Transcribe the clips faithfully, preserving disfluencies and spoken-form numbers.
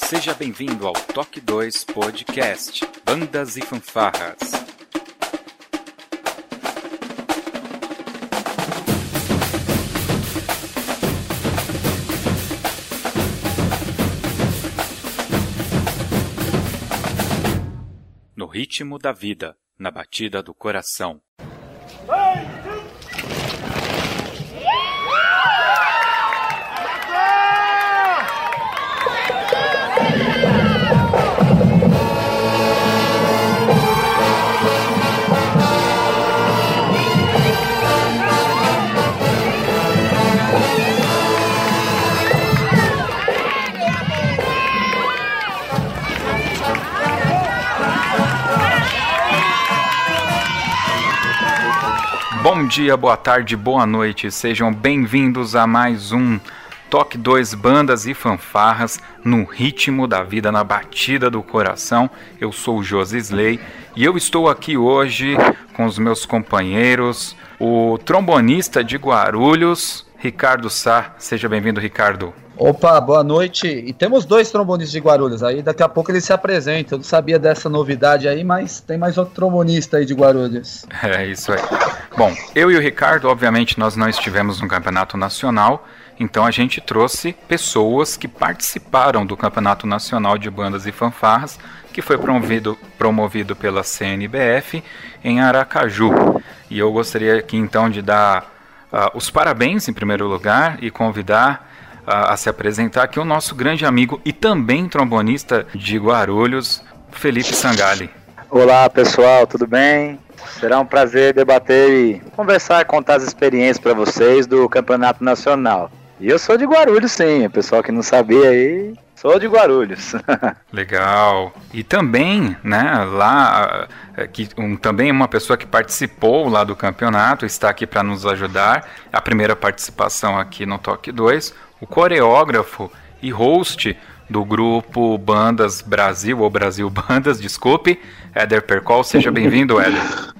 Seja bem-vindo ao Toque dois Podcast, Bandas e Fanfarras. No ritmo da vida, na batida do coração. Bom dia, boa tarde, boa noite, sejam bem-vindos a mais um Toque dois Bandas e Fanfarras no ritmo da vida, na batida do coração. Eu sou o Josi Slay e eu estou aqui hoje com os meus companheiros, o trombonista de Guarulhos, Ricardo Sá. Seja bem-vindo, Ricardo. Opa, boa noite. E temos dois trombonistas de Guarulhos aí, daqui a pouco eles se apresentam. Eu não sabia dessa novidade aí, mas tem mais outro trombonista aí de Guarulhos. É isso aí. Bom, eu e o Ricardo, obviamente, nós não estivemos no Campeonato Nacional, então a gente trouxe pessoas que participaram do Campeonato Nacional de Bandas e Fanfarras, que foi promovido, promovido pela C N B F em Aracaju. E eu gostaria aqui então de dar uh, os parabéns em primeiro lugar e convidar uh, a se apresentar aqui o nosso grande amigo e também trombonista de Guarulhos, Felipe Sangali. Olá pessoal, tudo bem? Será um prazer debater e conversar, contar as experiências para vocês do Campeonato Nacional. E eu sou de Guarulhos, sim, o pessoal que não sabia aí, sou de Guarulhos. Legal. E também, né, lá, que, um, também uma pessoa que participou lá do campeonato, está aqui para nos ajudar, a primeira participação aqui no Toque dois, o coreógrafo e host do grupo Bandas Brasil, ou Brasil Bandas, desculpe, Éder Percol. Seja bem-vindo, Éder.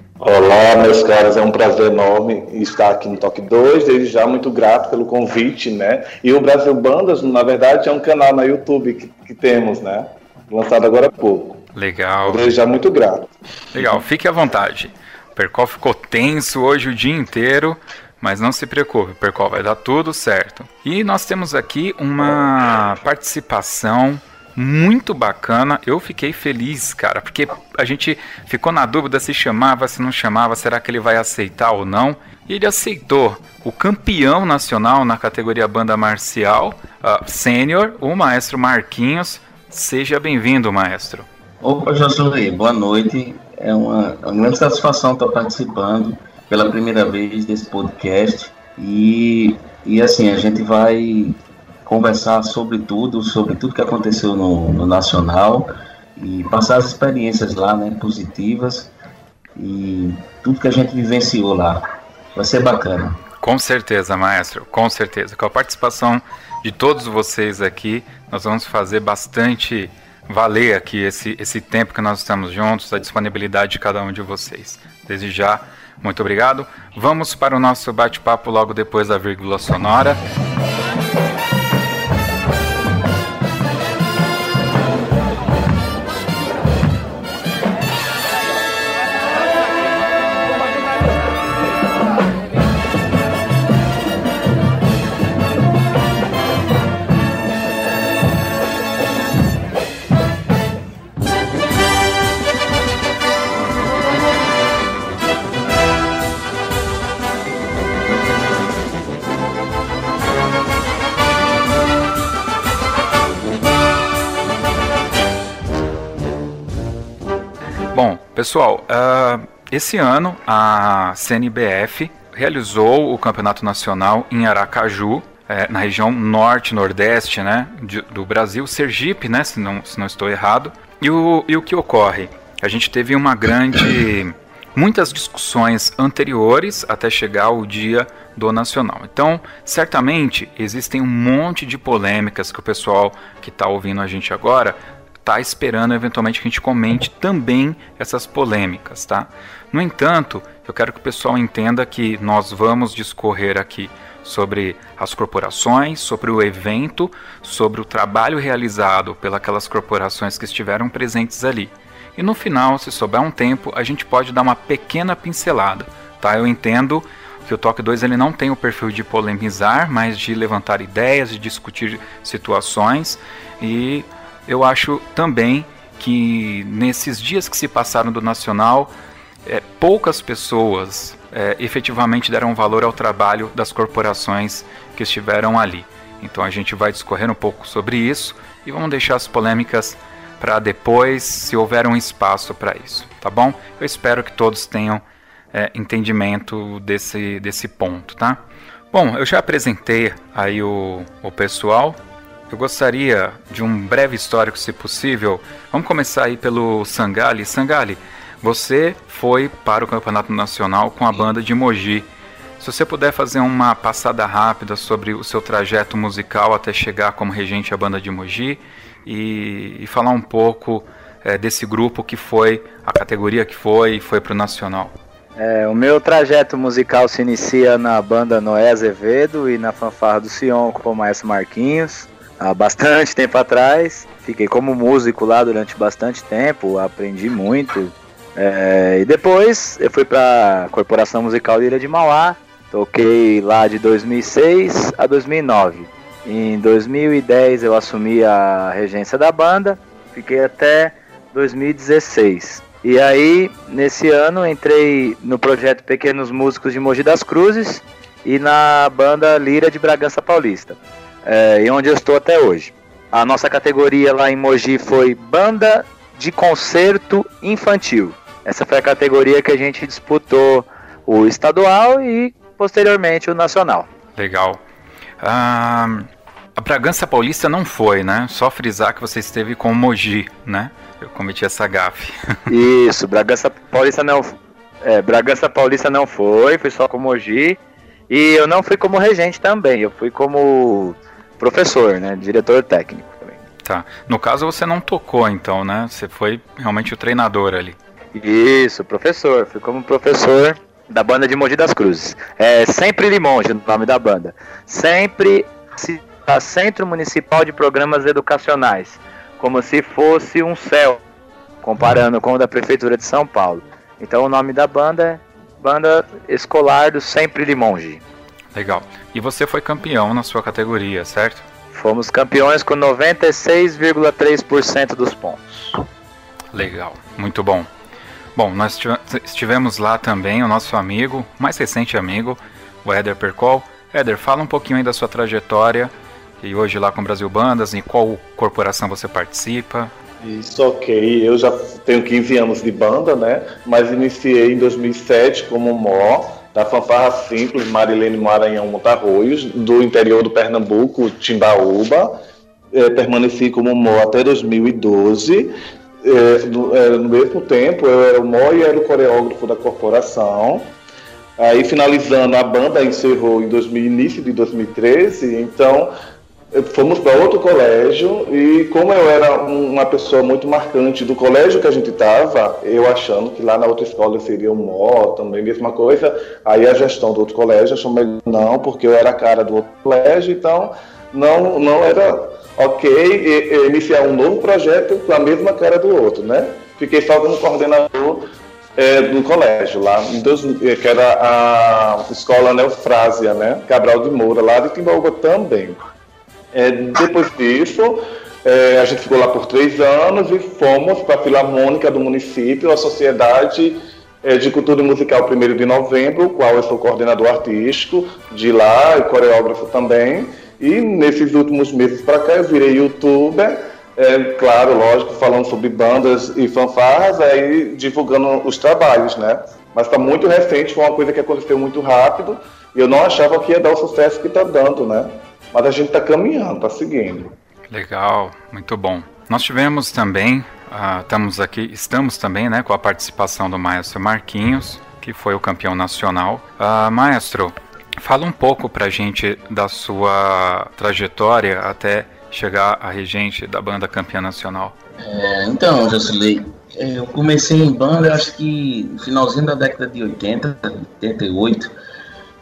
Olá, meus caros, é um prazer enorme estar aqui no Toque dois, desde já muito grato pelo convite, né? E o Brasil Bandas, na verdade, é um canal na YouTube que, que temos, né? Lançado agora há pouco. Legal. Desde já muito grato. Legal, fique à vontade. O Percol ficou tenso hoje o dia inteiro, mas não se preocupe, Percol, vai dar tudo certo. E nós temos aqui uma participação muito bacana. Eu fiquei feliz, cara, porque a gente ficou na dúvida se chamava, se não chamava, será que ele vai aceitar ou não? E ele aceitou. O campeão nacional na categoria banda marcial, uh, sênior, o maestro Marquinhos. Seja bem-vindo, maestro. Opa, Josué, boa noite. É uma, uma grande satisfação estar participando pela primeira vez desse podcast. E, e assim, a gente vai conversar sobre tudo, sobre tudo que aconteceu no, no Nacional e passar as experiências lá, né, positivas e tudo que a gente vivenciou lá. Vai ser bacana. Com certeza, maestro, com certeza. Com a participação de todos vocês aqui, nós vamos fazer bastante valer aqui esse, esse tempo que nós estamos juntos, a disponibilidade de cada um de vocês. Desde já, muito obrigado. Vamos para o nosso bate-papo logo depois da vírgula sonora. Bom, pessoal, uh, esse ano a C N B F realizou o Campeonato Nacional em Aracaju, é, na região norte-nordeste, né, de, do Brasil, Sergipe, né, se não, se não estou errado. E o, e o que ocorre? A gente teve uma grande... muitas discussões anteriores até chegar ao dia do Nacional. Então, certamente, existem um monte de polêmicas que o pessoal que está ouvindo a gente agora está esperando eventualmente que a gente comente também essas polêmicas, tá? No entanto, eu quero que o pessoal entenda que nós vamos discorrer aqui sobre as corporações, sobre o evento, sobre o trabalho realizado pelas corporações que estiveram presentes ali. E no final, se sobrar um tempo, a gente pode dar uma pequena pincelada, tá? Eu entendo que o Toque dois ele não tem o perfil de polemizar, mas de levantar ideias, de discutir situações, e eu acho também que nesses dias que se passaram do Nacional, é, poucas pessoas é, efetivamente deram valor ao trabalho das corporações que estiveram ali. Então a gente vai discorrer um pouco sobre isso e vamos deixar as polêmicas para depois, se houver um espaço para isso, tá bom? Eu espero que todos tenham é, entendimento desse, desse ponto, tá? Bom, eu já apresentei aí o, o pessoal. Eu gostaria de um breve histórico, se possível. Vamos começar aí pelo Sangali. Sangali, você foi para o Campeonato Nacional com a banda de Mogi. Se você puder fazer uma passada rápida sobre o seu trajeto musical até chegar como regente à banda de Mogi e, e falar um pouco é, desse grupo que foi, a categoria que foi e foi para o Nacional. É, o meu trajeto musical se inicia na banda Noé Azevedo e na fanfarra do Sion com o Maestro Marquinhos. Há bastante tempo atrás, fiquei como músico lá durante bastante tempo, aprendi muito. É, e depois eu fui para a Corporação Musical de Ilha de Mauá, toquei lá de dois mil e seis a dois mil e nove. Em dois mil e dez eu assumi a regência da banda, fiquei até dois mil e dezesseis. E aí, nesse ano, entrei no projeto Pequenos Músicos de Mogi das Cruzes e na banda Lira de Bragança Paulista, é, e onde eu estou até hoje. A nossa categoria lá em Mogi foi Banda de Concerto Infantil. Essa foi a categoria que a gente disputou o estadual e, posteriormente, o nacional. Legal. Ah, a Bragança Paulista não foi, né? Só frisar que você esteve com o Mogi, né? Eu cometi essa gafe. Isso, Bragança Paulista não, é, Bragança Paulista não foi, fui só com o Mogi. E eu não fui como regente também, eu fui como professor, né? Diretor técnico também. Tá. No caso você não tocou então, né? Você foi realmente o treinador ali. Isso, professor. Fui como professor da banda de Mogi das Cruzes. É Sempre Limonge o nome da banda. Sempre a Centro Municipal de Programas Educacionais. Como se fosse um céu, comparando com o da Prefeitura de São Paulo. Então o nome da banda é Banda Escolar do Sempre Limonge. Legal. E você foi campeão na sua categoria, certo? Fomos campeões com noventa e seis vírgula três por cento dos pontos. Legal, muito bom. Bom, nós estivemos lá também, o nosso amigo, mais recente amigo, o Éder Percol. Éder, fala um pouquinho aí da sua trajetória, e hoje lá com o Brasil Bandas, em qual corporação você participa. Isso, ok. Eu já tenho quinze anos de banda, né? Mas iniciei em dois mil e sete como mó da fanfarra simples Marilene Maranhão Montarroios, do interior do Pernambuco, Timbaúba. É, permaneci como mó até dois mil e doze. É, no, é, no mesmo tempo, eu era o mó e era o coreógrafo da corporação. Aí, finalizando, a banda encerrou em dois mil, início de dois mil e treze, então fomos para outro colégio e como eu era uma pessoa muito marcante do colégio que a gente estava, eu achando que lá na outra escola eu seria um mó, também mesma coisa, aí a gestão do outro colégio achou melhor não, porque eu era a cara do outro colégio, então não, não era ok e, e iniciar um novo projeto com a mesma cara do outro, né? Fiquei só como coordenador é, do colégio lá, em dois, que era a escola Neofrásia, né? Cabral de Moura, lá de Timbaúba também. É, depois disso, é, a gente ficou lá por três anos e fomos para a Filarmônica do município, a Sociedade é, de Cultura e Musical primeiro de Novembro, qual eu sou coordenador artístico de lá e coreógrafo também. E nesses últimos meses para cá eu virei youtuber, é, claro, lógico, falando sobre bandas e fanfarras, aí divulgando os trabalhos, né? Mas está muito recente, foi uma coisa que aconteceu muito rápido e eu não achava que ia dar o sucesso que está dando, né? Mas a gente está caminhando, está seguindo. Legal, muito bom. Nós tivemos também, uh, estamos aqui, estamos também, né, com a participação do Maestro Marquinhos, que foi o campeão nacional. Uh, Maestro, fala um pouco pra gente da sua trajetória até chegar a regente da banda campeã nacional. É, então, Jocilei, eu comecei em banda, acho que no finalzinho da década de oitenta, oitenta e oito,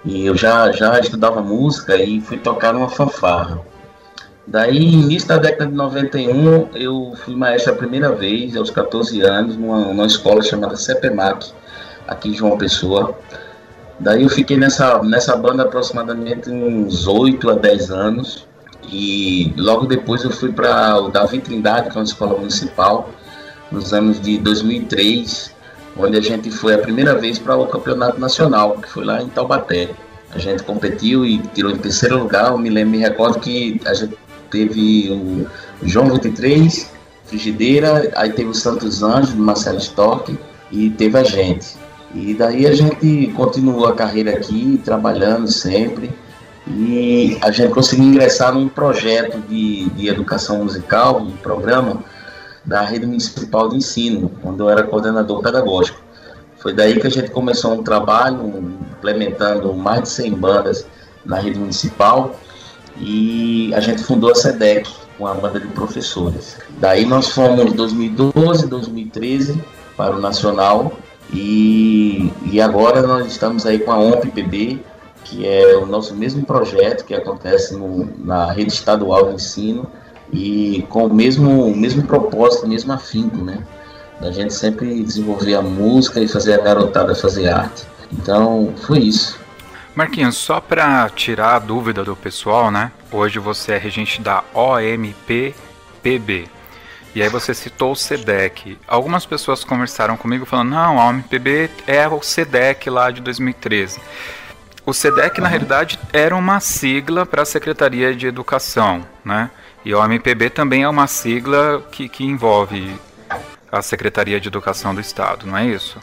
E eu já, já estudava música e fui tocar numa fanfarra. Daí, início da década de noventa e um, eu fui maestro a primeira vez, aos catorze anos, numa, numa escola chamada CEPEMAC, aqui em João Pessoa. Daí eu fiquei nessa, nessa banda aproximadamente uns oito a dez anos. E logo depois eu fui para o Davi Trindade, que é uma escola municipal, nos anos de dois mil e três, onde a gente foi a primeira vez para o campeonato nacional, que foi lá em Taubaté. A gente competiu e tirou em terceiro lugar. Eu me lembro, me recordo que a gente teve o João vinte e três, Frigideira, aí teve o Santos Anjos, do Marcelo Storck, e teve a gente. E daí a gente continuou a carreira aqui, trabalhando sempre, e a gente conseguiu ingressar num projeto de, de educação musical, um programa da Rede Municipal de Ensino, onde eu era coordenador pedagógico. Foi daí que a gente começou um trabalho, implementando mais de cem bandas na rede municipal, e a gente fundou a SEDEC, uma banda de professores. Daí nós fomos em dois mil e doze, dois mil e treze para o Nacional, e, e agora nós estamos aí com a O M P P B, que é o nosso mesmo projeto que acontece no, na rede estadual de ensino, e com o mesmo, o mesmo propósito, o mesmo afinco, né? Da gente sempre desenvolver a música e fazer a garotada fazer arte. Então, foi isso. Marquinhos, só para tirar a dúvida do pessoal, né? Hoje você é regente da O M P P B. E aí você citou o SEDEC. Algumas pessoas conversaram comigo falando, não, a O M P B é o SEDEC lá de dois mil e treze. O SEDEC, uhum, na realidade, era uma sigla para a Secretaria de Educação, né? E a O M P B também é uma sigla que, que envolve a Secretaria de Educação do Estado, não é isso?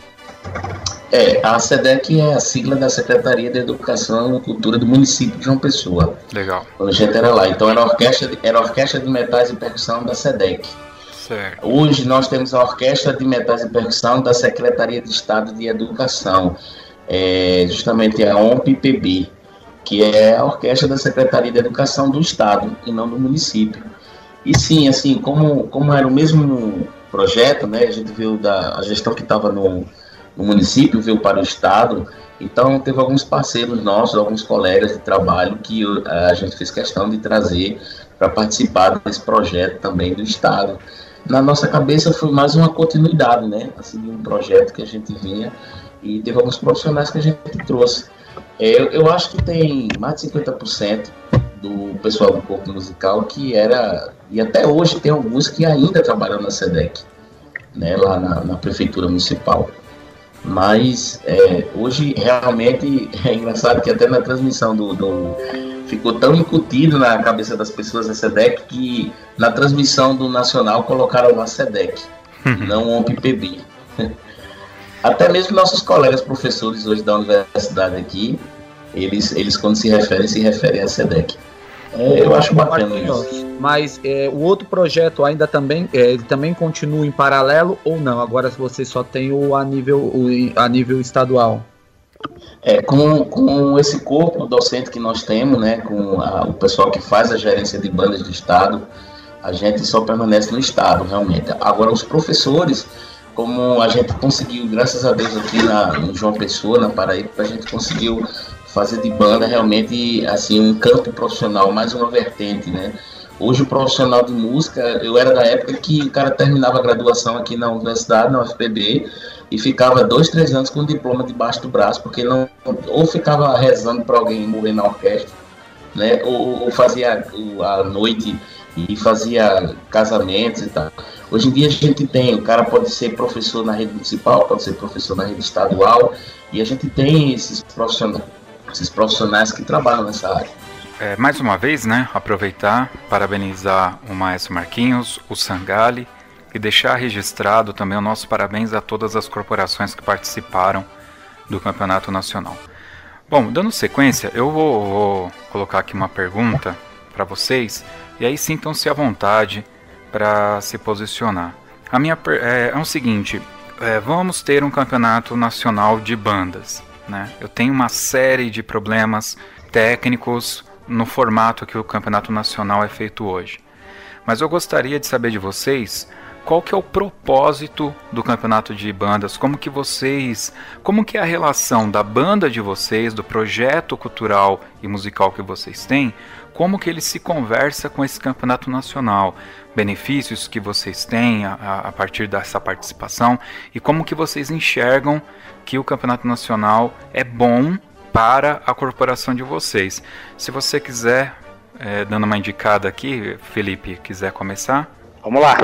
É, a SEDEC é a sigla da Secretaria de Educação e Cultura do município de João Pessoa. Legal. Quando a gente era lá, então era a orquestra de, era a orquestra de metais e percussão da SEDEC. Certo. Hoje nós temos a Orquestra de Metais e Percussão da Secretaria de Estado de Educação, é, justamente a O M P P B, que é a orquestra da Secretaria de Educação do Estado e não do município. E sim, assim, como, como era o mesmo projeto, né, a gente viu da a gestão que estava no, no município, veio para o Estado, então teve alguns parceiros nossos, alguns colegas de trabalho que a gente fez questão de trazer para participar desse projeto também do Estado. Na nossa cabeça foi mais uma continuidade, né, assim, de um projeto que a gente vinha, e teve alguns profissionais que a gente trouxe. Eu, eu acho que tem mais de cinquenta por cento do pessoal do corpo musical que era, e até hoje tem alguns que ainda trabalham na SEDEC, né, lá na, na prefeitura municipal. Mas é, hoje realmente é engraçado que até na transmissão do, do ficou tão incutido na cabeça das pessoas da SEDEC que na transmissão do Nacional colocaram lá SEDEC, não o O M P P B. Até mesmo nossos colegas professores hoje da universidade aqui, eles, eles quando se referem, se referem a SEDEC. É, eu acho bacana isso. Mas é, o outro projeto ainda também, é, ele também continua em paralelo ou não? Agora você só tem o a nível, o, a nível estadual. É, com, com esse corpo docente que nós temos, né, com a, o pessoal que faz a gerência de bandas do Estado, a gente só permanece no Estado, realmente. Agora, os professores, como a gente conseguiu, graças a Deus, aqui na, em João Pessoa, na Paraíba, a gente conseguiu fazer de banda realmente assim, um campo profissional, mais uma vertente, né? Hoje o profissional de música, eu era da época que o cara terminava a graduação aqui na universidade, na U F P B, e ficava dois, três anos com o diploma debaixo do braço, porque não, ou ficava rezando para alguém morrer na orquestra, né? Ou, ou fazia a noite e fazia casamentos e tal. Hoje em dia a gente tem, o cara pode ser professor na rede municipal, pode ser professor na rede estadual, e a gente tem esses profissionais, esses profissionais que trabalham nessa área. É, mais uma vez, né, aproveitar, parabenizar o Maestro Marquinhos, o Sangali, e deixar registrado também o nosso parabéns a todas as corporações que participaram do Campeonato Nacional. Bom, dando sequência, eu vou, vou colocar aqui uma pergunta para vocês, e aí sintam-se à vontade para se posicionar. A minha é, é o seguinte, é, vamos ter um Campeonato Nacional de Bandas, né? Eu tenho uma série de problemas técnicos no formato que o Campeonato Nacional é feito hoje. Mas eu gostaria de saber de vocês qual que é o propósito do campeonato de bandas, como que vocês, como que é a relação da banda de vocês, do projeto cultural e musical que vocês têm, como que ele se conversa com esse campeonato nacional, benefícios que vocês têm a, a partir dessa participação e como que vocês enxergam que o campeonato nacional é bom para a corporação de vocês. Se você quiser, é, dando uma indicada aqui, Felipe, quiser começar? Vamos lá.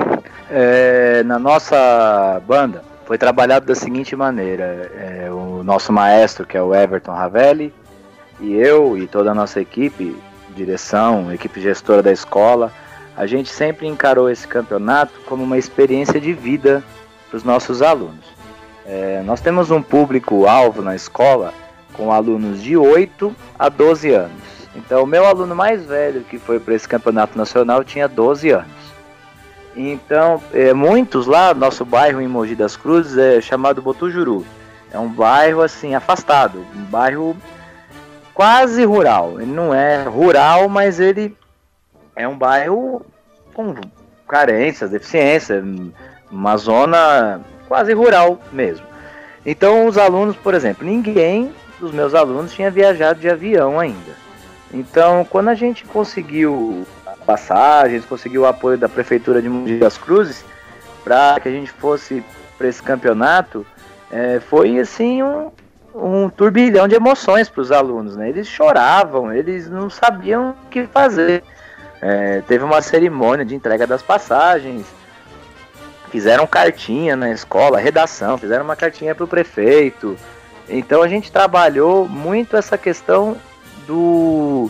É, na nossa banda foi trabalhado da seguinte maneira: é, o nosso maestro, que é o Everton Ravelli, e eu e toda a nossa equipe, direção, equipe gestora da escola, a gente sempre encarou esse campeonato como uma experiência de vida para os nossos alunos. É, nós temos um público-alvo na escola com alunos de oito a doze anos. Então, o meu aluno mais velho que foi para esse campeonato nacional tinha doze anos. Então, é, muitos lá, nosso bairro em Mogi das Cruzes é chamado Botujuru. É um bairro assim, afastado, um bairro quase rural. Ele não é rural, mas ele é um bairro com carências, deficiência, uma zona quase rural mesmo. Então, os alunos, por exemplo, ninguém dos meus alunos tinha viajado de avião ainda. Então, quando a gente conseguiu passagens, conseguiu o apoio da Prefeitura de Mogi das Cruzes para que a gente fosse para esse campeonato, é, foi assim um, um turbilhão de emoções para os alunos, né? Eles choravam, eles não sabiam o que fazer. É, teve uma cerimônia de entrega das passagens, fizeram cartinha na escola, redação, fizeram uma cartinha para o prefeito. Então a gente trabalhou muito essa questão do...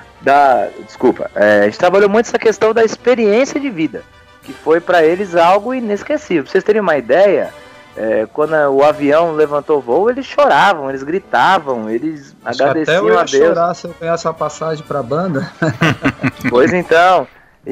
Da, desculpa, é, a gente trabalhou muito essa questão da experiência de vida, que foi para eles algo inesquecível. Pra vocês terem uma ideia, é, quando o avião levantou voo, eles choravam, eles gritavam, eles Acho agradeciam até eu ia a Deus. chorar se eu ganhasse a passagem para a banda. Pois então,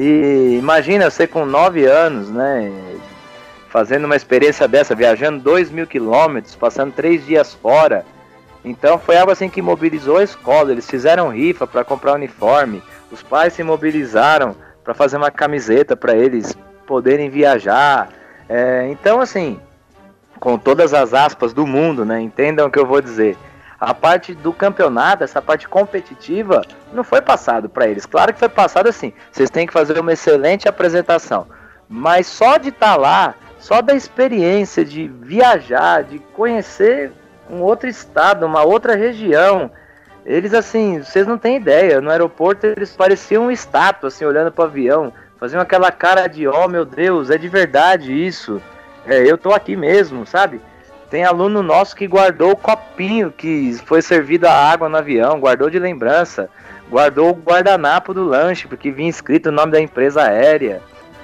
e imagina você com nove anos, né, fazendo uma experiência dessa, viajando dois mil quilômetros, passando três dias fora. Então foi algo assim que mobilizou a escola. Eles fizeram rifa para comprar uniforme, os pais se mobilizaram para fazer uma camiseta para eles poderem viajar. É, então assim, com todas as aspas do mundo, né, entendam o que eu vou dizer, a parte do campeonato, essa parte competitiva, não foi passado para eles. Claro que foi passado assim, vocês têm que fazer uma excelente apresentação, mas só de estar lá, só da experiência de viajar, de conhecer um outro estado, uma outra região, eles assim, vocês não têm ideia, no aeroporto eles pareciam um estátua, assim, olhando para o avião, faziam aquela cara de, oh meu Deus, é de verdade isso, é, eu tô aqui mesmo, sabe? Tem aluno nosso que guardou o copinho que foi servido a água no avião, guardou de lembrança, guardou o guardanapo do lanche, porque vinha escrito o nome da empresa aérea.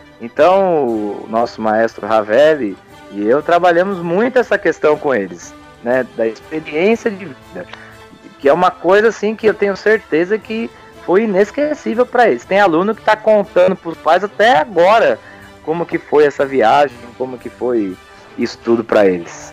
Então, o nosso maestro Ravelli e eu trabalhamos muito essa questão com eles, né, da experiência de vida, que é uma coisa assim que eu tenho certeza que foi inesquecível para eles. Tem aluno que está contando para os pais até agora como que foi essa viagem, como que foi isso tudo para eles.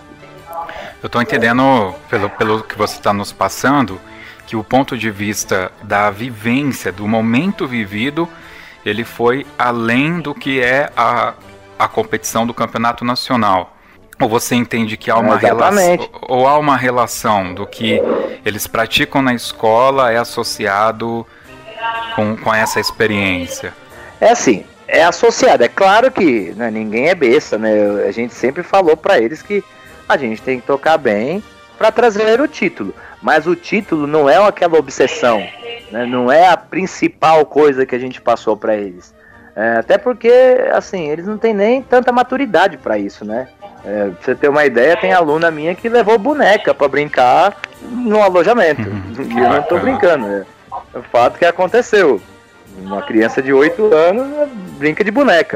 Eu estou entendendo, pelo, pelo que você está nos passando, que o ponto de vista da vivência, do momento vivido, ele foi além do que é a, a competição do campeonato nacional. Ou você entende que há uma relação, ou há uma relação do que eles praticam na escola é associado com, com essa experiência? É assim, é associado. É claro que, né, ninguém é besta, né? A gente sempre falou para eles que a gente tem que tocar bem para trazer o título. Mas o título não é aquela obsessão, né? Não é a principal coisa que a gente passou para eles. É, até porque, assim, eles não têm nem tanta maturidade para isso, né? É, pra você ter uma ideia, tem aluna minha que levou boneca para brincar no alojamento. Uhum. Que eu não tô brincando, é o fato que aconteceu. Uma criança de oito anos brinca de boneca.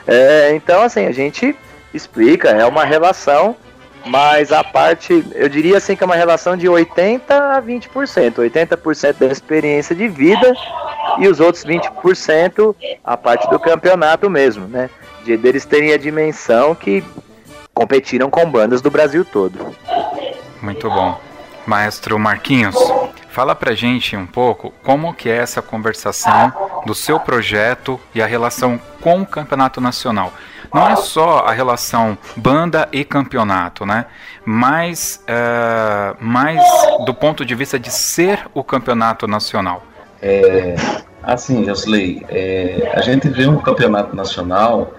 É, então, assim, a gente explica, é uma relação, mas a parte, eu diria assim que é uma relação de oitenta a vinte por cento. oitenta por cento da experiência de vida e os outros vinte por cento a parte do campeonato mesmo, né? De deles terem a dimensão que competiram com bandas do Brasil todo. Muito bom. Maestro Marquinhos, fala pra gente um pouco como que é essa conversação do seu projeto e a relação com o campeonato nacional. Não é só a relação banda e campeonato, né? Mas, uh, mais do ponto de vista de ser o campeonato nacional. É, assim, Josley, é, a gente vê um campeonato nacional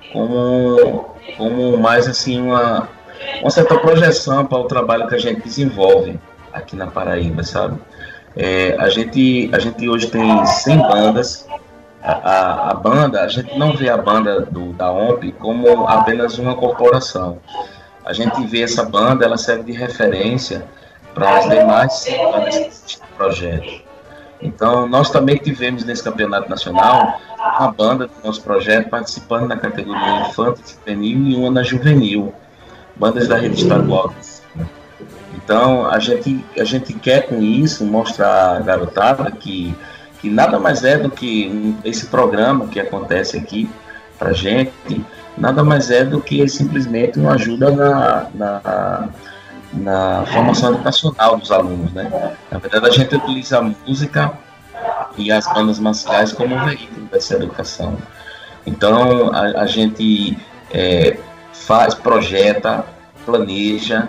como, como mais assim uma, uma certa projeção para o trabalho que a gente desenvolve aqui na Paraíba, sabe? É, a, gente, a gente hoje tem cem bandas. A, a, a banda, a gente não vê a banda do, da O M P como apenas uma corporação. A gente vê essa banda, ela serve de referência para as demais bandas que existem no projeto. Então, nós também tivemos nesse campeonato nacional uma banda do nosso projeto participando na categoria infantil e juvenil e uma na juvenil, bandas da rede estadual. Então, a gente, a gente quer com isso mostrar à garotada que que nada mais é do que um, esse programa que acontece aqui pra gente, nada mais é do que simplesmente uma ajuda na, na, na formação educacional dos alunos, né? Na verdade, a gente utiliza a música e as bandas marciais como um veículo dessa educação. Então, a, a gente é, faz, projeta, planeja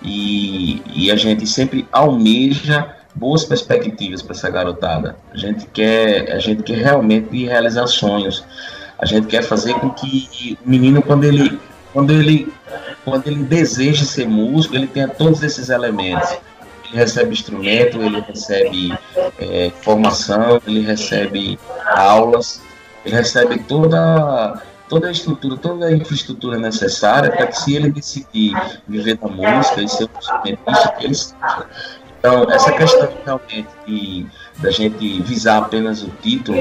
e, e a gente sempre almeja boas perspectivas para essa garotada. A gente quer, a gente quer realmente realizar sonhos. A gente quer fazer com que o menino, quando ele, quando ele, quando ele deseja ser músico, ele tenha todos esses elementos. Ele recebe instrumento, ele recebe é, formação, ele recebe aulas, ele recebe toda toda a estrutura, toda a infraestrutura necessária para que, se ele decidir viver da música e ser um instrumentista, ele seja. Então, essa questão realmente de da gente visar apenas o título,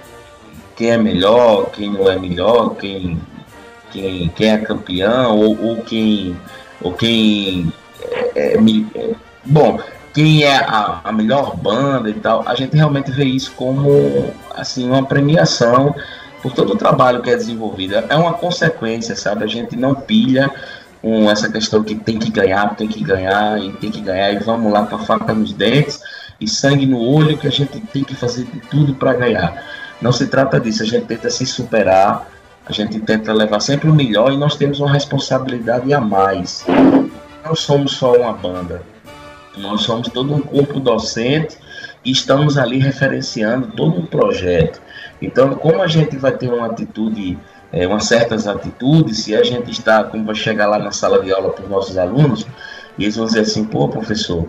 quem é melhor, quem não é melhor, quem, quem, quem é campeão, ou, ou quem, ou quem é, é, é, bom, quem é a, a melhor banda e tal, a gente realmente vê isso como assim, uma premiação por todo o trabalho que é desenvolvido. É uma consequência, sabe? A gente não pilha com essa questão que tem que ganhar, tem que ganhar e tem que ganhar e vamos lá com a faca nos dentes e sangue no olho, que a gente tem que fazer de tudo para ganhar. Não se trata disso, a gente tenta se superar, a gente tenta levar sempre o melhor e nós temos uma responsabilidade a mais. Não somos só uma banda, nós somos todo um corpo docente e estamos ali referenciando todo um projeto. Então, como a gente vai ter uma atitude É, umas certas atitudes, se a gente está, como vai chegar lá na sala de aula para os nossos alunos, e eles vão dizer assim, pô, professor,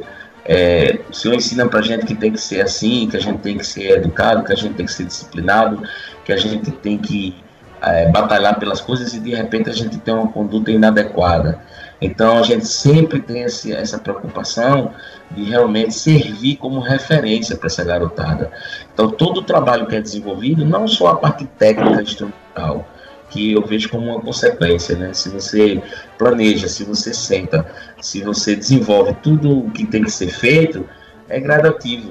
é, o senhor ensina para a gente que tem que ser assim, que a gente tem que ser educado, que a gente tem que ser disciplinado, que a gente tem que é, batalhar pelas coisas e de repente a gente tem uma conduta inadequada. Então a gente sempre tem esse, essa preocupação de realmente servir como referência para essa garotada. Então todo o trabalho que é desenvolvido, não só a parte técnica instrumental, que eu vejo como uma consequência, né? Se você planeja, se você senta, se você desenvolve tudo o que tem que ser feito, é gradativo.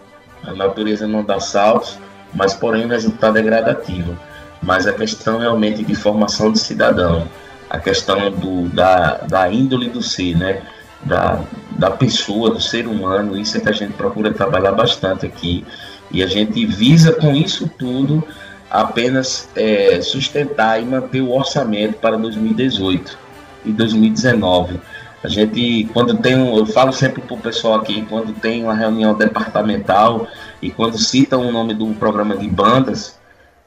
A natureza não dá saltos, mas porém o resultado é gradativo. Mas a questão realmente de formação de cidadão, a questão do, da, da índole do ser, né? Da, da pessoa, do ser humano, isso é que a gente procura trabalhar bastante aqui. E a gente visa com isso tudo apenas é, sustentar e manter o orçamento para dois mil e dezoito e dois mil e dezenove. A gente, quando tem um, eu falo sempre para o pessoal aqui, quando tem uma reunião departamental e quando citam o nome do programa de bandas,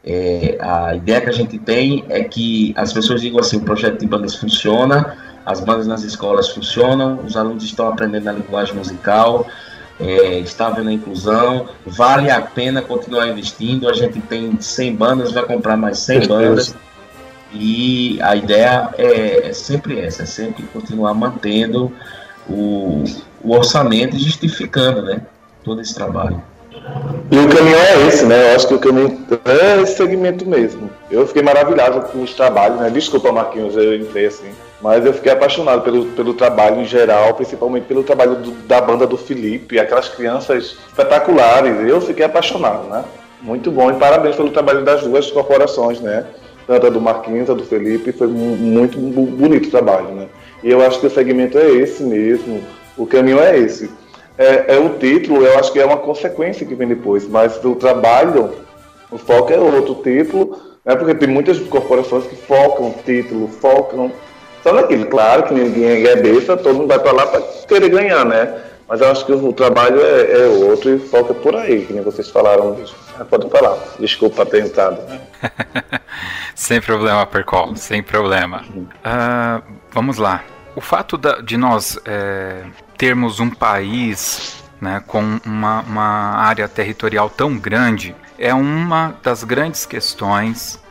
é, a ideia que a gente tem é que as pessoas digam assim, o projeto de bandas funciona, as bandas nas escolas funcionam, os alunos estão aprendendo a linguagem musical, É, está havendo a inclusão, vale a pena continuar investindo, a gente tem cem bandas, vai comprar mais cem bandas, e a ideia é, é sempre essa, é sempre continuar mantendo o, o orçamento e justificando, né, todo esse trabalho. E o caminho é esse, né? Eu acho que o caminho é esse segmento mesmo. Eu fiquei maravilhado com os trabalhos, né? Desculpa, Marquinhos, eu entrei assim. Mas eu fiquei apaixonado pelo, pelo trabalho em geral, principalmente pelo trabalho do, da banda do Felipe, aquelas crianças espetaculares. Eu fiquei apaixonado, né? Muito bom, e parabéns pelo trabalho das duas corporações, né? Tanto a do Marquinhos, a do Felipe, foi muito bonito o trabalho, né? E eu acho que o segmento é esse mesmo, o caminho é esse. É, é o título, eu acho que é uma consequência que vem depois, mas o trabalho O foco é outro título, né? Porque tem muitas corporações que focam título, focam só naquilo. Claro que ninguém é besta, todo mundo vai para lá para querer ganhar, né? Mas eu acho que o trabalho é, é outro e foca por aí, que nem vocês falaram. Pode falar, desculpa ter entrado. Sem problema, Percol, sem problema. Uh, vamos lá. O fato da, de nós é, termos um país, né, com uma, uma área territorial tão grande é uma das grandes questões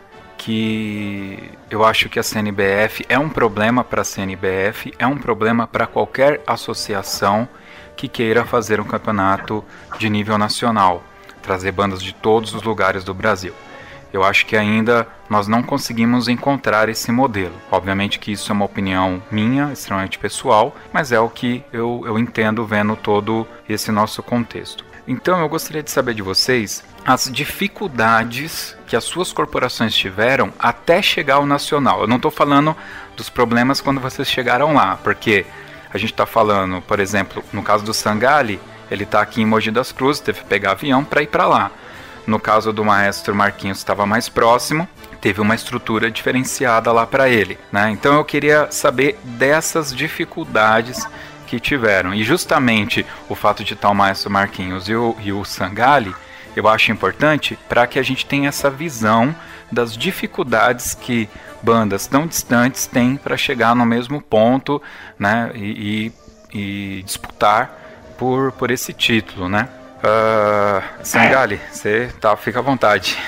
que eu acho que a C N B F é um problema para a C N B F, é um problema para qualquer associação que queira fazer um campeonato de nível nacional, trazer bandas de todos os lugares do Brasil. Eu acho que ainda nós não conseguimos encontrar esse modelo. Obviamente que isso é uma opinião minha, extremamente pessoal, mas é o que eu, eu entendo vendo todo esse nosso contexto. Então eu gostaria de saber de vocês as dificuldades que as suas corporações tiveram até chegar ao nacional. Eu não estou falando dos problemas quando vocês chegaram lá, porque a gente está falando, por exemplo, no caso do Sangalli, ele está aqui em Mogi das Cruzes, teve que pegar avião para ir para lá. No caso do maestro Marquinhos, estava mais próximo, teve uma estrutura diferenciada lá para ele, né? Então eu queria saber dessas dificuldades que tiveram. E justamente o fato de estar o maestro Marquinhos e o, e o Sangalli, eu acho importante para que a gente tenha essa visão das dificuldades que bandas tão distantes têm para chegar no mesmo ponto, né? E, e, e disputar por, por esse título, né? Uh, Sangalli, você tá, fica à vontade.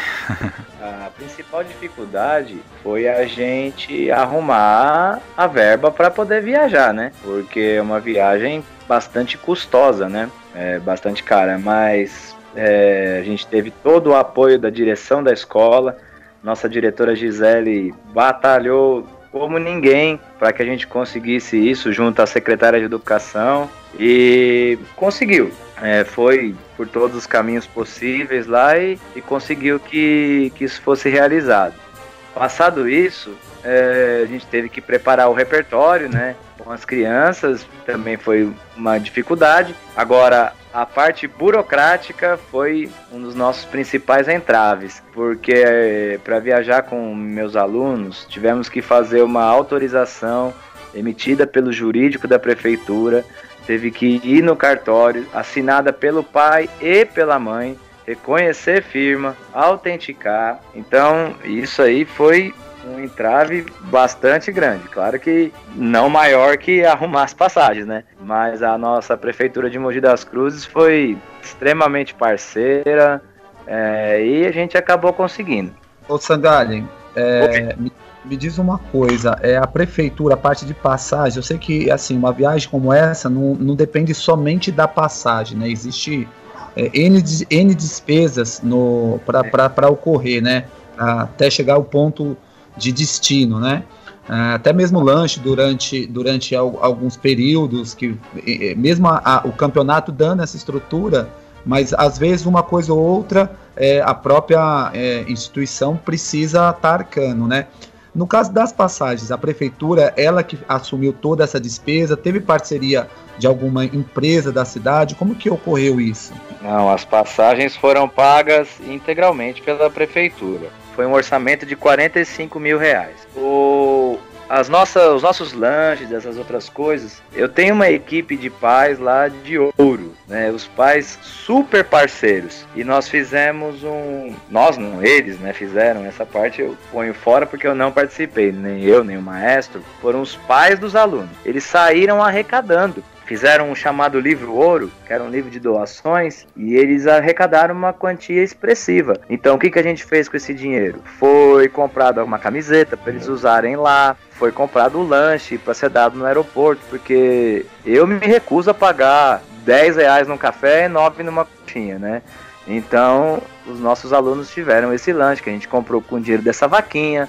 A principal dificuldade foi a gente arrumar a verba para poder viajar, né? Porque é uma viagem bastante custosa, né? É bastante cara, mas é, a gente teve todo o apoio da direção da escola. Nossa diretora Gisele batalhou como ninguém para que a gente conseguisse isso junto à secretária de educação e conseguiu. É, foi por todos os caminhos possíveis lá e, e conseguiu que, que isso fosse realizado. Passado isso, é, a gente teve que preparar o repertório, né, com as crianças, também foi uma dificuldade. Agora, a parte burocrática foi um dos nossos principais entraves, porque é, para viajar com meus alunos, tivemos que fazer uma autorização emitida pelo jurídico da prefeitura, teve que ir no cartório, assinada pelo pai e pela mãe, reconhecer firma, autenticar. Então, isso aí foi um entrave bastante grande. Claro que não maior que arrumar as passagens, né? Mas a nossa prefeitura de Mogi das Cruzes foi extremamente parceira é, e a gente acabou conseguindo. Ô Sangalli, é, me, me diz uma coisa, é, a prefeitura, a parte de passagem, eu sei que assim, uma viagem como essa não, não depende somente da passagem, né? Existe é, N, N despesas para ocorrer, né? Até chegar ao ponto de destino, né? Até mesmo lanche durante, durante alguns períodos, que mesmo a, a, o campeonato dando essa estrutura, mas às vezes uma coisa ou outra é, a própria é, instituição precisa estar arcando, né? No caso das passagens, a prefeitura, ela que assumiu toda essa despesa, teve parceria de alguma empresa da cidade? Como que ocorreu isso? Não, as passagens foram pagas integralmente pela prefeitura. Foi um orçamento de quarenta e cinco mil reais. O, as nossas, os nossos lanches, essas outras coisas, eu tenho uma equipe de pais lá de ouro, né? Os pais super parceiros. E nós fizemos um... Nós não, eles, né? Fizeram essa parte, eu ponho fora porque eu não participei. Nem eu, nem o maestro. Foram os pais dos alunos. Eles saíram arrecadando. Fizeram um chamado Livro Ouro, que era um livro de doações, e eles arrecadaram uma quantia expressiva. Então, o que, que a gente fez com esse dinheiro? Foi comprado uma camiseta para eles usarem lá, foi comprado um lanche para ser dado no aeroporto, porque eu me recuso a pagar dez reais num café e nove numa coxinha, né? Então, os nossos alunos tiveram esse lanche, que a gente comprou com o dinheiro dessa vaquinha.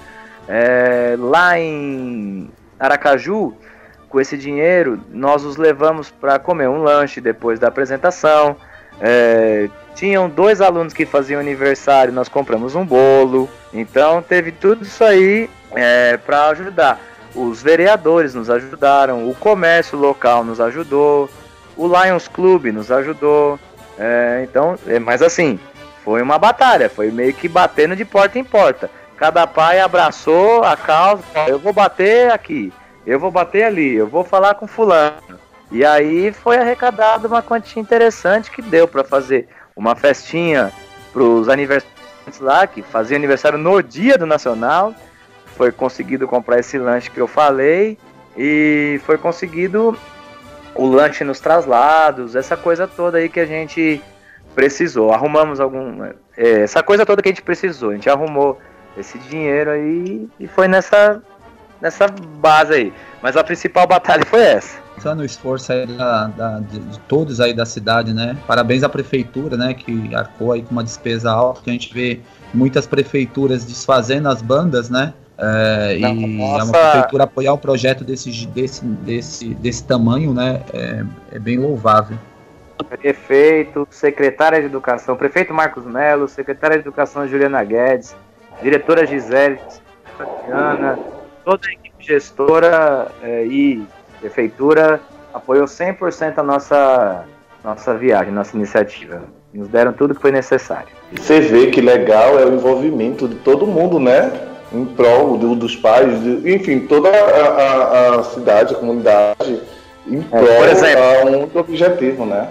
É, lá em Aracaju, com esse dinheiro, nós os levamos para comer um lanche depois da apresentação. É, tinham dois alunos que faziam aniversário, nós compramos um bolo. Então teve tudo isso aí é, para ajudar. Os vereadores nos ajudaram, o comércio local nos ajudou, o Lions Club nos ajudou. É, então, é, mas assim, foi uma batalha, foi meio que batendo de porta em porta. Cada pai abraçou a causa, eu vou bater aqui, eu vou bater ali, eu vou falar com fulano. E aí foi arrecadado uma quantia interessante que deu para fazer uma festinha para os aniversariantes lá, que fazia aniversário no dia do Nacional. Foi conseguido comprar esse lanche que eu falei e foi conseguido o lanche nos traslados, essa coisa toda aí que a gente precisou. Arrumamos algum... É, essa coisa toda que a gente precisou, a gente arrumou esse dinheiro aí e foi nessa, nessa base aí. Mas a principal batalha foi essa. No esforço aí da, da, de, de todos aí da cidade, né? Parabéns à prefeitura, né? Que arcou aí com uma despesa alta, que a gente vê muitas prefeituras desfazendo as bandas, né? É, Não, e nossa. Uma prefeitura apoiar um projeto desse, desse, desse, desse tamanho, né? É, é bem louvável. Prefeito, secretária de Educação, prefeito Marcos Melo, secretária de Educação Juliana Guedes, diretora Gisele, Tatiana, toda a equipe gestora é, e prefeitura apoiou cem por cento a nossa, nossa viagem, nossa iniciativa. Nos deram tudo que foi necessário. E você vê que legal é o envolvimento de todo mundo, né? Em prol do, dos pais, de, enfim, toda a, a, a cidade, a comunidade, em prol é, por exemplo, a um único objetivo, né?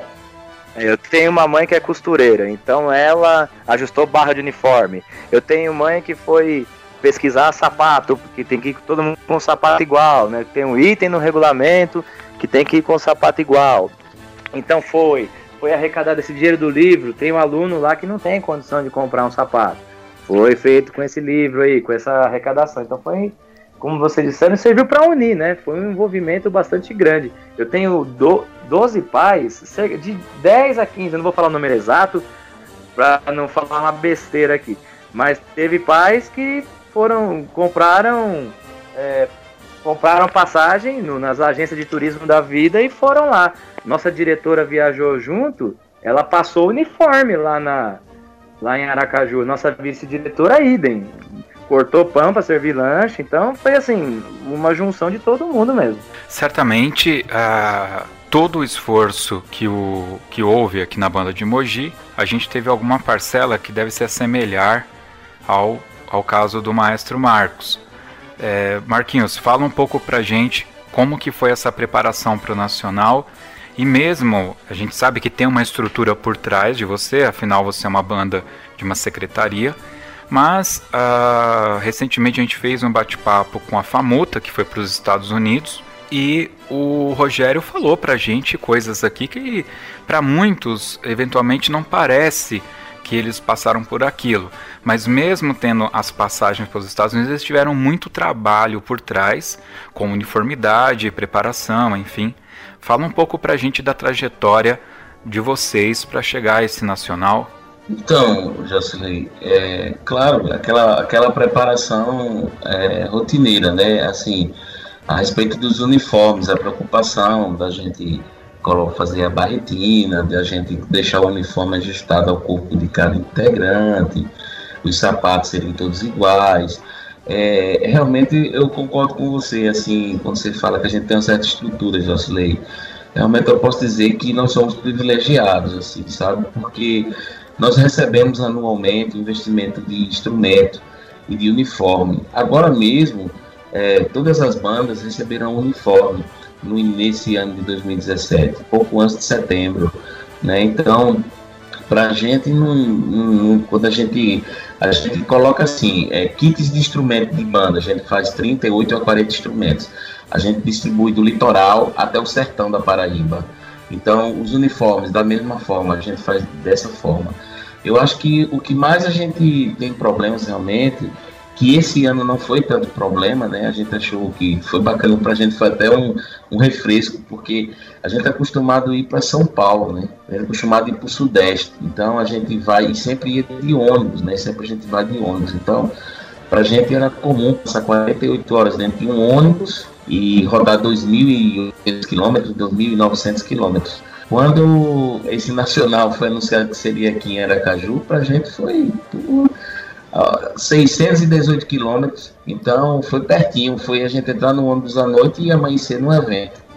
Eu tenho uma mãe que é costureira, então ela ajustou barra de uniforme. Eu tenho mãe que foi pesquisar sapato, porque tem que ir todo mundo com sapato igual, né? Tem um item no regulamento que tem que ir com sapato igual. Então foi, foi arrecadado esse dinheiro do livro. Tem um aluno lá que não tem condição de comprar um sapato. Foi feito com esse livro aí, com essa arrecadação. Então foi, como você disse, serviu para unir, né? Foi um envolvimento bastante grande. Eu tenho do, doze pais, de dez a quinze, eu não vou falar o número exato, para não falar uma besteira aqui. Mas teve pais que foram, compraram, é, compraram passagem no, nas agências de turismo da vida e foram lá. Nossa diretora viajou junto, ela passou o uniforme lá, na, lá em Aracaju. Nossa vice-diretora, idem. Cortou pão para servir lanche, então foi assim, uma junção de todo mundo mesmo. Certamente, uh, todo o esforço que, o, que houve aqui na banda de Mogi, a gente teve alguma parcela que deve se assemelhar ao, ao caso do maestro Marcos. É, Marquinhos, fala um pouco pra gente como que foi essa preparação para o Nacional, e mesmo, a gente sabe que tem uma estrutura por trás de você, afinal você é uma banda de uma secretaria, mas uh, recentemente a gente fez um bate-papo com a Famuta, que foi para os Estados Unidos, e o Rogério falou pra gente coisas aqui que para muitos eventualmente não parece que eles passaram por aquilo, mas mesmo tendo as passagens para os Estados Unidos, eles tiveram muito trabalho por trás, com uniformidade, preparação, enfim. Fala um pouco pra gente da trajetória de vocês para chegar a esse Nacional. Então, Jocelyn, é claro, aquela, aquela preparação é, rotineira, né? Assim, a respeito dos uniformes, a preocupação da gente fazer a barretina, da gente deixar o uniforme ajustado ao corpo de cada integrante, os sapatos serem todos iguais. É, realmente eu concordo com você, assim, quando você fala que a gente tem uma certa estrutura, Jocelyn. Realmente eu posso dizer que nós somos privilegiados, assim, sabe? Porque nós recebemos anualmente investimento de instrumento e de uniforme. Agora mesmo, é, todas as bandas receberam uniforme no, nesse ano de dois mil e dezessete, pouco antes de setembro, né? Então, para a gente, não, não, quando a gente, a gente coloca assim, é, kits de instrumento de banda, a gente faz trinta e oito a quarenta instrumentos. A gente distribui do litoral até o sertão da Paraíba. Então, os uniformes, da mesma forma, a gente faz dessa forma. Eu acho que o que mais a gente tem problemas realmente, que esse ano não foi tanto problema, né? A gente achou que foi bacana pra gente, foi até um, um refresco, porque a gente é acostumado a ir para São Paulo, né? A gente é acostumado a ir para o Sudeste. Então, a gente vai e sempre ia de ônibus, né? Sempre a gente vai de ônibus. Então, pra gente era comum passar quarenta e oito horas dentro de um ônibus e rodar dois mil e oitocentos quilômetros, dois mil e novecentos quilômetros. Quando esse Nacional foi anunciado que seria aqui em Aracaju, pra gente foi uh, seiscentos e dezoito quilômetros, então foi pertinho, foi a gente entrar no ônibus à noite e amanhecer no evento.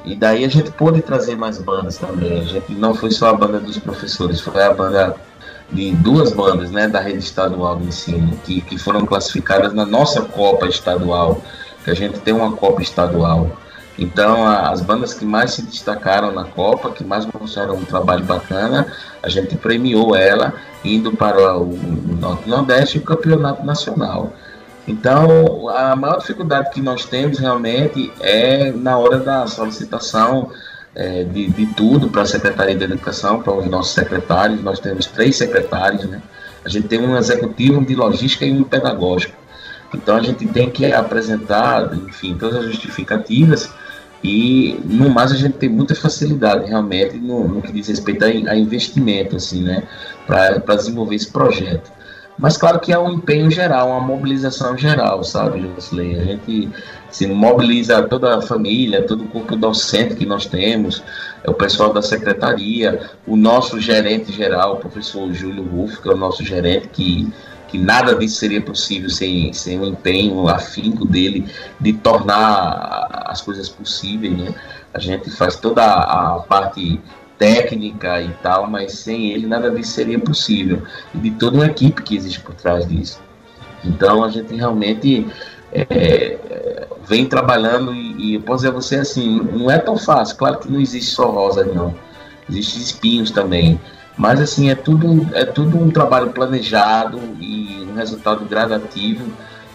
E daí a gente pôde trazer mais bandas também. A gente não foi só a banda dos professores, foi a banda de duas bandas, né, da rede estadual de ensino, que, que foram classificadas na nossa Copa Estadual, que a gente tem uma Copa Estadual. Então, a, as bandas que mais se destacaram na Copa, que mais mostraram um trabalho bacana, a gente premiou ela, indo para o, o Norte e Nordeste e o Campeonato Nacional. Então, a maior dificuldade que nós temos realmente é na hora da solicitação é, de, de tudo para a Secretaria de Educação, para os nossos secretários. Nós temos três secretários, né? A gente tem um executivo, um de logística e um pedagógico. Então, a gente tem que apresentar, enfim, todas as justificativas e, no mais, a gente tem muita facilidade realmente no, no que diz respeito a, a investimento, assim, né? Para desenvolver esse projeto. Mas claro que é um empenho geral, uma mobilização geral, sabe, Josley? A gente se mobiliza toda a família, todo o corpo docente que nós temos, é o pessoal da secretaria, o nosso gerente geral, o professor Júlio Rufo, que é o nosso gerente, que, que nada disso seria possível sem, sem o empenho, o afinco dele de tornar as coisas possíveis, né? A gente faz toda a, a parte técnica e tal, mas sem ele nada disso seria possível, e de toda uma equipe que existe por trás disso. Então a gente realmente é, vem trabalhando e, e eu posso dizer a você assim, não é tão fácil, claro que não existe só rosa não, existem espinhos também, mas assim, é tudo, é tudo um trabalho planejado e um resultado gradativo,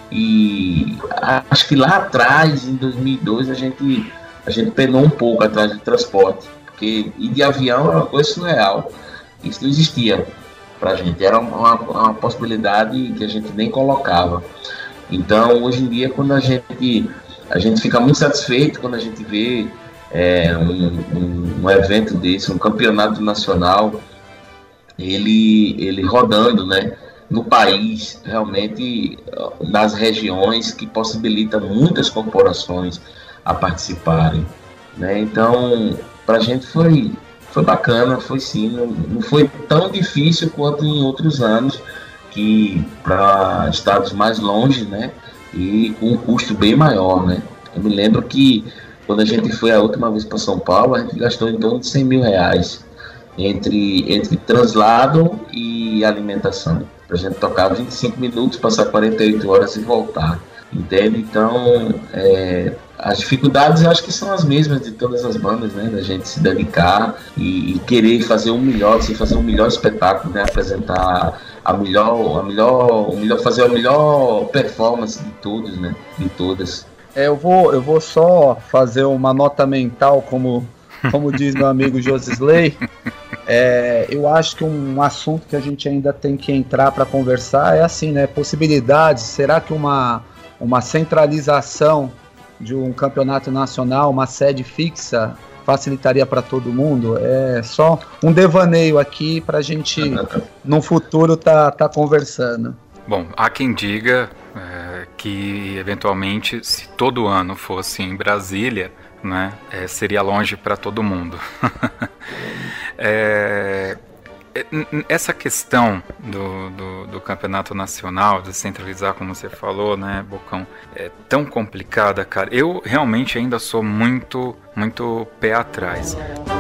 e acho que lá atrás, em dois mil e dois, a gente, a gente penou um pouco atrás do transporte, porque ir de avião era uma coisa surreal, isso não existia pra gente, era uma, uma possibilidade que a gente nem colocava. Então hoje em dia, quando a gente, a gente fica muito satisfeito quando a gente vê é, um, um, um evento desse, um campeonato nacional, ele, ele rodando, né, no país, realmente nas regiões, que possibilita muitas corporações a participarem, né? Então pra gente foi, foi bacana, foi sim, não, não foi tão difícil quanto em outros anos, que para estados mais longe, né, e com um custo bem maior, né. Eu me lembro que quando a gente foi a última vez para São Paulo, a gente gastou em torno de cem mil reais entre, entre translado e alimentação, para a gente tocar vinte e cinco minutos, passar quarenta e oito horas e voltar, entende? Então, é, as dificuldades eu acho que são as mesmas de todas as bandas, né? Da gente se dedicar e, e querer fazer o melhor, se fazer o melhor espetáculo, né? Apresentar a melhor, a melhor, o melhor, fazer a melhor performance de todos, né? De todas. É, eu vou, eu vou só fazer uma nota mental, como, como diz meu amigo Josisley. É, eu acho que um assunto que a gente ainda tem que entrar para conversar é assim, né? Possibilidades. Será que uma, uma centralização de um campeonato nacional, uma sede fixa, facilitaria para todo mundo? É só um devaneio aqui para a gente, no futuro, tá, tá conversando. Bom, há quem diga é, que, eventualmente, se todo ano fosse em Brasília, né, é, seria longe para todo mundo. é, essa questão do, do, do campeonato nacional, descentralizar, como você falou, né, Bocão, é tão complicada, cara. Eu realmente ainda sou muito, muito pé atrás.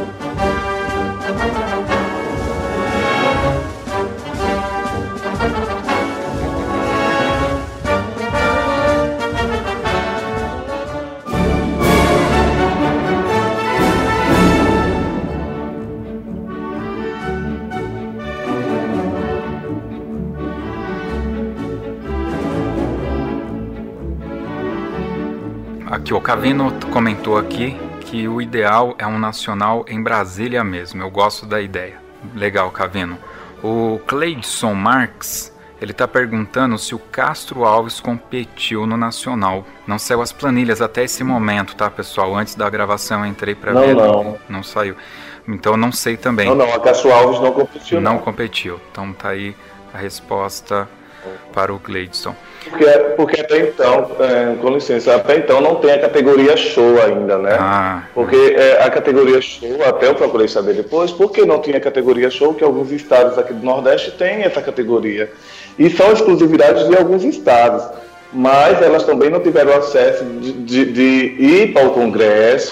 Aqui, o Cavino comentou aqui que o ideal é um nacional em Brasília mesmo. Eu gosto da ideia. Legal, Cavino. O Cleidson Marques, ele está perguntando se o Castro Alves competiu no nacional. Não saiu as planilhas até esse momento, tá, pessoal? Antes da gravação eu entrei para ver. Não, não saiu. Então não sei também. Não, não. A Castro Alves não competiu. Não, não competiu. Então tá aí a resposta para o Cleidson. Porque, porque até então, é, com licença, até então não tem a categoria show ainda, né? Ah, porque é, a categoria show, até eu procurei saber depois, por que não tinha a categoria show, que alguns estados aqui do Nordeste têm essa categoria. E são exclusividades de alguns estados, mas elas também não tiveram acesso de, de, de ir para o Congresso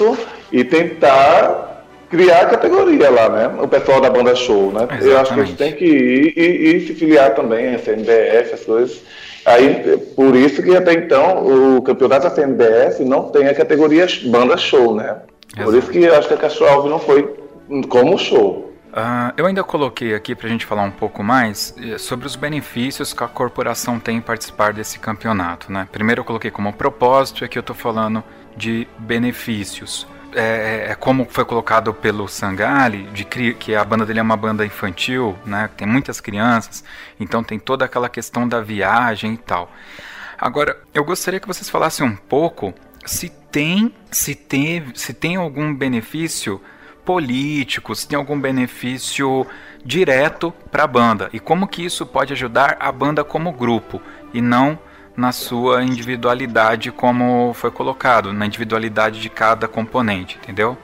e tentar criar a categoria lá, né? O pessoal da banda show, né? Exatamente. Eu acho que eles têm que ir e, e se filiar também, a C N B F, as coisas. Aí, por isso que até então o campeonato da C N B F não tem a categoria banda show, né? Exato. Por isso que eu acho que a Castro Alves não foi como show. Uh, eu ainda coloquei aqui para a gente falar um pouco mais sobre os benefícios que a corporação tem em participar desse campeonato, né? Primeiro eu coloquei como propósito, e aqui eu estou falando de benefícios. É, é como foi colocado pelo Sangali, de que a banda dele é uma banda infantil, né? Tem muitas crianças, então tem toda aquela questão da viagem e tal. Agora, eu gostaria que vocês falassem um pouco se tem, se teve, se tem algum benefício político, se tem algum benefício direto para a banda e como que isso pode ajudar a banda como grupo e não na sua individualidade, como foi colocado, na individualidade de cada componente, entendeu?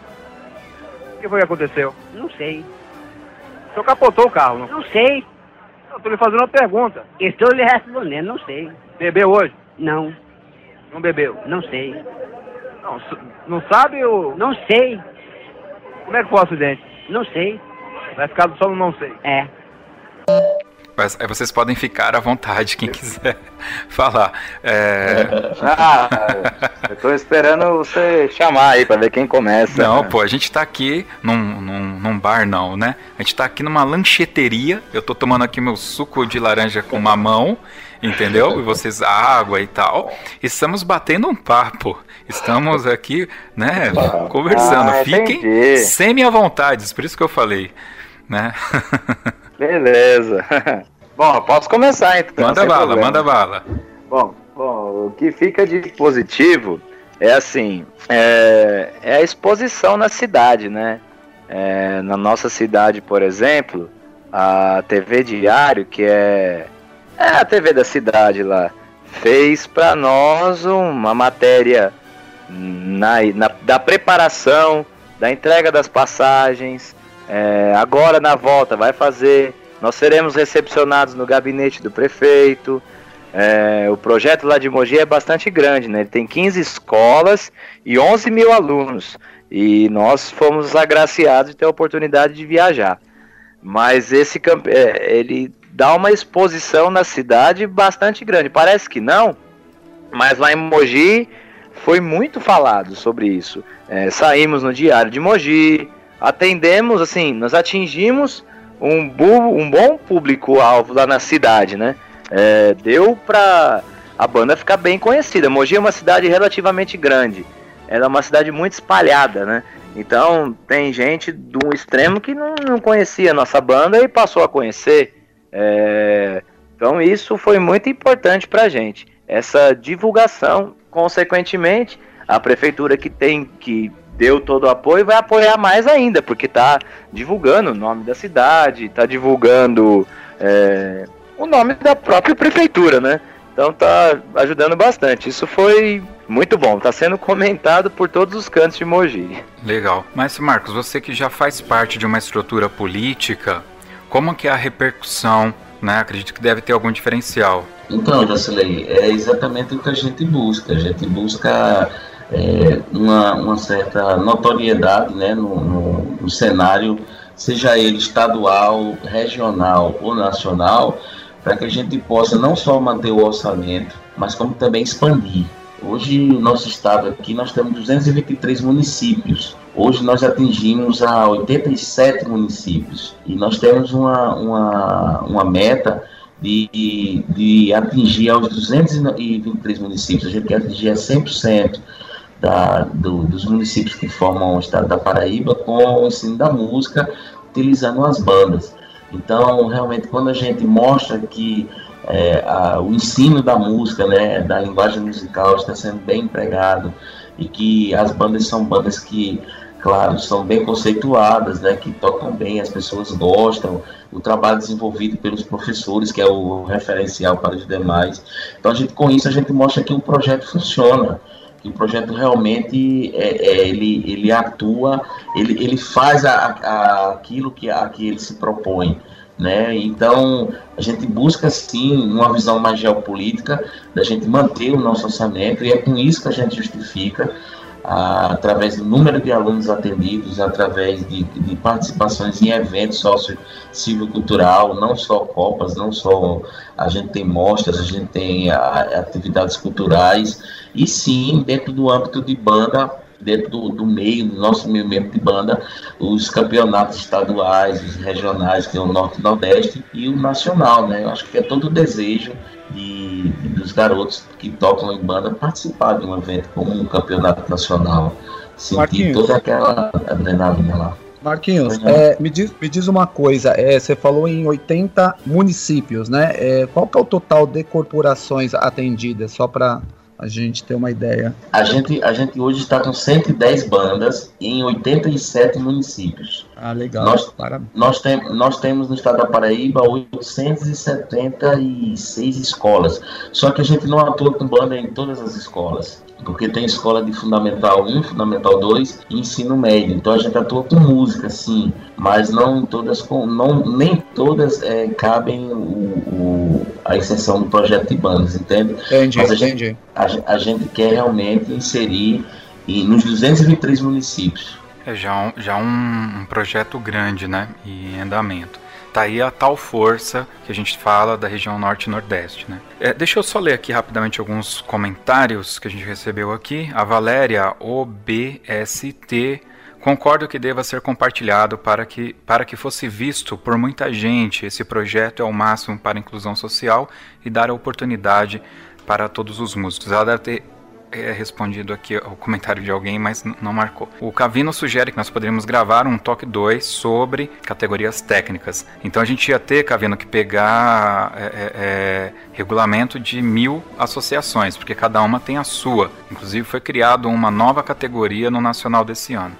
O que foi que aconteceu? Não sei. O senhor capotou o carro, não? Não sei. Eu estou lhe fazendo uma pergunta. Estou lhe respondendo, não sei. Bebeu hoje? Não. Não bebeu? Não sei. Não, não sabe ou... Não sei. Como é que foi o acidente? Não sei. Vai ficar só no não sei. É. Mas aí vocês podem ficar à vontade, quem quiser falar. É... Ah, eu tô esperando você chamar aí pra ver quem começa. Não, pô, a gente tá aqui num, num, num bar não, né? A gente tá aqui numa lancheteria, eu tô tomando aqui meu suco de laranja com mamão, entendeu? E vocês água e tal. Estamos batendo um papo. Estamos aqui, né, conversando. Ah, fiquem semi à vontade, por isso que eu falei, né? Beleza. Bom, eu posso começar então. Manda bala, problema. manda bala. Bom, bom, o que fica de positivo é assim, é, é a exposição na cidade, né? É, na nossa cidade, por exemplo, a T V Diário, que é, é a T V da cidade lá, fez para nós uma matéria na, na, da preparação, da entrega das passagens. É, agora na volta vai fazer, nós seremos recepcionados no gabinete do prefeito. É, o projeto lá de Mogi é bastante grande, né? Ele tem quinze escolas e onze mil alunos, e nós fomos agraciados de ter a oportunidade de viajar. Mas esse camp... é, ele dá uma exposição na cidade bastante grande, parece que não, mas lá em Mogi foi muito falado sobre isso. É, saímos no Diário de Mogi, atendemos, assim, nós atingimos um, bu- um bom público-alvo lá na cidade, né? É, deu pra a banda ficar bem conhecida. Mogi é uma cidade relativamente grande, ela é uma cidade muito espalhada, né? Então tem gente de um extremo que não, não conhecia a nossa banda e passou a conhecer. É, então isso foi muito importante pra gente, essa divulgação. Consequentemente, a prefeitura que tem que deu todo o apoio, vai apoiar mais ainda, porque está divulgando o nome da cidade, está divulgando é, o nome da própria prefeitura, né? Então está ajudando bastante. Isso foi muito bom, está sendo comentado por todos os cantos de Mogi. Legal. Mas, Marcos, você que já faz parte de uma estrutura política, como que é a repercussão, né? Acredito que deve ter algum diferencial. Então, Jacilei, é exatamente o que a gente busca. A gente busca... É, uma, uma certa notoriedade, né, no, no, no cenário, seja ele estadual, regional ou nacional, para que a gente possa não só manter o orçamento, mas como também expandir. Hoje, no nosso estado aqui, nós temos duzentos e vinte e três municípios. Hoje nós atingimos a oitenta e sete municípios. E nós temos uma, uma, uma meta de, de atingir aos duzentos e vinte e três municípios. A gente quer atingir a cem por cento. Da, do, dos municípios que formam o estado da Paraíba com o ensino da música, utilizando as bandas. Então, realmente, quando a gente mostra que é, a, o ensino da música, né, da linguagem musical está sendo bem empregado, e que as bandas são bandas que, claro, são bem conceituadas, né, que tocam bem, as pessoas gostam, o trabalho desenvolvido pelos professores, que é o referencial para os demais. Então, a gente, com isso, a gente mostra que o projeto funciona, que o projeto realmente é, é, ele, ele atua, ele, ele faz a, a, aquilo que, a, que ele se propõe, né? Então a gente busca sim uma visão mais geopolítica, da gente manter o nosso orçamento, e é com isso que a gente justifica a, através do número de alunos atendidos, através de, de participações em eventos socio-cívico-cultural, não só copas, não só a gente tem mostras, a gente tem a, atividades culturais, e sim, dentro do âmbito de banda, dentro do, do meio, do nosso meio mesmo de banda, os campeonatos estaduais, os regionais, que é o Norte e Nordeste, e o nacional, né? Eu acho que é todo o desejo de, dos garotos que tocam em banda participar de um evento como um campeonato nacional, sentir Marquinhos. toda aquela adrenalina lá. Marquinhos, é, me, diz, me diz uma coisa, é, você falou em oitenta municípios, né? É, qual que é o total de corporações atendidas, só para a gente ter uma ideia? A gente, a gente hoje está com cento e dez bandas em oitenta e sete municípios. Ah, legal. Nós, Parabéns. nós, tem, nós temos no estado da Paraíba oitocentas e setenta e seis escolas. Só que a gente não atua com banda em todas as escolas, porque tem escola de Fundamental um, Fundamental dois e ensino médio. Então a gente atua com música, sim, mas não todas, com, não, nem todas é, cabem o, o, a extensão do projeto de bandas, entende? Entendi, mas a entendi. Gente, a, a gente quer realmente inserir em, nos duzentos e vinte e três municípios. É já, um, já um, um projeto grande, né, em andamento. Tá aí a tal força que a gente fala da região Norte e Nordeste, né? É, deixa eu só ler aqui rapidamente alguns comentários que a gente recebeu aqui. A Valéria O B S T: concordo que deva ser compartilhado para que, para que fosse visto por muita gente. Esse projeto é o máximo para a inclusão social e dar a oportunidade para todos os músicos. Ela deve ter é, respondido aqui o comentário de alguém, mas n- não marcou. O Cavino sugere que nós poderíamos gravar um toque dois sobre categorias técnicas. Então a gente ia ter, Cavino, que pegar é, é, é, regulamento de mil associações, porque cada uma tem a sua. Inclusive foi criado uma nova categoria no Nacional desse ano.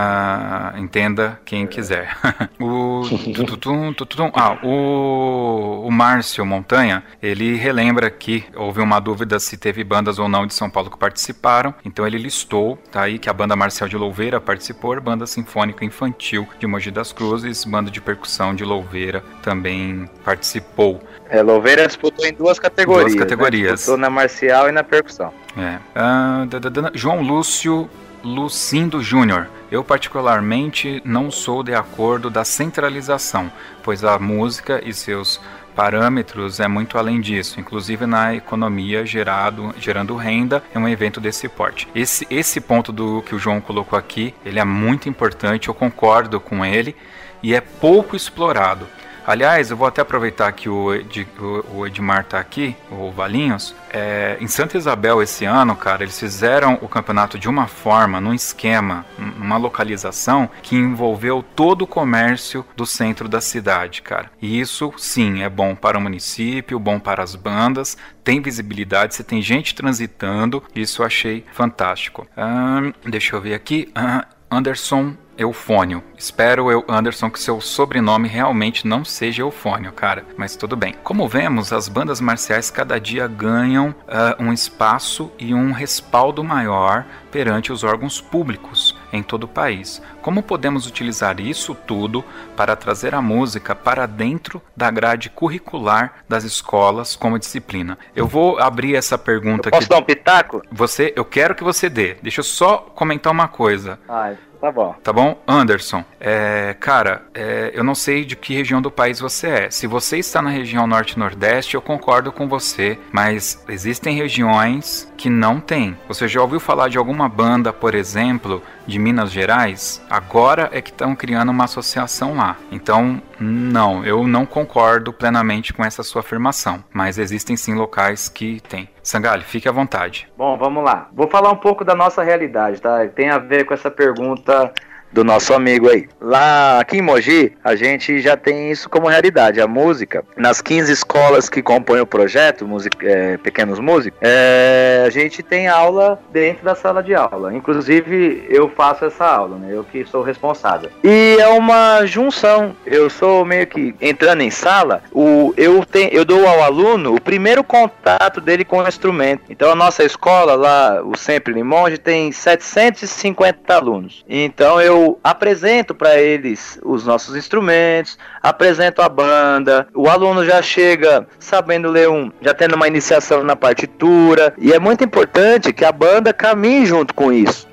Uh, entenda quem quiser. o, tututum, tututum, ah, o, o Márcio Montanha, ele relembra que houve uma dúvida se teve bandas ou não de São Paulo que participaram, então ele listou, tá aí, que a banda Marcial de Louveira participou, banda sinfônica infantil de Mogi das Cruzes, banda de percussão de Louveira também participou. É, Louveira disputou em duas categorias. Duas categorias. Né? Disputou na marcial e na percussão. É. Uh, da, da, da, João Lúcio Lucindo Júnior: eu particularmente não sou de acordo da centralização, pois a música e seus parâmetros é muito além disso, inclusive na economia gerado, gerando renda em um evento desse porte. Esse, esse ponto do que o João colocou aqui, ele é muito importante, eu concordo com ele, e é pouco explorado. Aliás, eu vou até aproveitar que o, Ed, o, o Edmar tá aqui, o Valinhos. É, em Santa Isabel esse ano, cara, eles fizeram o campeonato de uma forma, num esquema, numa localização que envolveu todo o comércio do centro da cidade, cara. E isso, sim, é bom para o município, bom para as bandas, tem visibilidade, você tem gente transitando, isso eu achei fantástico. Hum, deixa eu ver aqui. Hum, Anderson Eufônio. Espero, eu, Anderson, que seu sobrenome realmente não seja Eufônio, cara. Mas tudo bem. Como vemos, as bandas marciais cada dia ganham uh, um espaço e um respaldo maior perante os órgãos públicos em todo o país. Como podemos utilizar isso tudo para trazer a música para dentro da grade curricular das escolas como disciplina? Eu vou abrir essa pergunta eu posso aqui. Posso dar um pitaco? Você, eu quero que você dê. Deixa eu só comentar uma coisa. Ah, tá bom. Tá bom? Anderson, é, cara, é, eu não sei de que região do país você é. Se você está na região Norte e Nordeste, eu concordo com você, mas existem regiões que não tem. Você já ouviu falar de alguma banda, por exemplo, de Minas Gerais? Agora é que estão criando uma associação lá. Então, não, eu não concordo plenamente com essa sua afirmação, mas existem sim locais que tem. Sangalli, fique à vontade. Bom, vamos lá. Vou falar um pouco da nossa realidade, tá? Tem a ver com essa pergunta do nosso amigo aí. Lá aqui em Mogi, a gente já tem isso como realidade. A música, nas quinze escolas que compõem o projeto, música, é, Pequenos Músicos, é, a gente tem aula dentro da sala de aula. Inclusive, eu faço essa aula, né? Eu que sou responsável. E é uma junção. Eu sou meio que, entrando em sala, o, eu, tenho, eu dou ao aluno o primeiro contato dele com o instrumento. Então, a nossa escola lá, o Sempre Limonge, tem setecentos e cinquenta alunos. Então, eu apresento para eles os nossos instrumentos, apresento a banda, o aluno já chega sabendo ler um, já tendo uma iniciação na partitura, e é muito importante que a banda caminhe junto com isso.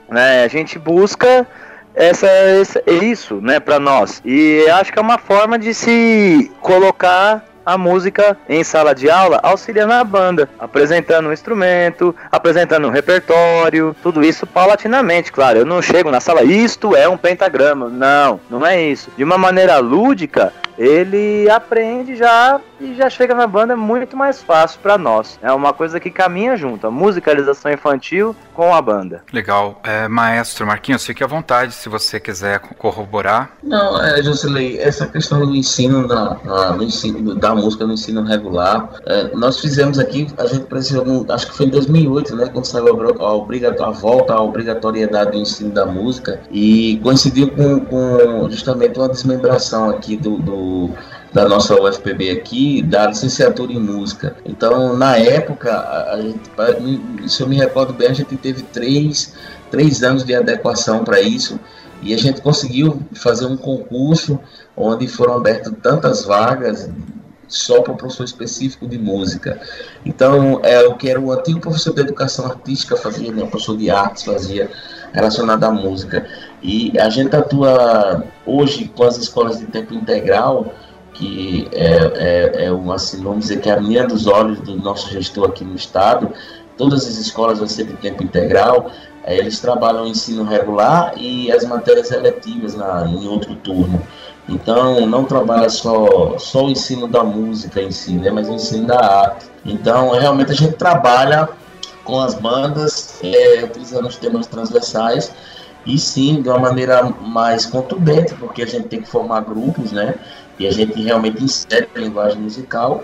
né? A gente busca essa, essa, isso, né, para nós. E acho que é uma forma de se colocar a música em sala de aula, auxiliando a banda, apresentando um instrumento, apresentando um repertório, tudo isso paulatinamente, claro. Eu não chego na sala, isto é um pentagrama. Não, não é isso. De uma maneira lúdica, ele aprende já e já chega na banda muito mais fácil para nós. É uma coisa que caminha junto, a musicalização infantil com a banda. Legal. É, maestro Marquinhos, fique à vontade se você quiser corroborar. Não, é, Josilei, essa questão do ensino, da, a, no ensino da música no ensino regular, é, nós fizemos aqui, a gente precisou, acho que foi em dois mil e oito, né, quando saiu a, a, a volta à obrigatoriedade do ensino da música, e coincidiu com, com justamente uma desmembração aqui do, do da nossa U F P B aqui, da licenciatura em música. Então, na época, a, a gente, se eu me recordo bem, a gente teve três, três anos de adequação para isso, e a gente conseguiu fazer um concurso onde foram abertas tantas vagas só para o professor específico de música. Então, é o que era o antigo professor de educação artística fazia, né, o professor de artes fazia, relacionado à música. E a gente atua hoje com as escolas de tempo integral, que é, é, é uma, assim, vamos dizer que é a menina dos olhos do nosso gestor aqui no estado. Todas as escolas vão ser de tempo integral, é, eles trabalham o ensino regular e as matérias eletivas na, em outro turno. Então, não trabalha só, só o ensino da música em si, né, mas o ensino da arte. Então, realmente a gente trabalha com as bandas, é, utilizando os temas transversais, e sim, de uma maneira mais contundente, porque a gente tem que formar grupos, né, e a gente realmente insere a linguagem musical,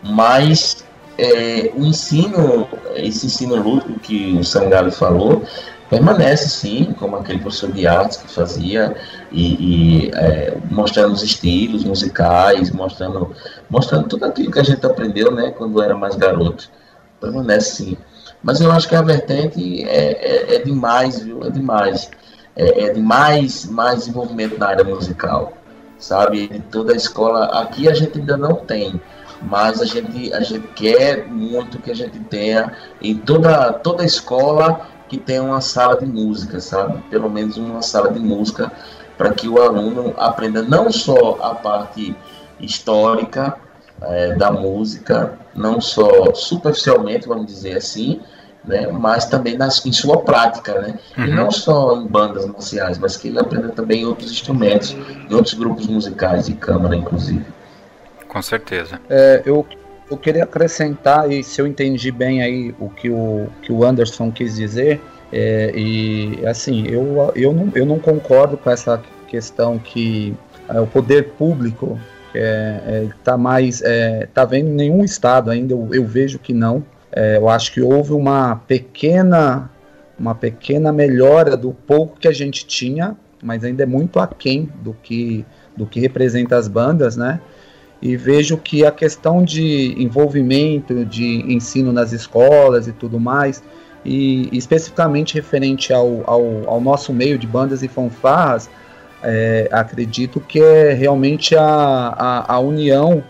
mas é, o ensino, esse ensino lúdico que o Sangalli falou, permanece sim, como aquele professor de artes que fazia, e, e é, mostrando os estilos musicais, mostrando, mostrando tudo aquilo que a gente aprendeu, né, quando era mais garoto. Permanece sim. Mas eu acho que a vertente é, é, é demais, viu? É demais. É, é de mais, mais desenvolvimento na área musical, sabe? Toda a escola, aqui a gente ainda não tem, mas a gente, a gente quer muito que a gente tenha em toda, toda escola que tenha uma sala de música, sabe? Pelo menos uma sala de música para que o aluno aprenda não só a parte histórica é, da música, não só superficialmente, vamos dizer assim, né, mas também nas, em sua prática, né? Uhum. E não só em bandas marciais, mas que ele aprenda também em outros instrumentos, em outros grupos musicais de câmara, inclusive. Com certeza. É, eu, eu queria acrescentar, e se eu entendi bem aí o que o, que o Anderson quis dizer, é, e assim, eu, eu, não, eu não concordo com essa questão que é, o poder público está é, é, tá mais, é, tá vendo em nenhum estado ainda, eu, eu vejo que não. É, eu acho que houve uma pequena, uma pequena melhora do pouco que a gente tinha, mas ainda é muito aquém do que, do que representa as bandas, né? E vejo que a questão de envolvimento, de ensino nas escolas e tudo mais, e especificamente referente ao, ao, ao nosso meio de bandas e fanfarras, é, acredito que é realmente a, a, a união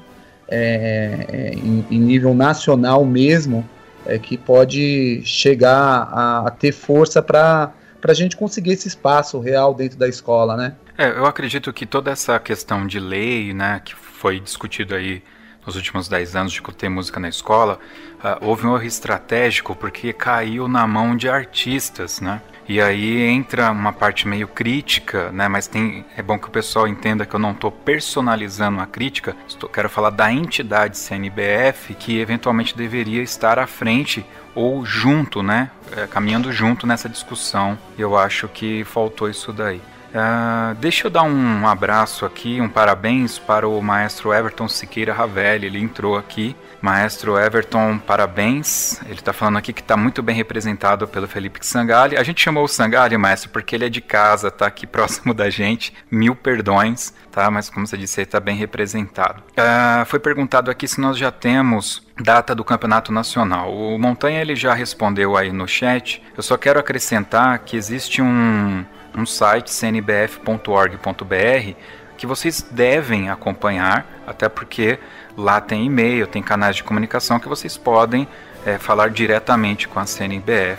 é, é, em, em nível nacional mesmo, é, que pode chegar a, a ter força para a gente conseguir esse espaço real dentro da escola, né? É, eu acredito que toda essa questão de lei, né, que foi discutido aí nos últimos dez anos de ter música na escola, uh, houve um erro estratégico porque caiu na mão de artistas, né? E aí entra uma parte meio crítica, né? Mas tem, é bom que o pessoal entenda que eu não estou personalizando a crítica, estou, quero falar da entidade C N B F que eventualmente deveria estar à frente ou junto, né? É, caminhando junto nessa discussão. Eu acho que faltou isso daí. Uh, deixa eu dar um abraço aqui, um parabéns para o maestro Everton Siqueira Ravelli, ele entrou aqui. Maestro Everton, parabéns, ele está falando aqui que está muito bem representado pelo Felipe Sangalli. A gente chamou o Sangalli, maestro, porque ele é de casa, está aqui próximo da gente, mil perdões, tá? Mas como você disse, ele está bem representado. Uh, foi perguntado aqui se nós já temos data do Campeonato Nacional. O Montanha ele já respondeu aí no chat, eu só quero acrescentar que existe um... um site c n b f ponto org ponto b r que vocês devem acompanhar, até porque lá tem e-mail, tem canais de comunicação que vocês podem é, falar diretamente com a C N B F.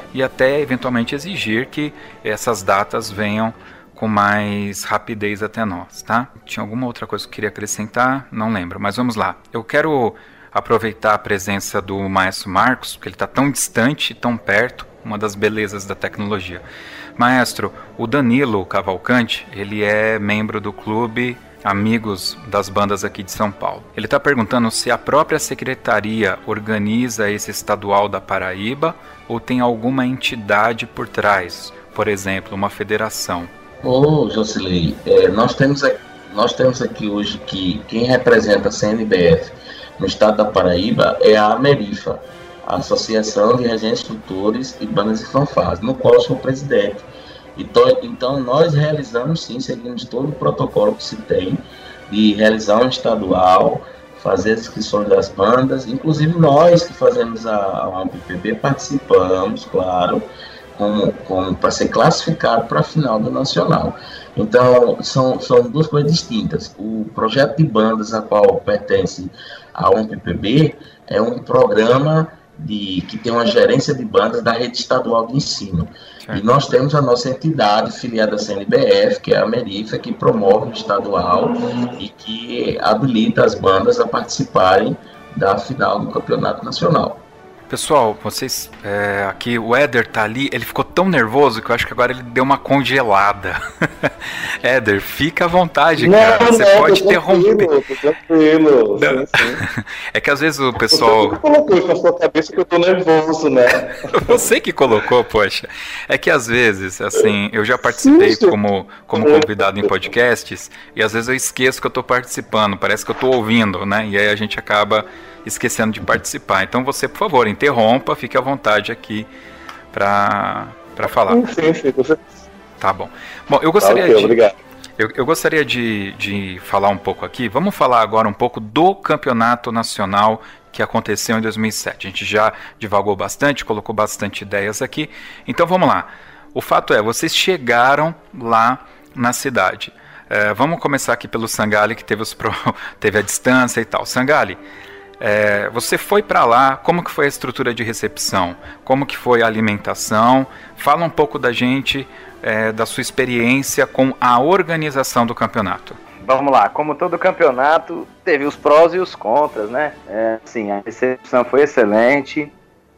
e até eventualmente exigir que essas datas venham com mais rapidez até nós, tá? Tinha alguma outra coisa que eu queria acrescentar? Não lembro, mas vamos lá. Eu quero aproveitar a presença do Maestro Marcos, porque ele está tão distante, tão perto, uma das belezas da tecnologia. Maestro, o Danilo Cavalcante, ele é membro do clube Amigos das Bandas aqui de São Paulo. Ele está perguntando se a própria secretaria organiza esse estadual da Paraíba ou tem alguma entidade por trás, por exemplo, uma federação. Ô, Josilei, é, nós, temos aqui, nós temos aqui hoje que quem representa a C N B F no estado da Paraíba é a AMERIFA, a Associação de Regentes, Tutores e Bandas e Fanfarras, no qual eu sou presidente. Então, então nós realizamos sim, seguimos todo o protocolo que se tem de realizar um estadual, fazer as inscrições das bandas, inclusive nós que fazemos a, a U P P B participamos, claro, como, como para ser classificado para a final do Nacional. Então são, são duas coisas distintas. O projeto de bandas a qual pertence a U P P B é um programa de, que tem uma gerência de bandas da rede estadual de ensino. Certo. E nós temos a nossa entidade filiada à C N B F, que é a AMERIFA, que promove o estadual e que habilita as bandas a participarem da final do Campeonato Nacional. Pessoal, vocês, é, aqui o Éder tá ali, ele ficou tão nervoso que eu acho que agora ele deu uma congelada. Éder, fica à vontade, não, cara, você não, pode interromper. Tô tranquilo, sim, sim. É que às vezes o pessoal... Você colocou isso na sua cabeça que eu tô nervoso, né? Você que colocou, poxa. É que às vezes, assim, eu já participei sim, como, como convidado em podcasts e às vezes eu esqueço que eu tô participando, parece que eu tô ouvindo, né? E aí a gente acaba esquecendo de participar. Então você, por favor, interrompa, fique à vontade aqui para para falar. Sim, sim, você... Tá bom. Bom, eu gostaria tá, okay, de obrigado. Eu, eu gostaria de, de falar um pouco aqui. Vamos falar agora um pouco do Campeonato Nacional que aconteceu em dois mil e sete. A gente já divagou bastante, colocou bastante ideias aqui. Então vamos lá. O fato é, vocês chegaram lá na cidade. É, vamos começar aqui pelo Sangali, que teve, os pro... teve a distância e tal. Sangali, É, você foi para lá, como que foi a estrutura de recepção? Como que foi a alimentação? Fala um pouco da gente, é, da sua experiência com a organização do campeonato. Vamos lá, como todo campeonato, teve os prós e os contras, né? É, sim, a recepção foi excelente,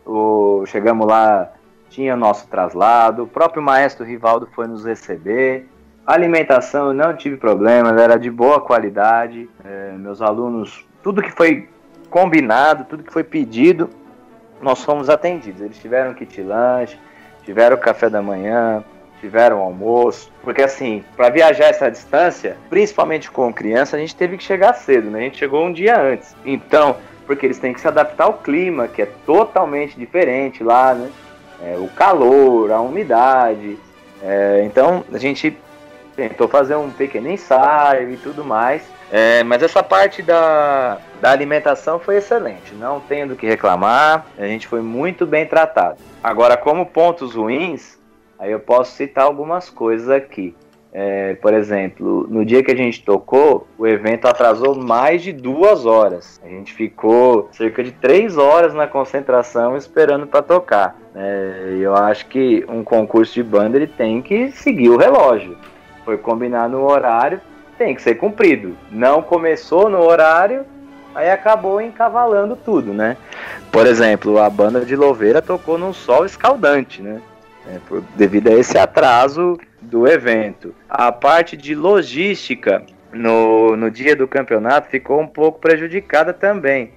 o, chegamos lá, tinha nosso traslado, o próprio maestro Rivaldo foi nos receber. A alimentação eu não tive problemas, era de boa qualidade, é, meus alunos, tudo que foi combinado, tudo que foi pedido, nós fomos atendidos. Eles tiveram kit lanche, tiveram café da manhã, tiveram almoço, porque assim, para viajar essa distância, principalmente com criança, a gente teve que chegar cedo, né? A gente chegou um dia antes. Então, porque eles têm que se adaptar ao clima, que é totalmente diferente lá, né? É, o calor, a umidade. É, então, a gente tentou fazer um pequeno ensaio e tudo mais. É, mas essa parte da, da alimentação foi excelente, não tenho do que reclamar, a gente foi muito bem tratado. Agora, como pontos ruins, aí eu posso citar algumas coisas aqui. É, por exemplo, no dia que a gente tocou, o evento atrasou mais de duas horas. A gente ficou cerca de três horas na concentração esperando para tocar. É, eu acho que um concurso de banda ele tem que seguir o relógio. Foi combinado no horário, tem que ser cumprido. Não começou no horário, aí acabou encavalando tudo, né? Por exemplo, a banda de Louveira tocou num sol escaldante, né? É, por, devido a esse atraso do evento. A parte de logística no, no dia do campeonato ficou um pouco prejudicada também,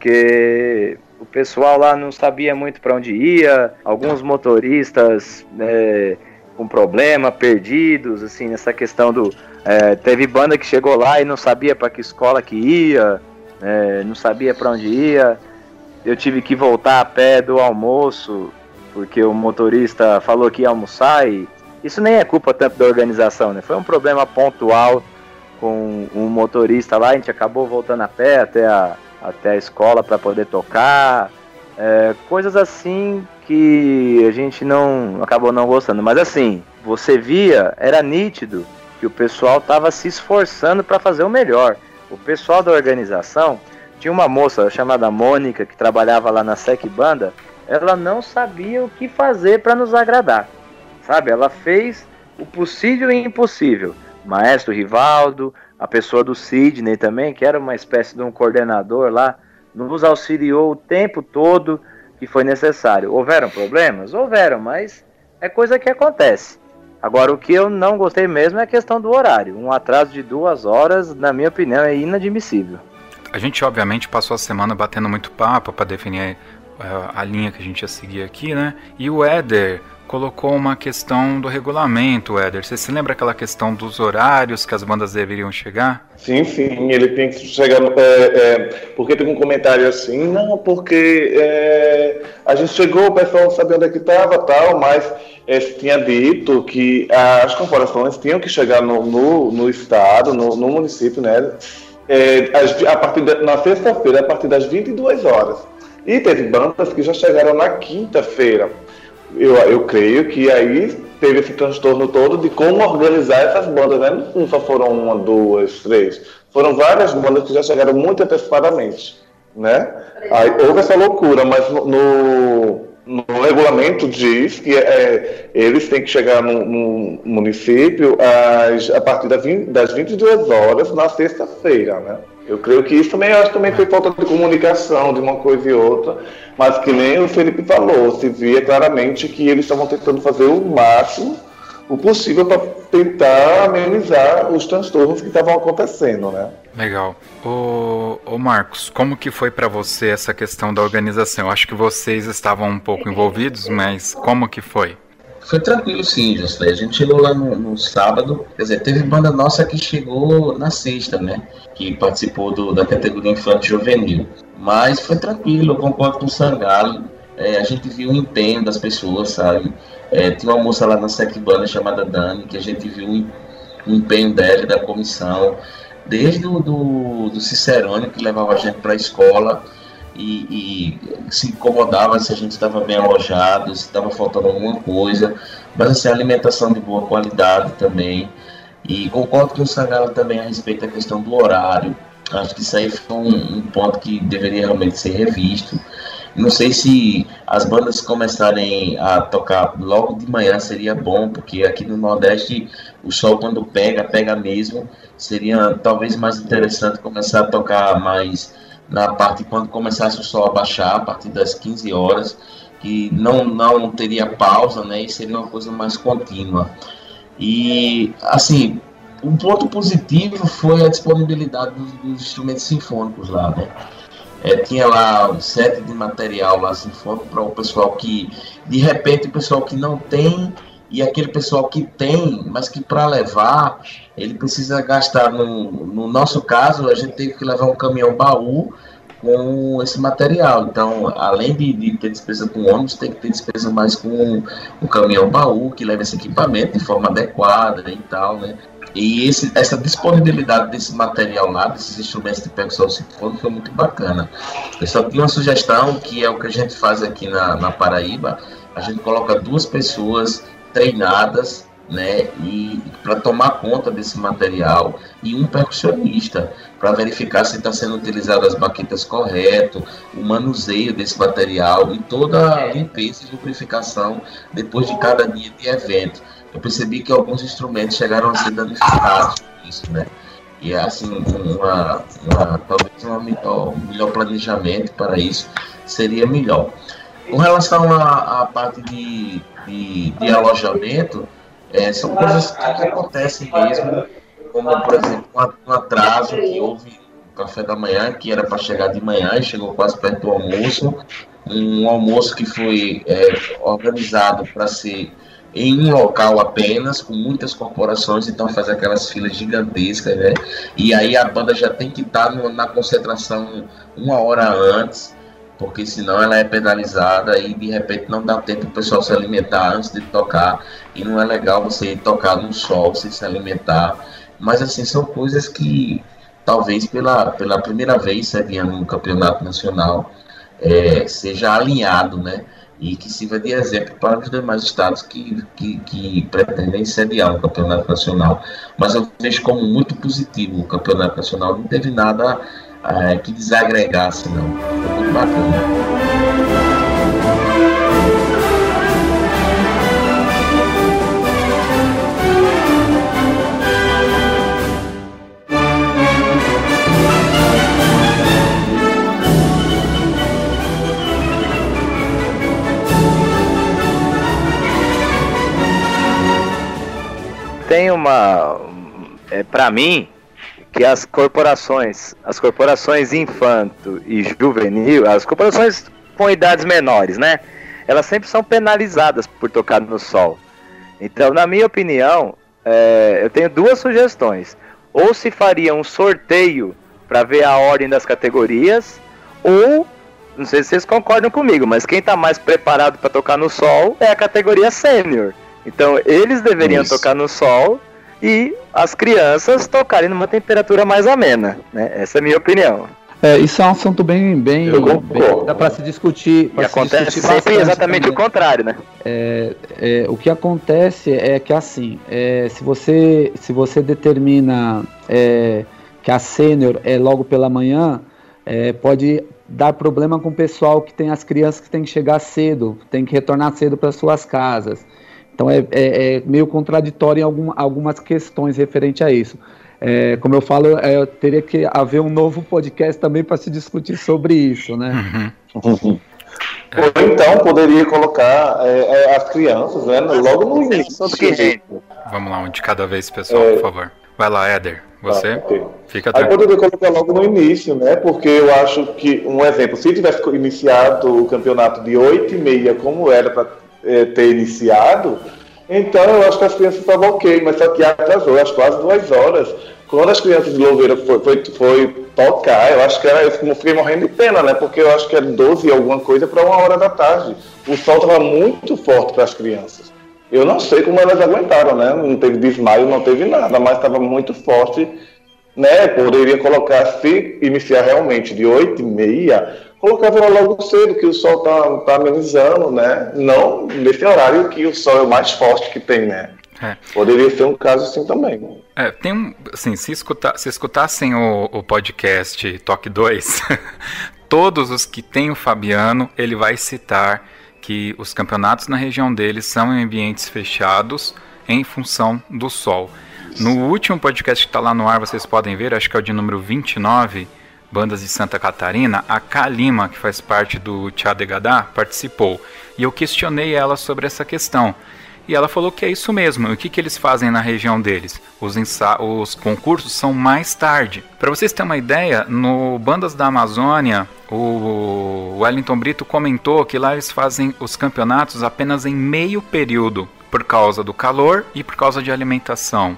porque o pessoal lá não sabia muito para onde ia, alguns motoristas... É, com problema, perdidos, assim, nessa questão do... É, teve banda que chegou lá e não sabia para que escola que ia, é, não sabia para onde ia. Eu tive que voltar a pé do almoço, porque o motorista falou que ia almoçar e... Isso nem é culpa tanto da organização, né? Foi um problema pontual com um motorista lá, a gente acabou voltando a pé até a, até a escola para poder tocar. É, coisas assim que a gente não acabou não gostando, mas assim, você via, era nítido que o pessoal estava se esforçando para fazer o melhor. O pessoal da organização, tinha uma moça chamada Mônica que trabalhava lá na Sec Banda, ela não sabia o que fazer para nos agradar, sabe? Ela fez o possível e impossível. Maestro Rivaldo, a pessoa do Sidney também, que era uma espécie de um coordenador lá, nos auxiliou o tempo todo que foi necessário. Houveram problemas? Houveram, mas é coisa que acontece. Agora, o que eu não gostei mesmo é a questão do horário. Um atraso de duas horas, na minha opinião, é inadmissível. A gente, obviamente, passou a semana batendo muito papo para definir uh, a linha que a gente ia seguir aqui, né? E o Éder colocou uma questão do regulamento, Éder. Você se lembra aquela questão dos horários que as bandas deveriam chegar? Sim, sim, ele tem que chegar... É, é, porque tem um comentário assim, não, porque é, a gente chegou, o pessoal não sabia onde é que estava, tal, mas é, tinha dito que as corporações tinham que chegar no, no, no estado, no, no município, né? É, a partir da, na sexta-feira, a partir das vinte e duas horas. E teve bandas que já chegaram na quinta-feira. Eu, eu creio que aí teve esse transtorno todo de como organizar essas bandas, né? Não só foram uma, duas, três. Foram várias bandas que já chegaram muito antecipadamente, né? Aí houve essa loucura, mas no, no, no regulamento diz que é, eles têm que chegar no, no município às, a partir das vinte, das vinte e duas horas na sexta-feira, né? Eu creio que isso também, eu acho, também foi falta de comunicação de uma coisa e outra, mas que nem o Felipe falou, se via claramente que eles estavam tentando fazer o máximo o possível para tentar amenizar os transtornos que estavam acontecendo, né? Legal. Ô, ô Marcos, como que foi para você essa questão da organização? Eu acho que vocês estavam um pouco envolvidos, mas como que foi? Foi tranquilo sim, José. A gente chegou lá no, no sábado, quer dizer, teve banda nossa que chegou na sexta, né? Que participou do, da categoria infantil juvenil. Mas foi tranquilo, eu concordo com o Sangalo. É, a gente viu o empenho das pessoas, sabe? É, tinha uma moça lá na Sec Banda chamada Dani, que a gente viu o empenho dela e da comissão, desde o do, do Cicerone, que levava a gente para a escola, E, e se incomodava se a gente estava bem alojado, se estava faltando alguma coisa, mas assim, alimentação de boa qualidade também. E concordo com o Sangalo também a respeito da questão do horário. Acho que isso aí foi um, um ponto que deveria realmente ser revisto. Não sei se as bandas começarem a tocar logo de manhã seria bom, porque aqui no Nordeste o sol quando pega, pega mesmo. Seria talvez mais interessante começar a tocar mais na parte quando começasse o sol a baixar, a partir das quinze horas, que não, não teria pausa, né, e seria uma coisa mais contínua. E, assim, um ponto positivo foi a disponibilidade dos, dos instrumentos sinfônicos lá, né. É, tinha lá um set de material lá sinfônico para o pessoal que, de repente, o pessoal que não tem, e aquele pessoal que tem, mas que para levar, ele precisa gastar, no, no nosso caso, a gente teve que levar um caminhão baú com esse material. Então, além de, de ter despesa com ônibus, tem que ter despesa mais com um caminhão baú, que leva esse equipamento de forma adequada e tal, né? E esse, essa disponibilidade desse material lá, desses instrumentos de percussão sinfônica, foi muito bacana. Eu só tinha uma sugestão, que é o que a gente faz aqui na, na Paraíba, a gente coloca duas pessoas treinadas, né, e para tomar conta desse material, e um percussionista para verificar se está sendo utilizado as baquetas correto, o manuseio desse material e toda a limpeza e lubrificação depois de cada dia de evento. Eu percebi que alguns instrumentos chegaram a ser danificados por isso, né? E assim, uma, uma, talvez um melhor, melhor planejamento para isso seria melhor. Com relação à, à parte de, de, de alojamento, é, são coisas que acontecem mesmo, como, por exemplo, um atraso que houve no café da manhã, que era para chegar de manhã e chegou quase perto do almoço, um almoço que foi é, organizado para ser em um local apenas, com muitas corporações, então faz aquelas filas gigantescas, né? E aí a banda já tem que estar no, na concentração uma hora antes, porque senão ela é penalizada e de repente não dá tempo para o pessoal se alimentar antes de tocar, e não é legal você tocar no sol sem se alimentar. Mas assim, são coisas que talvez pela, pela primeira vez sediando no campeonato nacional é, seja alinhado, né? E que sirva de exemplo para os demais estados que, que, que pretendem sediar o campeonato nacional. Mas eu vejo como muito positivo o campeonato nacional, não teve nada é, que desagregasse, não. Foi muito bacana. tem uma... É, para mim, que as corporações, as corporações infanto e juvenil, as corporações com idades menores, né? Elas sempre são penalizadas por tocar no sol. Então, na minha opinião, é, eu tenho duas sugestões. Ou se faria um sorteio para ver a ordem das categorias, ou, não sei se vocês concordam comigo, mas quem está mais preparado para tocar no sol é a categoria sênior. Então, eles deveriam Isso. tocar no sol e as crianças tocarem numa temperatura mais amena, né? Essa é a minha opinião. É, isso é um assunto bem, bem, bem dá para se discutir. E acontece discutir sempre exatamente também. O contrário, né? É, é, o que acontece é que assim, é, se você se você determina é, que a sênior é logo pela manhã, é, pode dar problema com o pessoal que tem as crianças que tem que chegar cedo, tem que retornar cedo para suas casas. Então é, é, é meio contraditório em algum, algumas questões referente a isso. É, como eu falo, é, teria que haver um novo podcast também para se discutir sobre isso, né? Uhum. Ou então poderia colocar é, as crianças, né, logo no início. Vamos lá, um de cada vez, pessoal, é... por favor. Vai lá, Éder, você ah, okay. fica tranquilo. Aí poderia colocar logo no início, né? Porque eu acho que, um exemplo, se tivesse iniciado o campeonato de oito e meia, como era para é, ter iniciado, então eu acho que as crianças estavam ok, mas só que atrasou, às quase duas horas. Quando as crianças de Louveira foi, foi, foi tocar, eu acho que era, eu fiquei morrendo de pena, né? Porque eu acho que era doze alguma coisa para uma hora da tarde. O sol estava muito forte para as crianças. Eu não sei como elas aguentaram, né? Não teve desmaio, não teve nada, mas estava muito forte, né? Poderia colocar, se iniciar realmente de oito e meia, colocava ela logo cedo, que o sol está tá amenizando, né? Não nesse horário que o sol é o mais forte que tem, né? É. Poderia ser um caso assim também. Né? É, tem um, assim, se, escutar, se escutassem o, o podcast Toque dois, todos os que tem o Fabiano, ele vai citar que os campeonatos na região deles são em ambientes fechados em função do sol. No último podcast que está lá no ar, vocês podem ver, acho que é o de número vinte e nove, Bandas de Santa Catarina, a Kalima, que faz parte do Tchá de Gadá, participou. E eu questionei ela sobre essa questão. E ela falou que é isso mesmo. O que, que eles fazem na região deles? Os, ensa- os concursos são mais tarde. Para vocês terem uma ideia, no Bandas da Amazônia, o Wellington Brito comentou que lá eles fazem os campeonatos apenas em meio período, por causa do calor e por causa de alimentação.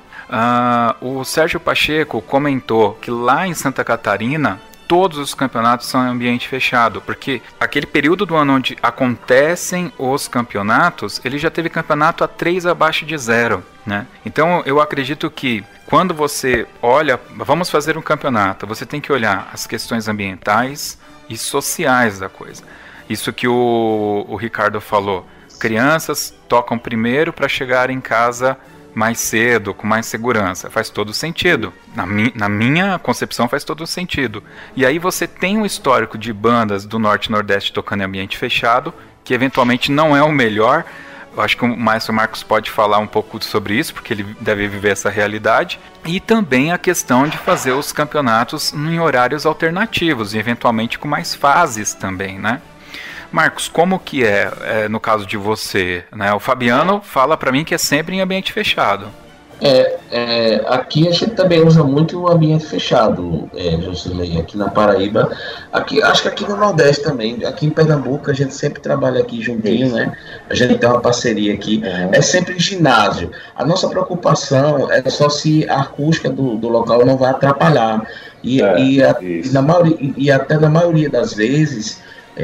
Uh, o Sérgio Pacheco comentou que lá em Santa Catarina, todos os campeonatos são em ambiente fechado, porque aquele período do ano onde acontecem os campeonatos, ele já teve campeonato a três abaixo de zero, né? Então eu acredito que quando você olha, vamos fazer um campeonato, você tem que olhar as questões ambientais e sociais da coisa. Isso que o, o Ricardo falou, crianças tocam primeiro para chegar em casa mais cedo, com mais segurança, faz todo sentido. Na, mi- na minha concepção faz todo sentido. E aí você tem um histórico de bandas do Norte e Nordeste tocando em ambiente fechado, que eventualmente não é o melhor. Eu acho que o Maestro Marcos pode falar um pouco sobre isso, porque ele deve viver essa realidade. E também a questão de fazer os campeonatos em horários alternativos, e eventualmente com mais fases também, né? Marcos, como que é, é no caso de você, né? O Fabiano fala para mim que é sempre em ambiente fechado. É, é, aqui a gente também usa muito o ambiente fechado, é, Josilei, aqui na Paraíba, aqui, acho que aqui no Nordeste também, aqui em Pernambuco a gente sempre trabalha aqui juntinho, né? A gente tem uma parceria aqui, uhum. É sempre ginásio. A nossa preocupação é só se a acústica do, do local não vai atrapalhar. E, é, e, a, e, na maioria, e até na maioria das vezes,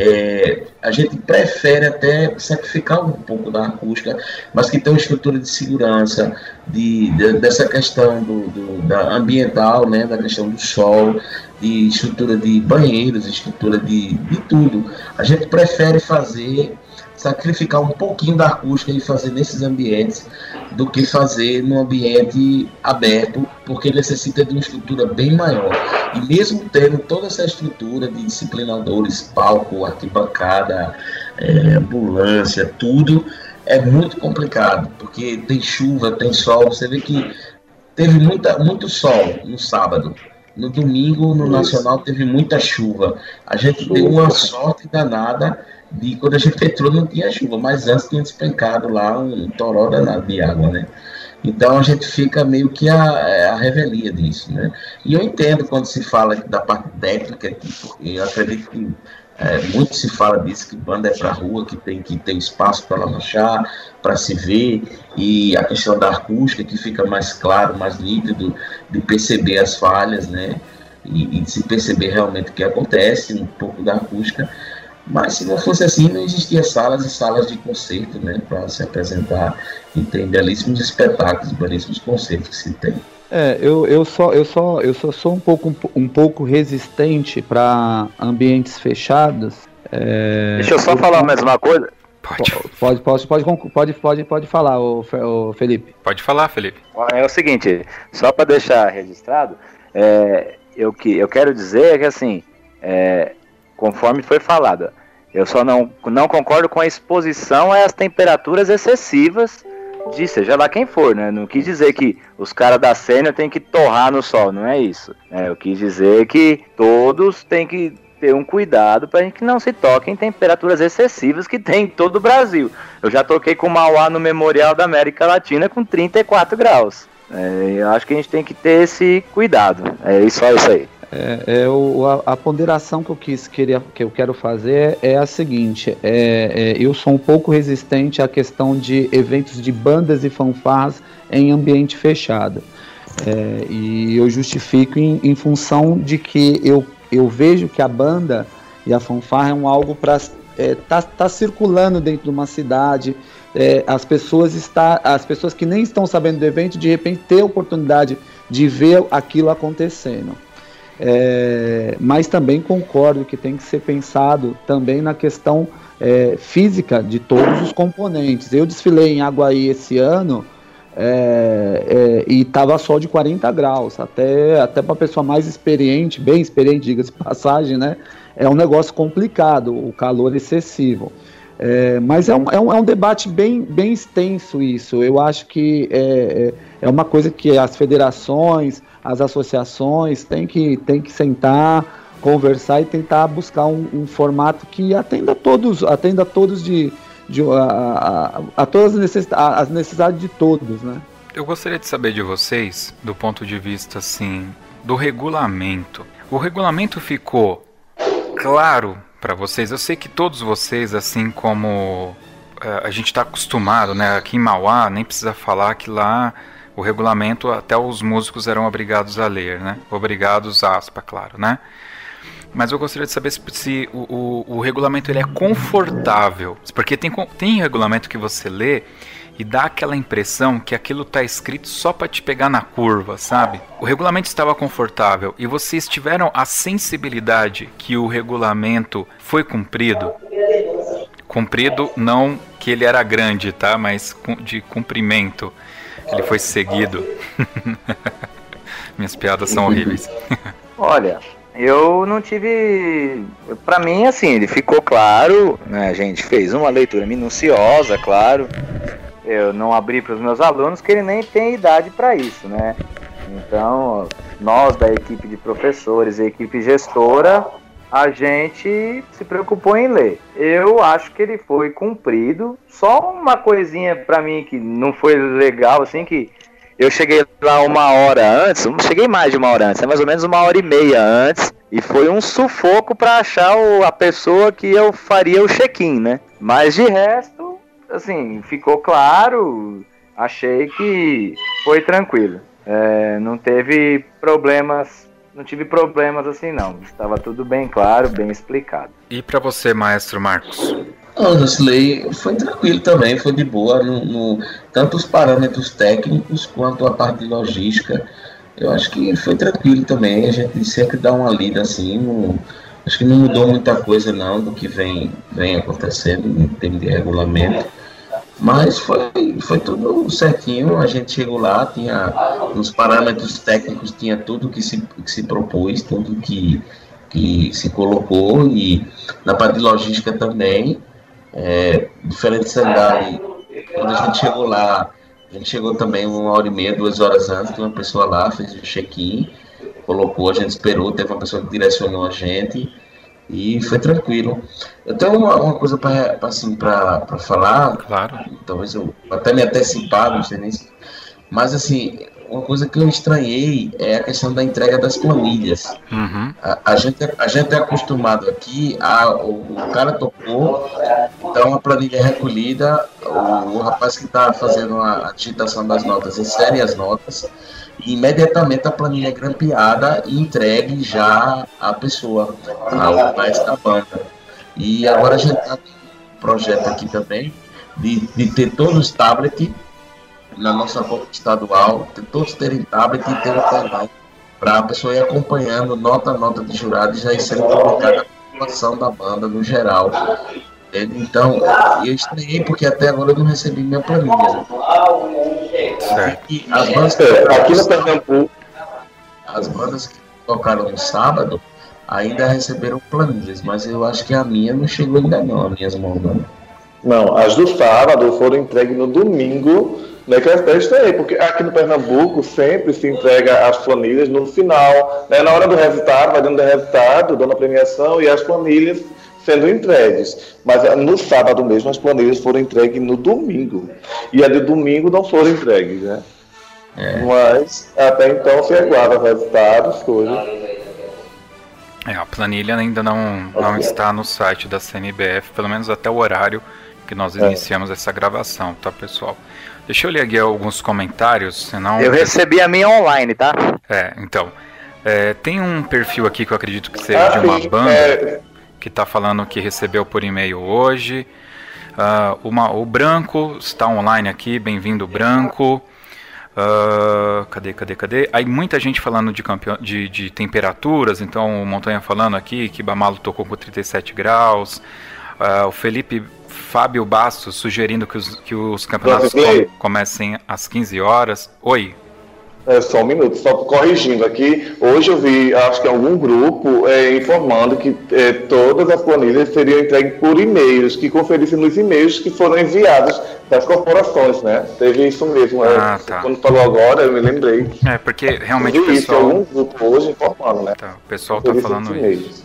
É, a gente prefere até sacrificar um pouco da acústica, mas que tem uma estrutura de segurança, de, de, dessa questão do, do, da ambiental, né, da questão do sol, de estrutura de banheiros, estrutura de, de tudo. A gente prefere fazer, sacrificar um pouquinho da acústica e fazer nesses ambientes do que fazer num ambiente aberto, porque necessita de uma estrutura bem maior. E mesmo tendo toda essa estrutura de disciplinadores, palco, arquibancada, é, ambulância, tudo, é muito complicado, porque tem chuva, tem sol. Você vê que teve muita, muito sol no sábado. No domingo, no Nacional, teve muita chuva. A gente deu uma sorte danada de quando a gente entrou não tinha chuva, mas antes tinha despencado lá um toró danado de água, né? Então a gente fica meio que a, a revelia disso, né? E eu entendo quando se fala da parte técnica, e eu acredito que é, muito se fala disso, que banda é pra rua, que tem que ter espaço para lanchar, para se ver, e a questão da acústica, que fica mais claro, mais nítido, de perceber as falhas, né? E, e de se perceber realmente o que acontece, um pouco da acústica. Mas se não fosse assim, não existia salas e salas de concerto, né, para se apresentar, e tem belíssimos espetáculos, belíssimos concertos que se tem. É, eu, eu só eu só eu só sou um pouco um, um pouco resistente para ambientes fechados. É, Deixa eu só falar mais uma coisa. Pode. Pode, pode, pode, pode, pode, pode falar, o, o Felipe. Pode falar, Felipe. É o seguinte, só para deixar registrado, é, eu, que, eu quero dizer que assim, é, conforme foi falado, eu só não, não concordo com a exposição às temperaturas excessivas de seja lá quem for, né? Não quis dizer que os caras da sênior tem que torrar no sol, não é isso. É, eu quis dizer que todos têm que ter um cuidado para que não se toquem temperaturas excessivas que tem em todo o Brasil. Eu já toquei com o Mauá no Memorial da América Latina com trinta e quatro graus. É, eu acho que a gente tem que ter esse cuidado. É só isso aí. É, é o, a, a ponderação que eu quis queria, que eu quero fazer é a seguinte: é, é, eu sou um pouco resistente à questão de eventos de bandas e fanfarras em ambiente fechado. É, e eu justifico em, em função de que eu, eu vejo que a banda e a fanfarra é um algo para é, tá, tá circulando dentro de uma cidade. É, as pessoas está, as pessoas que nem estão sabendo do evento, de repente ter a oportunidade de ver aquilo acontecendo. É, mas também concordo que tem que ser pensado também na questão é, física de todos os componentes. Eu desfilei em Aguaí esse ano é, é, e estava sol de quarenta graus, até, até para a pessoa mais experiente, bem experiente, diga-se passagem, né? É um negócio complicado, o calor excessivo. É, mas é um, é, um, é um debate bem, bem extenso isso. Eu acho que é, é uma coisa que as federações, as associações têm que, têm que sentar, conversar e tentar buscar um, um formato que atenda a todos, atenda a todos de, de a, a, a todas as necessidades, as necessidades de todos, né? Eu gostaria de saber de vocês, do ponto de vista assim, do regulamento. O regulamento ficou claro para vocês? Eu sei que todos vocês, assim como uh, a gente está acostumado, né? Aqui em Mauá, nem precisa falar que lá o regulamento até os músicos eram obrigados a ler, né? Obrigados, aspa, claro, né? Mas eu gostaria de saber se, se o, o, o regulamento ele é confortável, porque tem, tem regulamento que você lê e dá aquela impressão que aquilo está escrito só para te pegar na curva, sabe? O regulamento estava confortável e vocês tiveram a sensibilidade que o regulamento foi cumprido? Cumprido não que ele era grande, tá? Mas de cumprimento. Ele foi seguido. Minhas piadas são horríveis. Olha, eu não tive... Pra mim, assim, ele ficou claro, né? A gente fez uma leitura minuciosa, claro. Eu não abri para os meus alunos, que ele nem tem idade para isso, né? Então, nós da equipe de professores e equipe gestora, a gente se preocupou em ler. Eu acho que ele foi cumprido. Só uma coisinha para mim que não foi legal, assim, que eu cheguei lá uma hora antes, cheguei mais de uma hora antes, é mais ou menos uma hora e meia antes, e foi um sufoco para achar o, a pessoa que eu faria o check-in, né? Mas de resto, assim, ficou claro, achei que foi tranquilo. É, não teve problemas, não tive problemas assim não, estava tudo bem claro, bem explicado. E para você, maestro Marcos? Não, Jusilei, foi tranquilo também, foi de boa, no, no, tanto os parâmetros técnicos quanto a parte de logística, eu acho que foi tranquilo também, a gente sempre dá uma lida assim, no, acho que não mudou muita coisa não do que vem, vem acontecendo em termos de regulamento. Mas foi, foi tudo certinho, a gente chegou lá, tinha nos parâmetros técnicos, tinha tudo que se, que se propôs, tudo que, que se colocou, e na parte de logística também, é, diferente de Sendai, quando a gente chegou lá, a gente chegou também uma hora e meia, duas horas antes, tem uma pessoa lá, fez o check-in, colocou, a gente esperou, teve uma pessoa que direcionou a gente, e foi tranquilo. Eu tenho uma, uma coisa para assim, falar, claro. Talvez eu até me antecipar, não sei nem se... Mas, assim, uma coisa que eu estranhei é a questão da entrega das planilhas. Uhum. A, a, gente, a gente é acostumado aqui, a, o, o cara tocou, dá uma planilha recolhida, o, o rapaz que está fazendo a, a digitação das notas insere as notas, e imediatamente a planilha é grampeada e entregue já à pessoa, ao mestre da banda. E agora a gente está com um projeto aqui também de, de ter todos os tablets na nossa conta estadual, de todos terem tablet e ter um pendrive para a pessoa ir acompanhando nota a nota de jurado e já ir sendo publicada a população da banda no geral. Então, eu estranhei porque até agora eu não recebi minha planilha. E as bandas que aqui no Pernambuco, as bandas que tocaram no sábado ainda receberam planilhas, mas eu acho que a minha não chegou ainda não, as minhas mãos não. Não, as do sábado foram entregues no domingo, né, que eu até estranhei, porque aqui no Pernambuco sempre se entrega as planilhas no final, né, na hora do resultado, vai dando o resultado, dando a premiação e as planilhas sendo entregues. Mas no sábado mesmo as planilhas foram entregues no domingo. E a de domingo não foram entregues, né? É. Mas até então se aguarda resultados, coisas. É, a planilha ainda não, não está no site da C N B F, pelo menos até o horário que nós iniciamos é. essa gravação, tá, pessoal? Deixa eu ler aqui alguns comentários, senão... Eu recebi a minha online, tá? É, então... É, tem um perfil aqui que eu acredito que seja ah, de uma sim, banda é... que está falando que recebeu por e-mail hoje. Uh, uma, o Branco está online aqui, bem-vindo, Branco. Uh, cadê, cadê, cadê? Aí muita gente falando de, campeão, de, de temperaturas, então o Montanha falando aqui que Bamalo tocou com trinta e sete graus. Uh, o Felipe Fábio Bastos sugerindo que os, que os campeonatos com, comecem às quinze horas. Oi. É, só um minuto, só corrigindo aqui. Hoje eu vi, acho que algum grupo é, informando que é, todas as planilhas seriam entregues por e-mails, que conferissem nos e-mails que foram enviados das corporações, né? Teve isso mesmo. Ah, é, tá. Quando falou agora, eu me lembrei. É, porque realmente o pessoal... pessoal... algum grupo hoje informando, né? Tá, o pessoal está falando isso.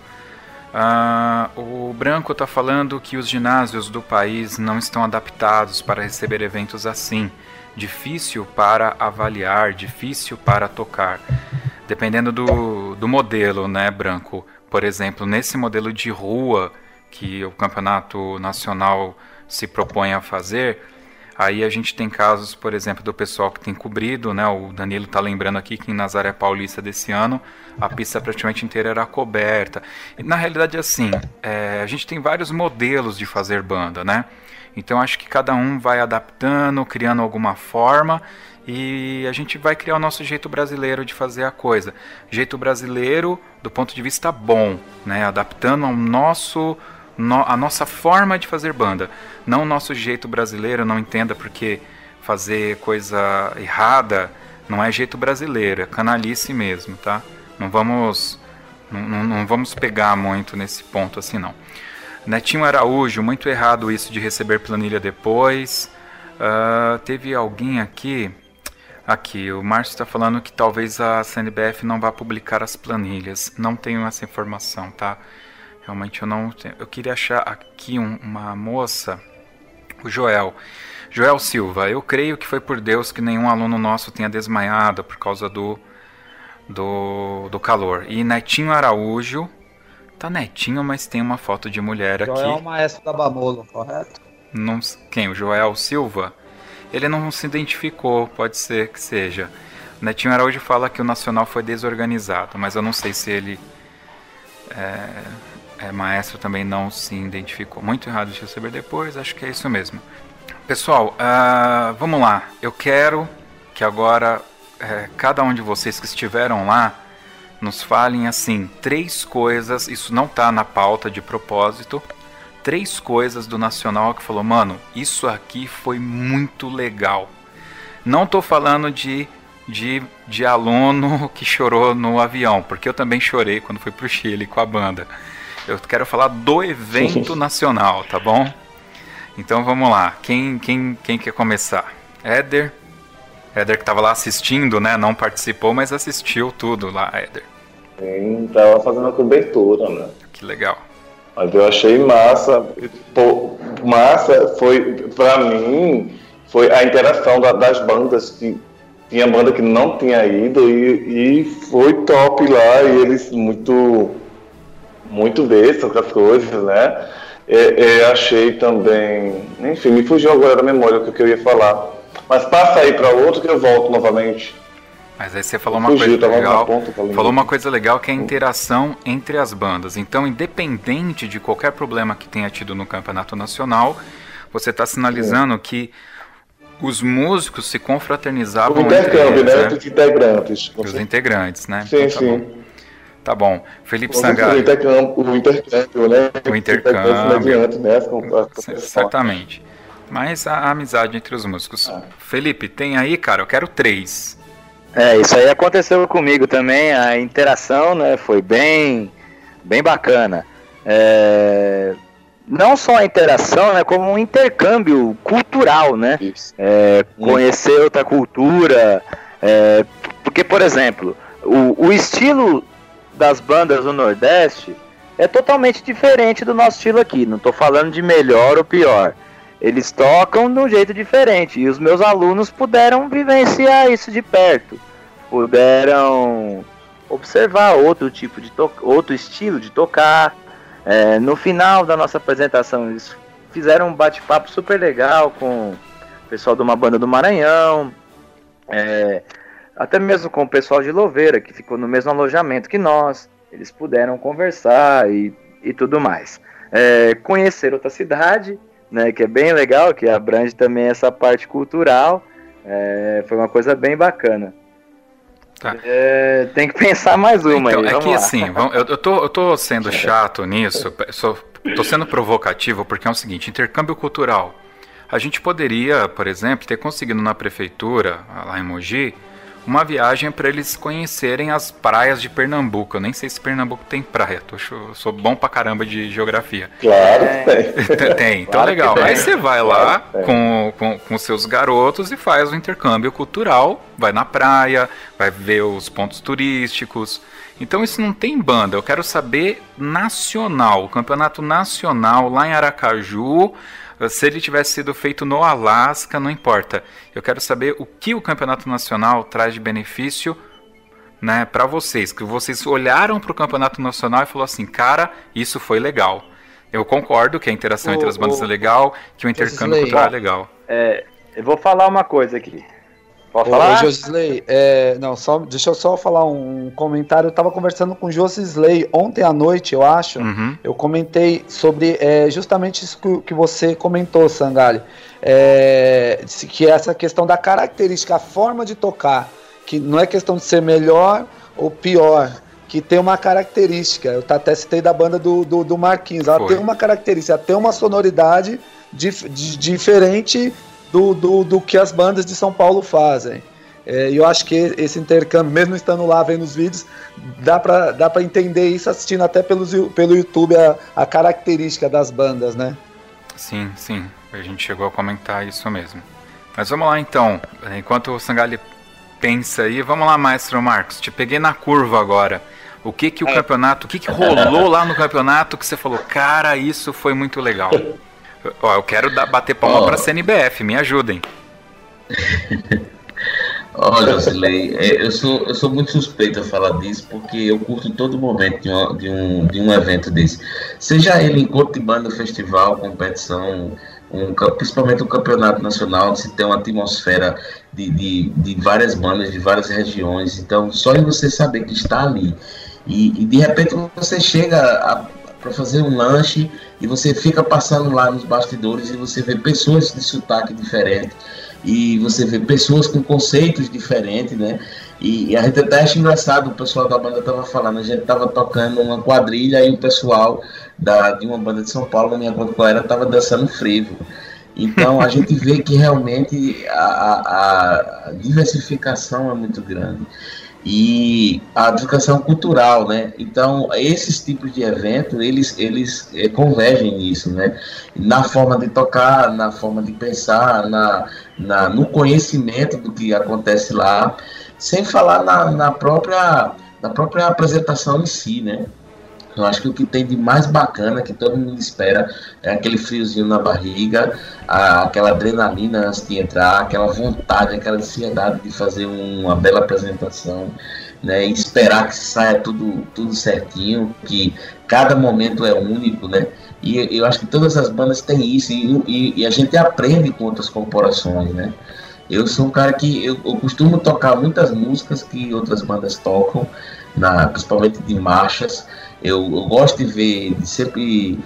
Ah, o Branco está falando que os ginásios do país não estão adaptados para receber eventos assim. Difícil para avaliar, difícil para tocar. Dependendo do, do modelo, né, Branco? Por exemplo, nesse modelo de rua que o campeonato nacional se propõe a fazer, aí a gente tem casos, por exemplo, do pessoal que tem cobrido, né? O Danilo está lembrando aqui que em Nazaré Paulista desse ano a pista praticamente inteira era coberta. E, na realidade, assim, é, a gente tem vários modelos de fazer banda, né? Então acho que cada um vai adaptando, criando alguma forma e a gente vai criar o nosso jeito brasileiro de fazer a coisa. Jeito brasileiro do ponto de vista bom, né? Adaptando ao nosso, no, a nossa forma de fazer banda. Não o nosso jeito brasileiro, não entenda porque fazer coisa errada não é jeito brasileiro, é canalice mesmo, tá? Não vamos, não, não, não vamos pegar muito nesse ponto assim não. Netinho Araújo, muito errado isso de receber planilha depois. Uh, teve alguém aqui, aqui, o Márcio está falando que talvez a C N B F não vá publicar as planilhas. Não tenho essa informação, tá? Realmente eu não tenho. Eu queria achar aqui um, uma moça, o Joel. Joel Silva, eu creio que foi por Deus que nenhum aluno nosso tenha desmaiado por causa do, do, do calor. E Netinho Araújo... Tá netinho, mas tem uma foto de mulher aqui. Joel Maestro da Bamolo, correto? Não, quem? O Joel Silva? Ele não se identificou, pode ser que seja. O Netinho Araújo fala que o Nacional foi desorganizado, mas eu não sei se ele é, é maestro, também não se identificou. Muito errado de receber depois, acho que é isso mesmo. Pessoal, uh, vamos lá. Eu quero que agora uh, cada um de vocês que estiveram lá nos falem assim, três coisas, isso não tá na pauta de propósito, três coisas do Nacional que falou, mano, isso aqui foi muito legal. Não tô falando de, de, de aluno que chorou no avião, porque eu também chorei quando fui pro Chile com a banda. Eu quero falar do evento nacional, tá bom? Então vamos lá, quem, quem, quem quer começar? Éder? Éder que estava lá assistindo, né? Não participou, mas assistiu tudo lá, Éder. Sim, tava fazendo a cobertura, né? Que legal. Mas eu achei massa. Pô, massa foi, pra mim, foi a interação da, das bandas que tinha banda que não tinha ido e, e foi top lá, e eles muito, muito bestas com as coisas, né? É, é, achei também, enfim, me fugiu agora da memória o que eu ia falar. Mas passa aí para outro que eu volto novamente. Mas aí você falou uma Fugiu, coisa legal, ponta, falou uma coisa legal que é a interação entre as bandas. Então, independente de qualquer problema que tenha tido no campeonato nacional, você está sinalizando Sim. que os músicos se confraternizavam o intercâmbio, entre eles, né? Os integrantes. Os integrantes, né? Sim, então, tá sim. Bom. Tá bom. Felipe o Sangalli. O intercâmbio, o intercâmbio, né? O intercâmbio. Adiante, né? Certamente. Mas a, a amizade entre os músicos. Ah. Felipe, tem aí, cara? Eu quero três. É, isso aí aconteceu comigo também, a interação, né, foi bem, bem bacana. É, não só a interação, né, como um intercâmbio cultural, né, é, conhecer outra cultura, é, porque, por exemplo, o, o estilo das bandas do Nordeste é totalmente diferente do nosso estilo aqui, não estou falando de melhor ou pior. Eles tocam de um jeito diferente e os meus alunos puderam vivenciar isso de perto, puderam observar outro tipo de to- outro estilo de tocar. É, no final da nossa apresentação eles fizeram um bate-papo super legal com o pessoal de uma banda do Maranhão, é, até mesmo com o pessoal de Louveira, que ficou no mesmo alojamento que nós. Eles puderam conversar e, e tudo mais. É, conhecer outra cidade, né, que é bem legal, que abrange também essa parte cultural, é, foi uma coisa bem bacana. Tá. É, tem que pensar mais uma então, aí. É que lá. assim, eu, eu, tô, eu tô sendo chato nisso, sou, tô sendo provocativo, porque é o seguinte, intercâmbio cultural. A gente poderia, por exemplo, ter conseguido na prefeitura, lá em Mogi, uma viagem para eles conhecerem as praias de Pernambuco. Eu nem sei se Pernambuco tem praia, tô, sou bom pra caramba de geografia. Claro que tem. Tem, então claro legal. Aí você vai lá claro com, com, com seus garotos e faz o intercâmbio cultural, vai na praia, vai ver os pontos turísticos. Então isso não tem banda, eu quero saber nacional, o campeonato nacional lá em Aracaju. Se ele tivesse sido feito no Alasca, não importa. Eu quero saber o que o Campeonato Nacional traz de benefício, né, para vocês. Que vocês olharam para o Campeonato Nacional e falaram assim, cara, isso foi legal. Eu concordo que a interação o, entre as bandas o, é legal, que o intercâmbio cultural é legal. É, eu vou falar uma coisa aqui. Posso Ô, falar? Josisley, é, não, só, deixa eu só falar um comentário. Eu estava conversando com o Josisley ontem à noite, eu acho. Uhum. Eu comentei sobre é, justamente isso que, que você comentou, Sangalli. É, que é essa questão da característica, a forma de tocar. Que não é questão de ser melhor ou pior, que tem uma característica. Eu até citei da banda do, do, do Marquinhos. Ela Foi. tem uma característica, ela tem uma sonoridade dif, di, diferente Do, do, do que as bandas de São Paulo fazem. É, e eu acho que esse intercâmbio, mesmo estando lá vendo os vídeos, dá pra, dá pra entender isso assistindo até pelos, pelo YouTube a, a característica das bandas, né? Sim, sim. A gente chegou a comentar isso mesmo. Mas vamos lá então. Enquanto o Sangalli pensa aí, vamos lá, Maestro Marcos. Te peguei na curva agora. O que que o é. campeonato, o que que rolou lá no campeonato que você falou, cara, isso foi muito legal? Ó, eu quero dar, bater palma oh. para a C N B F, me ajudem. Olha, Josilei, eu sou, eu sou muito suspeito a falar disso, porque eu curto todo momento de, uma, de, um, de um evento desse. Seja ele encontro de banda, festival, competição, um, principalmente o campeonato nacional, se tem uma atmosfera de, de, de várias bandas, de várias regiões. Então, só em você saber que está ali. E, e de repente você chega a para fazer um lanche e você fica passando lá nos bastidores e você vê pessoas de sotaque diferente e você vê pessoas com conceitos diferentes, né? E, e a gente até acha engraçado, o pessoal da banda estava falando, a gente estava tocando uma quadrilha e o pessoal da, de uma banda de São Paulo, não me lembro qual era, estava dançando frevo. Então a gente vê que realmente a, a, a diversificação é muito grande. E a educação cultural, né? Então, esses tipos de eventos, eles, eles é, convergem nisso, né? Na forma de tocar, na forma de pensar, na, na, no conhecimento do que acontece lá, sem falar na, na, própria, na própria apresentação em si, né? Eu acho que o que tem de mais bacana, que todo mundo espera, é aquele friozinho na barriga, a, aquela adrenalina antes de entrar, aquela vontade, aquela ansiedade de fazer uma bela apresentação, né? E esperar que saia tudo, tudo certinho, que cada momento é único, né? E eu acho que todas as bandas têm isso, e, e, e a gente aprende com outras corporações, né? Eu sou um cara que eu, eu costumo tocar muitas músicas que outras bandas tocam, na, principalmente de marchas. Eu, eu gosto de ver, de sempre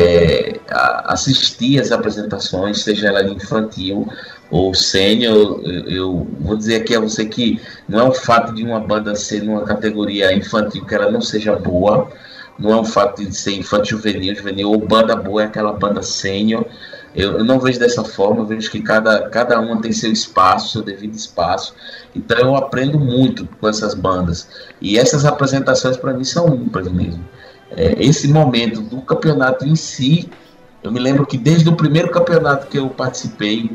é, a, assistir as apresentações, seja ela infantil ou sênior. Eu, eu vou dizer aqui a você que não é o fato de uma banda ser numa categoria infantil que ela não seja boa, não é um fato de ser infantil, juvenil, juvenil ou banda boa é aquela banda sênior. Eu, eu não vejo dessa forma, eu vejo que cada, cada uma tem seu espaço, seu devido espaço. Então eu aprendo muito com essas bandas. E essas apresentações para mim são ímpares mesmo. É, esse momento do campeonato em si, eu me lembro que desde o primeiro campeonato que eu participei,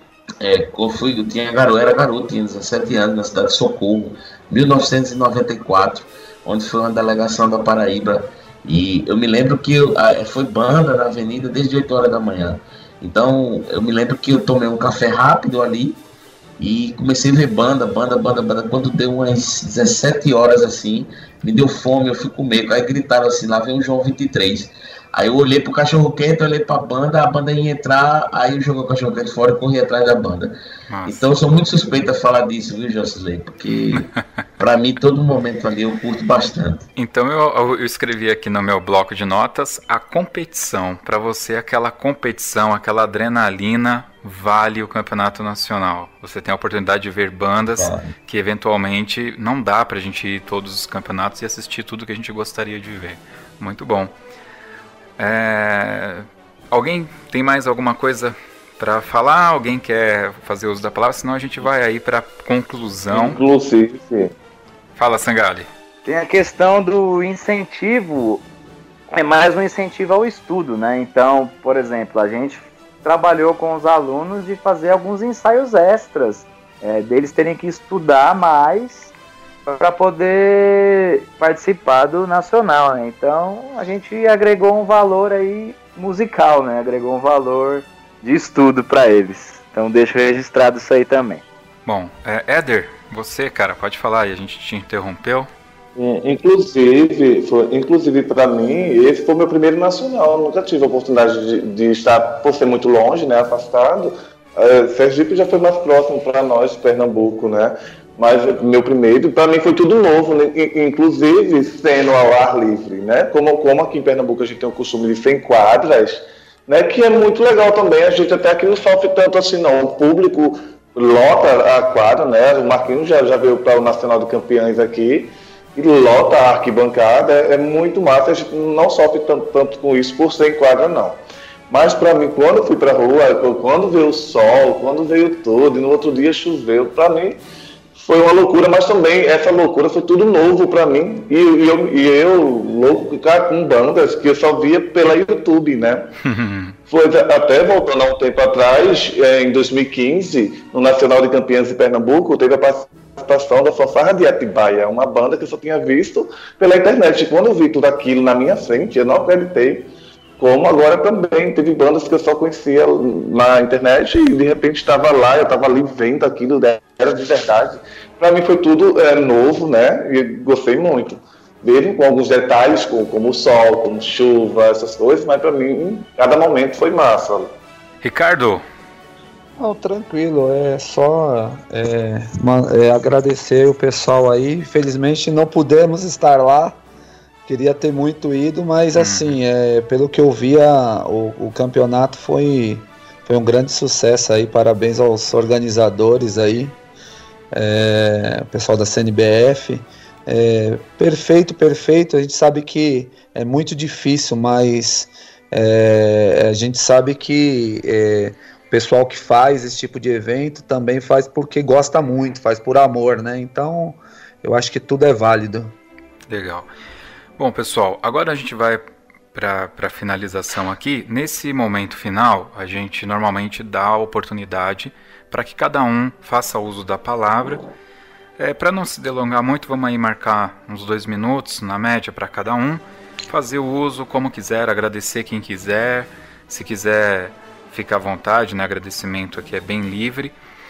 é, eu, fui, eu tinha garoto, era garoto, tinha dezessete anos, na cidade de Socorro, mil novecentos e noventa e quatro, onde foi uma delegação da Paraíba. E eu me lembro que eu, a, foi banda na avenida desde oito horas da manhã. Então, eu me lembro que eu tomei um café rápido ali e comecei a ver banda, banda, banda, banda. Quando deu umas dezessete horas assim, me deu fome, eu fui comer. Aí gritaram assim, lá vem o João vinte e três. Aí eu olhei pro cachorro quente, olhei pra banda, a banda ia entrar, aí eu joguei o cachorro quente fora e corri atrás da banda. Nossa. Então eu sou muito suspeito a falar disso, viu, Jocelyn? Porque pra mim todo momento ali eu curto bastante. Então eu, eu escrevi aqui no meu bloco de notas, a competição. Pra você, aquela competição, aquela adrenalina vale o campeonato nacional. Você tem a oportunidade de ver bandas vale. Que eventualmente não dá pra gente ir todos os campeonatos e assistir tudo que a gente gostaria de ver. Muito bom. É... Alguém tem mais alguma coisa para falar? Alguém quer fazer uso da palavra? Senão a gente vai aí para conclusão. Inclusive. Fala, Sangali. Tem a questão do incentivo, é mais um incentivo ao estudo, né? Então, por exemplo, a gente trabalhou com os alunos de fazer alguns ensaios extras, é, deles terem que estudar mais para poder participar do nacional, né? Então a gente agregou um valor aí musical, né? Agregou um valor de estudo para eles. Então deixo registrado isso aí também. Bom, é, Éder, você, cara, pode falar aí, a gente te interrompeu. Inclusive, foi, inclusive para mim, esse foi meu primeiro nacional. Eu nunca tive a oportunidade de, de estar, por ser muito longe, né, afastado. Uh, Sergipe já foi mais próximo para nós, Pernambuco, né? Mas meu primeiro, para mim foi tudo novo, né? Inclusive sendo ao ar livre, né? Como, como aqui em Pernambuco a gente tem o costume de ser em quadras, né? Que é muito legal também, a gente até aqui não sofre tanto assim não, o público lota a quadra, né? O Marquinhos já, já veio para o Nacional de Campeões aqui, e lota a arquibancada, é, é muito massa, a gente não sofre tanto, tanto com isso por ser em quadra não. Mas para mim, quando eu fui para a rua, quando veio o sol, quando veio tudo, e no outro dia choveu, para mim foi uma loucura, mas também essa loucura foi tudo novo para mim. E, e, eu, e eu, louco, cara, com bandas que eu só via pela YouTube, né? Foi até voltando há um tempo atrás, em dois mil e quinze, no Nacional de Campeões de Pernambuco, teve a participação da Fanfarra de Atibaia, uma banda que eu só tinha visto pela internet. E quando eu vi tudo aquilo na minha frente, eu não acreditei. Como agora também, teve bandas que eu só conhecia na internet e de repente estava lá, eu estava ali vendo aquilo, era de verdade. Para mim foi tudo é, novo, né? E gostei muito. Mesmo com alguns detalhes, como, como o sol, como chuva, essas coisas, mas para mim, cada momento foi massa. Ricardo? Não, tranquilo, é só é, é, agradecer o pessoal aí. Infelizmente não pudemos estar lá. Queria ter muito ido, mas assim, é, pelo que eu via, o, o campeonato foi, foi um grande sucesso aí, parabéns aos organizadores aí, é, o pessoal da C N B F, é, perfeito, perfeito, a gente sabe que é muito difícil, mas é, a gente sabe que é, o pessoal que faz esse tipo de evento também faz porque gosta muito, faz por amor, né, então eu acho que tudo é válido. Legal. Bom, pessoal, agora a gente vai para a finalização aqui. Nesse momento final, a gente normalmente dá a oportunidade para que cada um faça uso da palavra. É, para não se delongar muito, vamos aí marcar uns dois minutos, na média, para cada um. fazer o uso como quiser, agradecer quem quiser, se quiser ficar à vontade, né? Agradecimento aqui é bem livre.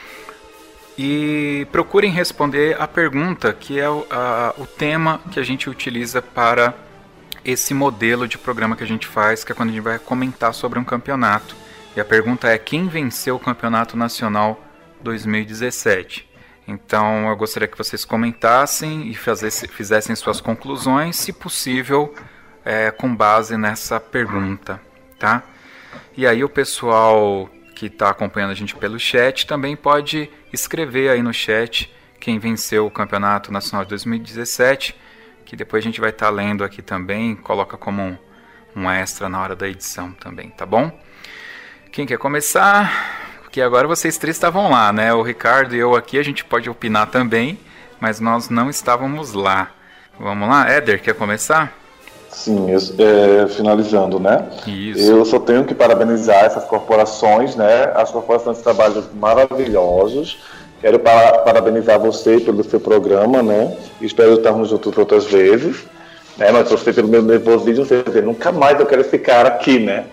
E procurem responder a pergunta, que é o, a, o tema que a gente utiliza para esse modelo de programa que a gente faz, que é quando a gente vai comentar sobre um campeonato. E a pergunta é: quem venceu o Campeonato Nacional dois mil e dezessete? Então eu gostaria que vocês comentassem e fazesse, fizessem suas conclusões, se possível, é, com base nessa pergunta, tá? E aí o pessoal que está acompanhando a gente pelo chat também pode escrever aí no chat quem venceu o Campeonato Nacional de dois mil e dezessete, que depois a gente vai estar tá lendo aqui também, coloca como um, um extra na hora da edição também, tá bom? Quem quer começar? Porque agora vocês três estavam lá, né? O Ricardo e eu aqui, a gente pode opinar também, mas nós não estávamos lá. Vamos lá? Éder, quer começar? Sim, eu, é, finalizando, né? Isso. Eu só tenho que parabenizar essas corporações, né? As corporações trabalham maravilhosos. Quero para, parabenizar você pelo seu programa, né? Espero estarmos juntos outras vezes. Né? Mas você pelo meu nervosismo, você dizer, nunca mais eu quero ficar aqui, né?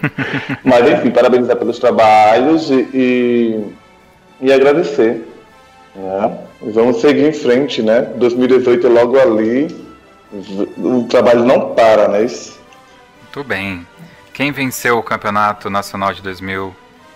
Mas enfim, parabenizar pelos trabalhos e, e, e agradecer. Né? Vamos seguir em frente, né? dois mil e dezoito é logo ali. O trabalho não para, né? Muito bem. Quem venceu o Campeonato Nacional de dois mil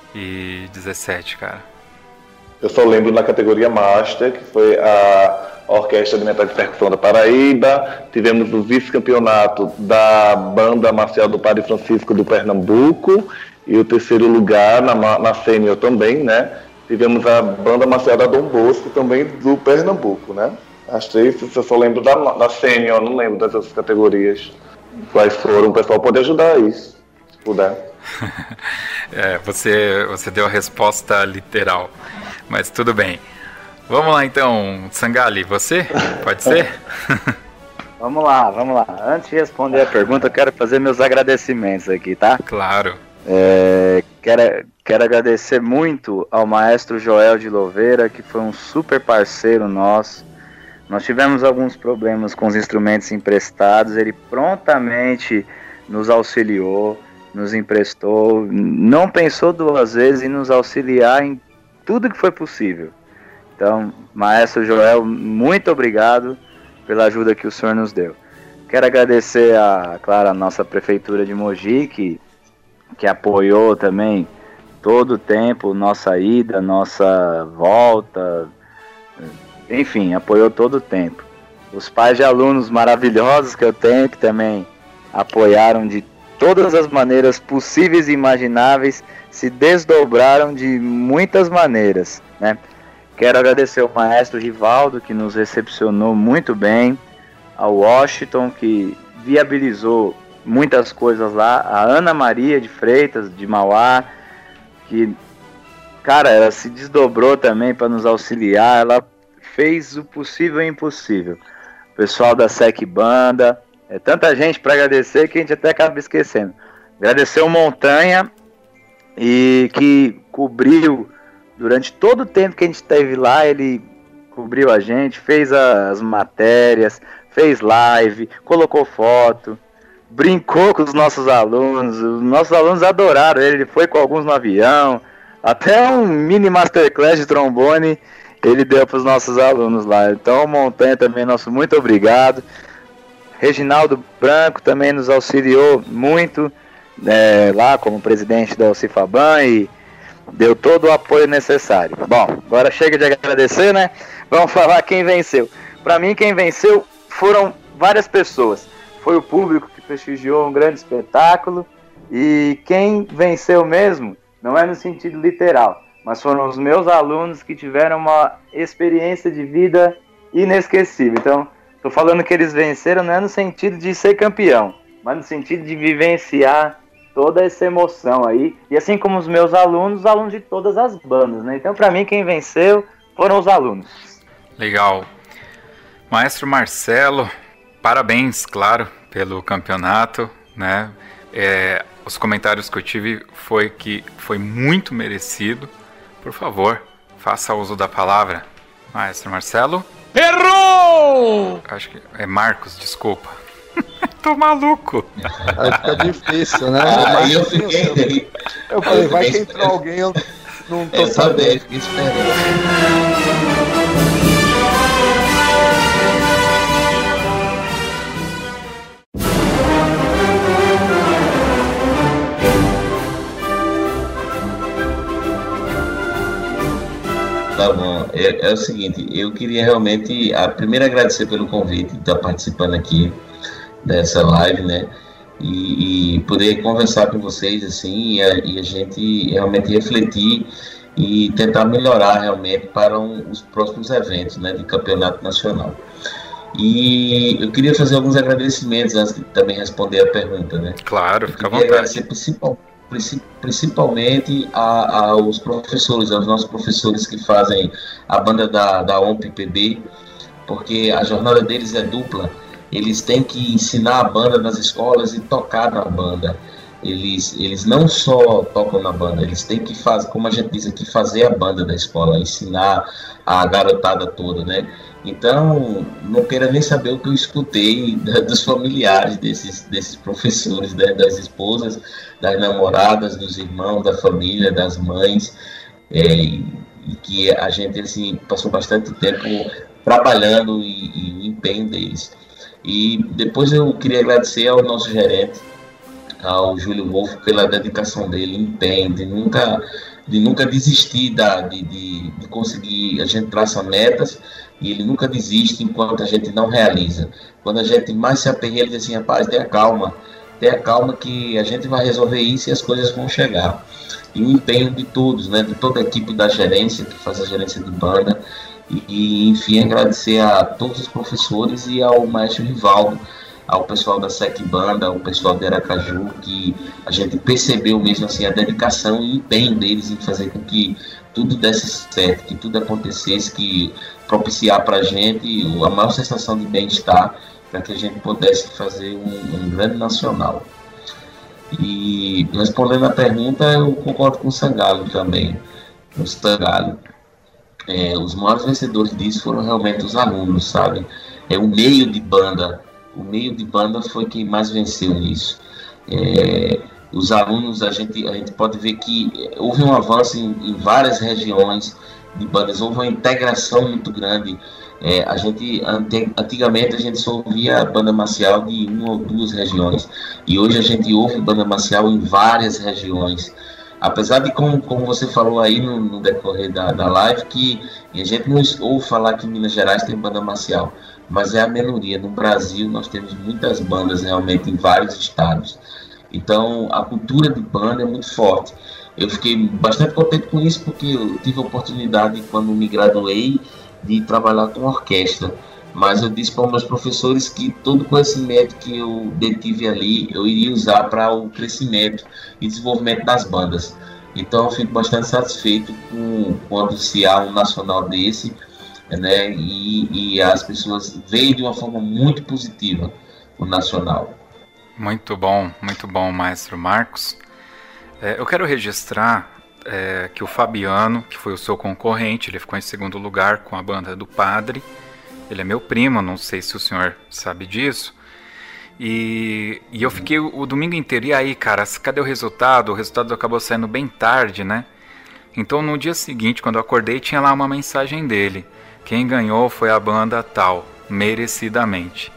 e dezessete, cara? Eu só lembro na categoria Master, que foi a Orquestra de Metal de Percussão da Paraíba. Tivemos o vice-campeonato da Banda Marcial do Padre Francisco do Pernambuco. E o terceiro lugar na, na sênior também, né? Tivemos a Banda Marcial da Dom Bosco também do Pernambuco, né? As três, eu só lembro da, da sênior, não lembro das outras categorias. Quais foram, o pessoal pode ajudar isso, se puder. É, você, você deu a resposta literal, mas tudo bem. Vamos lá então, Sangali, você? Pode ser? Vamos lá, vamos lá. Antes de responder a pergunta, eu quero fazer meus agradecimentos aqui, tá? Claro. É, quero, quero agradecer muito ao maestro Joel de Louveira, que foi um super parceiro nosso. Nós tivemos alguns problemas com os instrumentos emprestados, ele prontamente nos auxiliou, nos emprestou, não pensou duas vezes em nos auxiliar em tudo que foi possível. Então, maestro Joel, muito obrigado pela ajuda que o senhor nos deu. Quero agradecer, a, claro, a nossa prefeitura de Mogi, que, que apoiou também todo o tempo, nossa ida, nossa volta, enfim, apoiou todo o tempo. Os pais de alunos maravilhosos que eu tenho, que também apoiaram de todas as maneiras possíveis e imagináveis, se desdobraram de muitas maneiras, né? Quero agradecer ao maestro Rivaldo, que nos recepcionou muito bem, ao Washington, que viabilizou muitas coisas lá, a Ana Maria de Freitas, de Mauá, que, cara, ela se desdobrou também para nos auxiliar, ela fez o possível e o impossível. O pessoal da S E C Banda, é tanta gente para agradecer que a gente até acaba esquecendo. Agradecer o Montanha, e que cobriu durante todo o tempo que a gente esteve lá, ele cobriu a gente, fez as matérias, fez live, colocou foto, brincou com os nossos alunos, os nossos alunos adoraram ele, ele foi com alguns no avião, até um mini masterclass de trombone ele deu para os nossos alunos lá. Então, Montanha também, nosso muito obrigado. Reginaldo Branco também nos auxiliou muito, é, lá como presidente da Alcifaban, e deu todo o apoio necessário. Bom, agora chega de agradecer, né? Vamos falar quem venceu. Para mim, quem venceu foram várias pessoas. Foi o público que prestigiou um grande espetáculo, e quem venceu mesmo não é no sentido literal, mas foram os meus alunos que tiveram uma experiência de vida inesquecível. Então, estou falando que eles venceram não é no sentido de ser campeão, mas no sentido de vivenciar toda essa emoção aí. E assim como os meus alunos, os alunos de todas as bandas, né? Então, para mim, quem venceu foram os alunos. Legal. Maestro Marcelo, parabéns, claro, pelo campeonato, né? É, os comentários que eu tive foi que foi muito merecido. Por favor, faça uso da palavra, Maestro Marcelo. Errou! Acho que é Marcos, desculpa. Tô maluco. Aí fica difícil, né? Aí eu fiquei. Eu falei, vai que entrou alguém, eu não tô Eu sabendo. também, fiquei esperando. Tá bom, é, é o seguinte, eu queria realmente, a, primeiro agradecer pelo convite de estar participando aqui dessa live, né, e, e poder conversar com vocês, assim, e a, e a gente realmente refletir e tentar melhorar realmente para um, os próximos eventos, né, de campeonato nacional. E eu queria fazer alguns agradecimentos antes de também responder a pergunta, né. Claro, Eu fica à queria vontade. agradecer principal, princi- principalmente a- aos professores, aos nossos professores que fazem a banda da, da O M P P B, porque a jornada deles é dupla. Eles têm que ensinar a banda nas escolas e tocar na banda. Eles, eles não só tocam na banda, eles têm que fazer, como a gente diz aqui, fazer a banda da escola, ensinar a garotada toda, né? Então, não quero nem saber o que eu escutei da- dos familiares desses, desses professores, né? Das esposas, das namoradas, dos irmãos, da família, das mães, é, e, e que a gente assim, passou bastante tempo trabalhando e, e o empenho deles. E depois eu queria agradecer ao nosso gerente, ao Júlio Wolff, pela dedicação dele, empenho, de nunca, de nunca desistir da, de, de, de conseguir. A gente traça metas e ele nunca desiste enquanto a gente não realiza. Quando a gente mais se aperreia, ele diz assim, rapaz, tenha calma, tenha calma que a gente vai resolver isso e as coisas vão chegar. E o empenho de todos, né, de toda a equipe da gerência, que faz a gerência de banda, e, e enfim, agradecer a todos os professores e ao maestro Rivaldo, ao pessoal da S E C Banda, ao pessoal de Aracaju, que a gente percebeu mesmo assim a dedicação e empenho deles em fazer com que tudo desse certo, que tudo acontecesse, que propiciar para a gente a maior sensação de bem-estar, para que a gente pudesse fazer um, um grande nacional. E respondendo a pergunta, eu concordo com o Sangallo também, o Sangallo. É, os maiores vencedores disso foram realmente os alunos, sabe? É o meio de banda. O meio de banda foi quem mais venceu nisso. É, os alunos, a gente, a gente pode ver que houve um avanço em, em várias regiões de bandas, houve uma integração muito grande. É, a gente, antigamente a gente só ouvia banda marcial de uma ou duas regiões, e hoje a gente ouve banda marcial em várias regiões. Apesar de, como, como você falou aí no, no decorrer da, da live, que a gente não ouve falar que em Minas Gerais tem banda marcial, mas é a minoria. No Brasil nós temos muitas bandas realmente em vários estados. Então a cultura de banda é muito forte. Eu fiquei bastante contente com isso porque eu tive a oportunidade, quando me graduei, de trabalhar com orquestra. Mas eu disse para os meus professores que todo o conhecimento que eu detive ali, eu iria usar para o crescimento e desenvolvimento das bandas. Então eu fico bastante satisfeito com quando se há um nacional desse, né, e, e as pessoas veem de uma forma muito positiva o nacional. Muito bom, muito bom, maestro Marcos. É, eu quero registrar é, que o Fabiano, que foi o seu concorrente, ele ficou em segundo lugar com a banda do Padre. Ele é meu primo, não sei se o senhor sabe disso. E, e eu fiquei o, o domingo inteiro, e aí, cara, cadê o resultado? O resultado acabou saindo bem tarde, né? Então no dia seguinte, quando eu acordei, tinha lá uma mensagem dele. Quem ganhou foi a banda tal, merecidamente.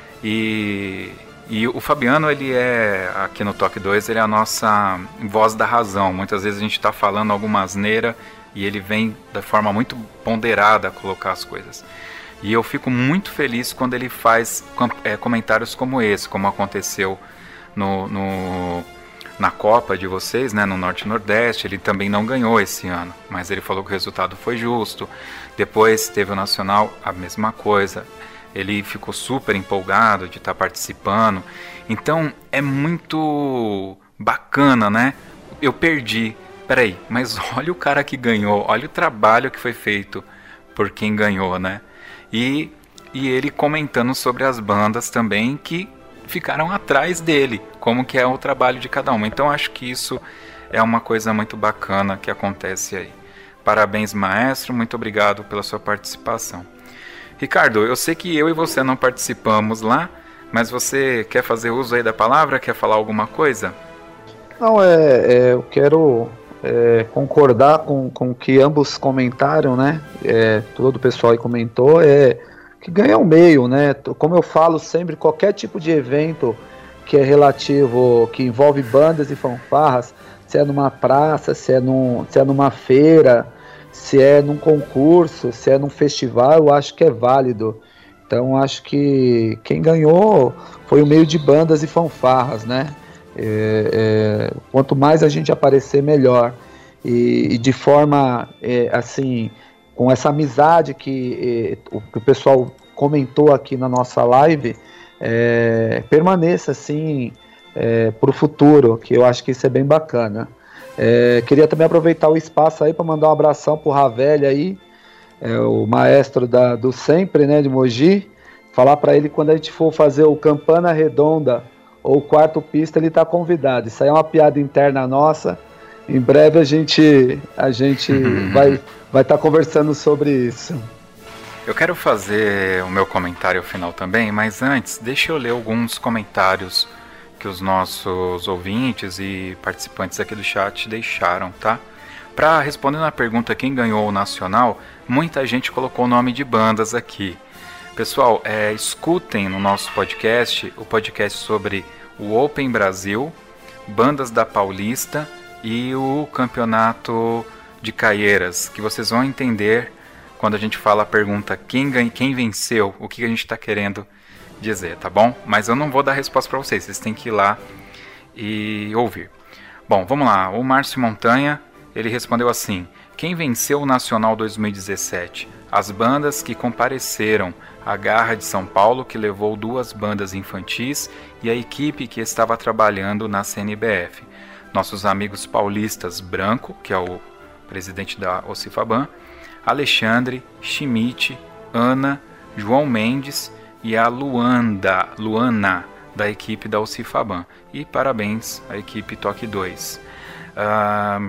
E, e o Fabiano, ele é, aqui no Toque dois, ele é a nossa voz da razão. Muitas vezes a gente está falando alguma asneira e ele vem de forma muito ponderada a colocar as coisas. E eu fico muito feliz quando ele faz é, comentários como esse, como aconteceu no, no, na Copa de vocês, né, no Norte e Nordeste. Ele também não ganhou esse ano, mas ele falou que o resultado foi justo. Depois teve o Nacional, a mesma coisa. Ele ficou super empolgado de estar participando. Então é muito bacana, né? Eu perdi. Peraí, mas olha o cara que ganhou, olha o trabalho que foi feito por quem ganhou, né? E, e ele comentando sobre as bandas também que ficaram atrás dele, como que é o trabalho de cada uma. Então acho que isso é uma coisa muito bacana que acontece aí. Parabéns, maestro, muito obrigado pela sua participação. Ricardo, eu sei que eu e você não participamos lá, Mas você quer fazer uso aí da palavra? Quer falar alguma coisa? Não, é, é eu quero é, concordar com, com o que ambos comentaram, né? É, todo o pessoal aí comentou, é que ganha o meio, né? Como eu falo sempre, qualquer tipo de evento que é relativo, que envolve bandas e fanfarras, se é numa praça, se é, num, se é numa feira, se é num concurso, se é num festival, eu acho que é válido. Então acho que quem ganhou foi o meio de bandas e fanfarras, né? É, é, quanto mais a gente aparecer, melhor. E, e de forma, é, assim, com essa amizade que, é, o, que o pessoal comentou aqui na nossa live, é, permaneça assim é, para o futuro, que eu acho que isso é bem bacana. É, queria também aproveitar o espaço aí para mandar um abração pro Ravelli aí, é, o maestro da, do sempre, né, de Mogi, falar para ele quando a gente for fazer o Campana Redonda ou o Quarto Pista, ele tá convidado. Isso aí é uma piada interna nossa. Em breve a gente a gente vai vai estar conversando sobre isso. Eu quero fazer o meu comentário final também, mas antes, deixa eu ler alguns comentários que os nossos ouvintes e participantes aqui do chat deixaram, tá? Para responder na pergunta quem ganhou o Nacional, muita gente colocou o nome de bandas aqui. Pessoal, é, escutem no nosso podcast, o podcast sobre o Open Brasil, bandas da Paulista e o Campeonato de Caieiras, que vocês vão entender quando a gente fala a pergunta quem, ganha, quem venceu, o que a gente está querendo dizer, tá bom? Mas eu não vou dar resposta para vocês, vocês têm que ir lá e ouvir. Bom, vamos lá, o Márcio Montanha, ele respondeu assim: quem venceu o Nacional dois mil e dezessete? As bandas que compareceram, a Garra de São Paulo, que levou duas bandas infantis, e a equipe que estava trabalhando na C N B F. Nossos amigos paulistas Branco, que é o presidente da Ocifaban, Alexandre, Schmidt, Ana, João Mendes e a Luanda, Luana, da equipe da Ocifaban. E parabéns à equipe Toque dois. Uh,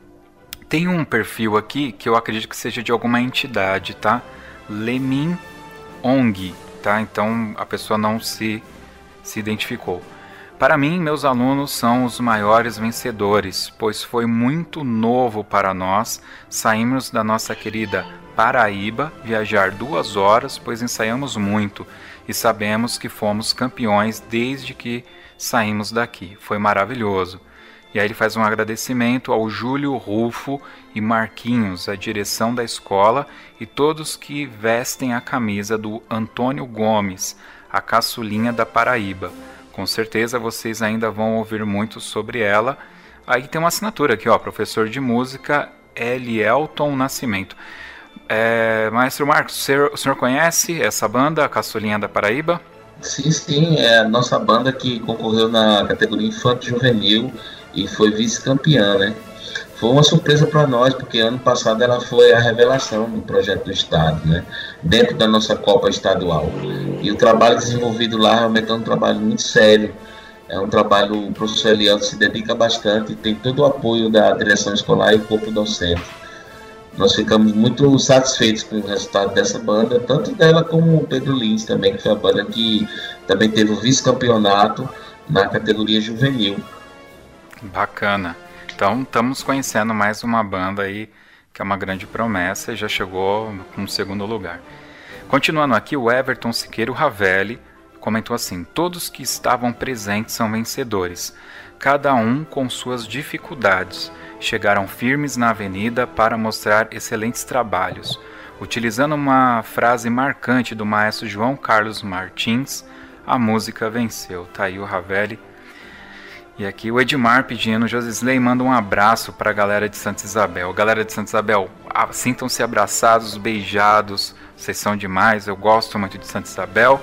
tem um perfil aqui que eu acredito que seja de alguma entidade, tá? Lemin Ong, tá? Então a pessoa não se, se identificou. Para mim, meus alunos são os maiores vencedores, pois foi muito novo para nós sairmos da nossa querida Paraíba, viajar duas horas, pois ensaiamos muito e sabemos que fomos campeões desde que saímos daqui. Foi maravilhoso. E aí ele faz um agradecimento ao Júlio Rufo e Marquinhos, a direção da escola e todos que vestem a camisa do Antônio Gomes, a caçulinha da Paraíba. Com certeza vocês ainda vão ouvir muito sobre ela. Aí tem uma assinatura aqui, ó, professor de música Elielton Nascimento. É, Maestro Marcos, o senhor, o senhor conhece essa banda, a Caçulinha da Paraíba? Sim, sim, é a nossa banda que concorreu na categoria Infanto Juvenil e foi vice-campeã, né? Foi uma surpresa para nós, porque ano passado ela foi a revelação do projeto do Estado, né? Dentro da nossa Copa Estadual. E o trabalho desenvolvido lá realmente é um trabalho muito sério. É um trabalho, o professor Elielton se dedica bastante, tem todo o apoio da direção escolar e o corpo docente. Nós ficamos muito satisfeitos com o resultado dessa banda, tanto dela como o Pedro Lins também, que foi a banda que também teve o vice-campeonato na categoria juvenil. Bacana. Então estamos conhecendo mais uma banda aí que é uma grande promessa e já chegou com o segundo lugar. Continuando aqui, o Everton Siqueiro Ravelli comentou assim: todos que estavam presentes são vencedores, cada um com suas dificuldades. Chegaram firmes na avenida para mostrar excelentes trabalhos. Utilizando uma frase marcante do maestro João Carlos Martins, a música venceu. Tá aí o Ravelli. E aqui o Edmar pedindo, Josisley manda um abraço para a galera de Santa Isabel. Galera de Santa Isabel, sintam-se abraçados, beijados, vocês são demais, eu gosto muito de Santa Isabel.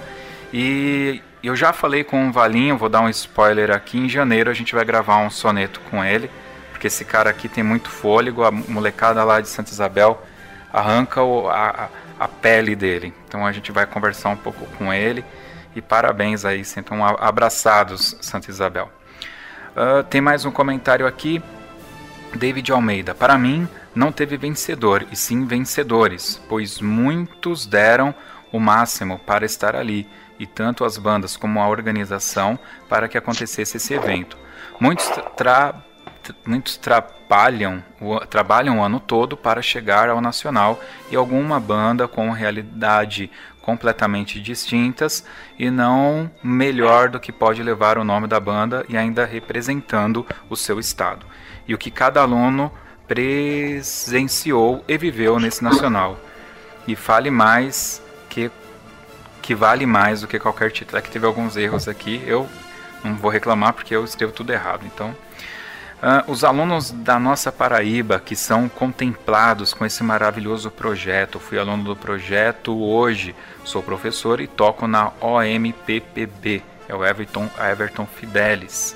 E eu já falei com o Valinho, vou dar um spoiler aqui, em janeiro a gente vai gravar um soneto com ele, porque esse cara aqui tem muito fôlego, a molecada lá de Santa Isabel arranca o, a, a pele dele. Então a gente vai conversar um pouco com ele e parabéns aí, sintam abraçados, Santa Isabel. Uh, tem mais um comentário aqui, David Almeida. Para mim, não teve vencedor, e sim vencedores, pois muitos deram o máximo para estar ali, e tanto as bandas como a organização para que acontecesse esse evento. Muitos, tra muitos trabalham, o, trabalham o ano todo para chegar ao Nacional, e alguma banda com realidade completamente distintas e não melhor do que pode levar o nome da banda e ainda representando o seu estado. E o que cada aluno presenciou e viveu nesse Nacional. E fale mais que, que vale mais do que qualquer título. É que teve alguns erros aqui, eu não vou reclamar porque eu escrevo tudo errado. Então, uh, os alunos da nossa Paraíba que são contemplados com esse maravilhoso projeto. Fui aluno do projeto hoje, sou professor e toco na O M P P B, é o Everton, Everton Fidelis.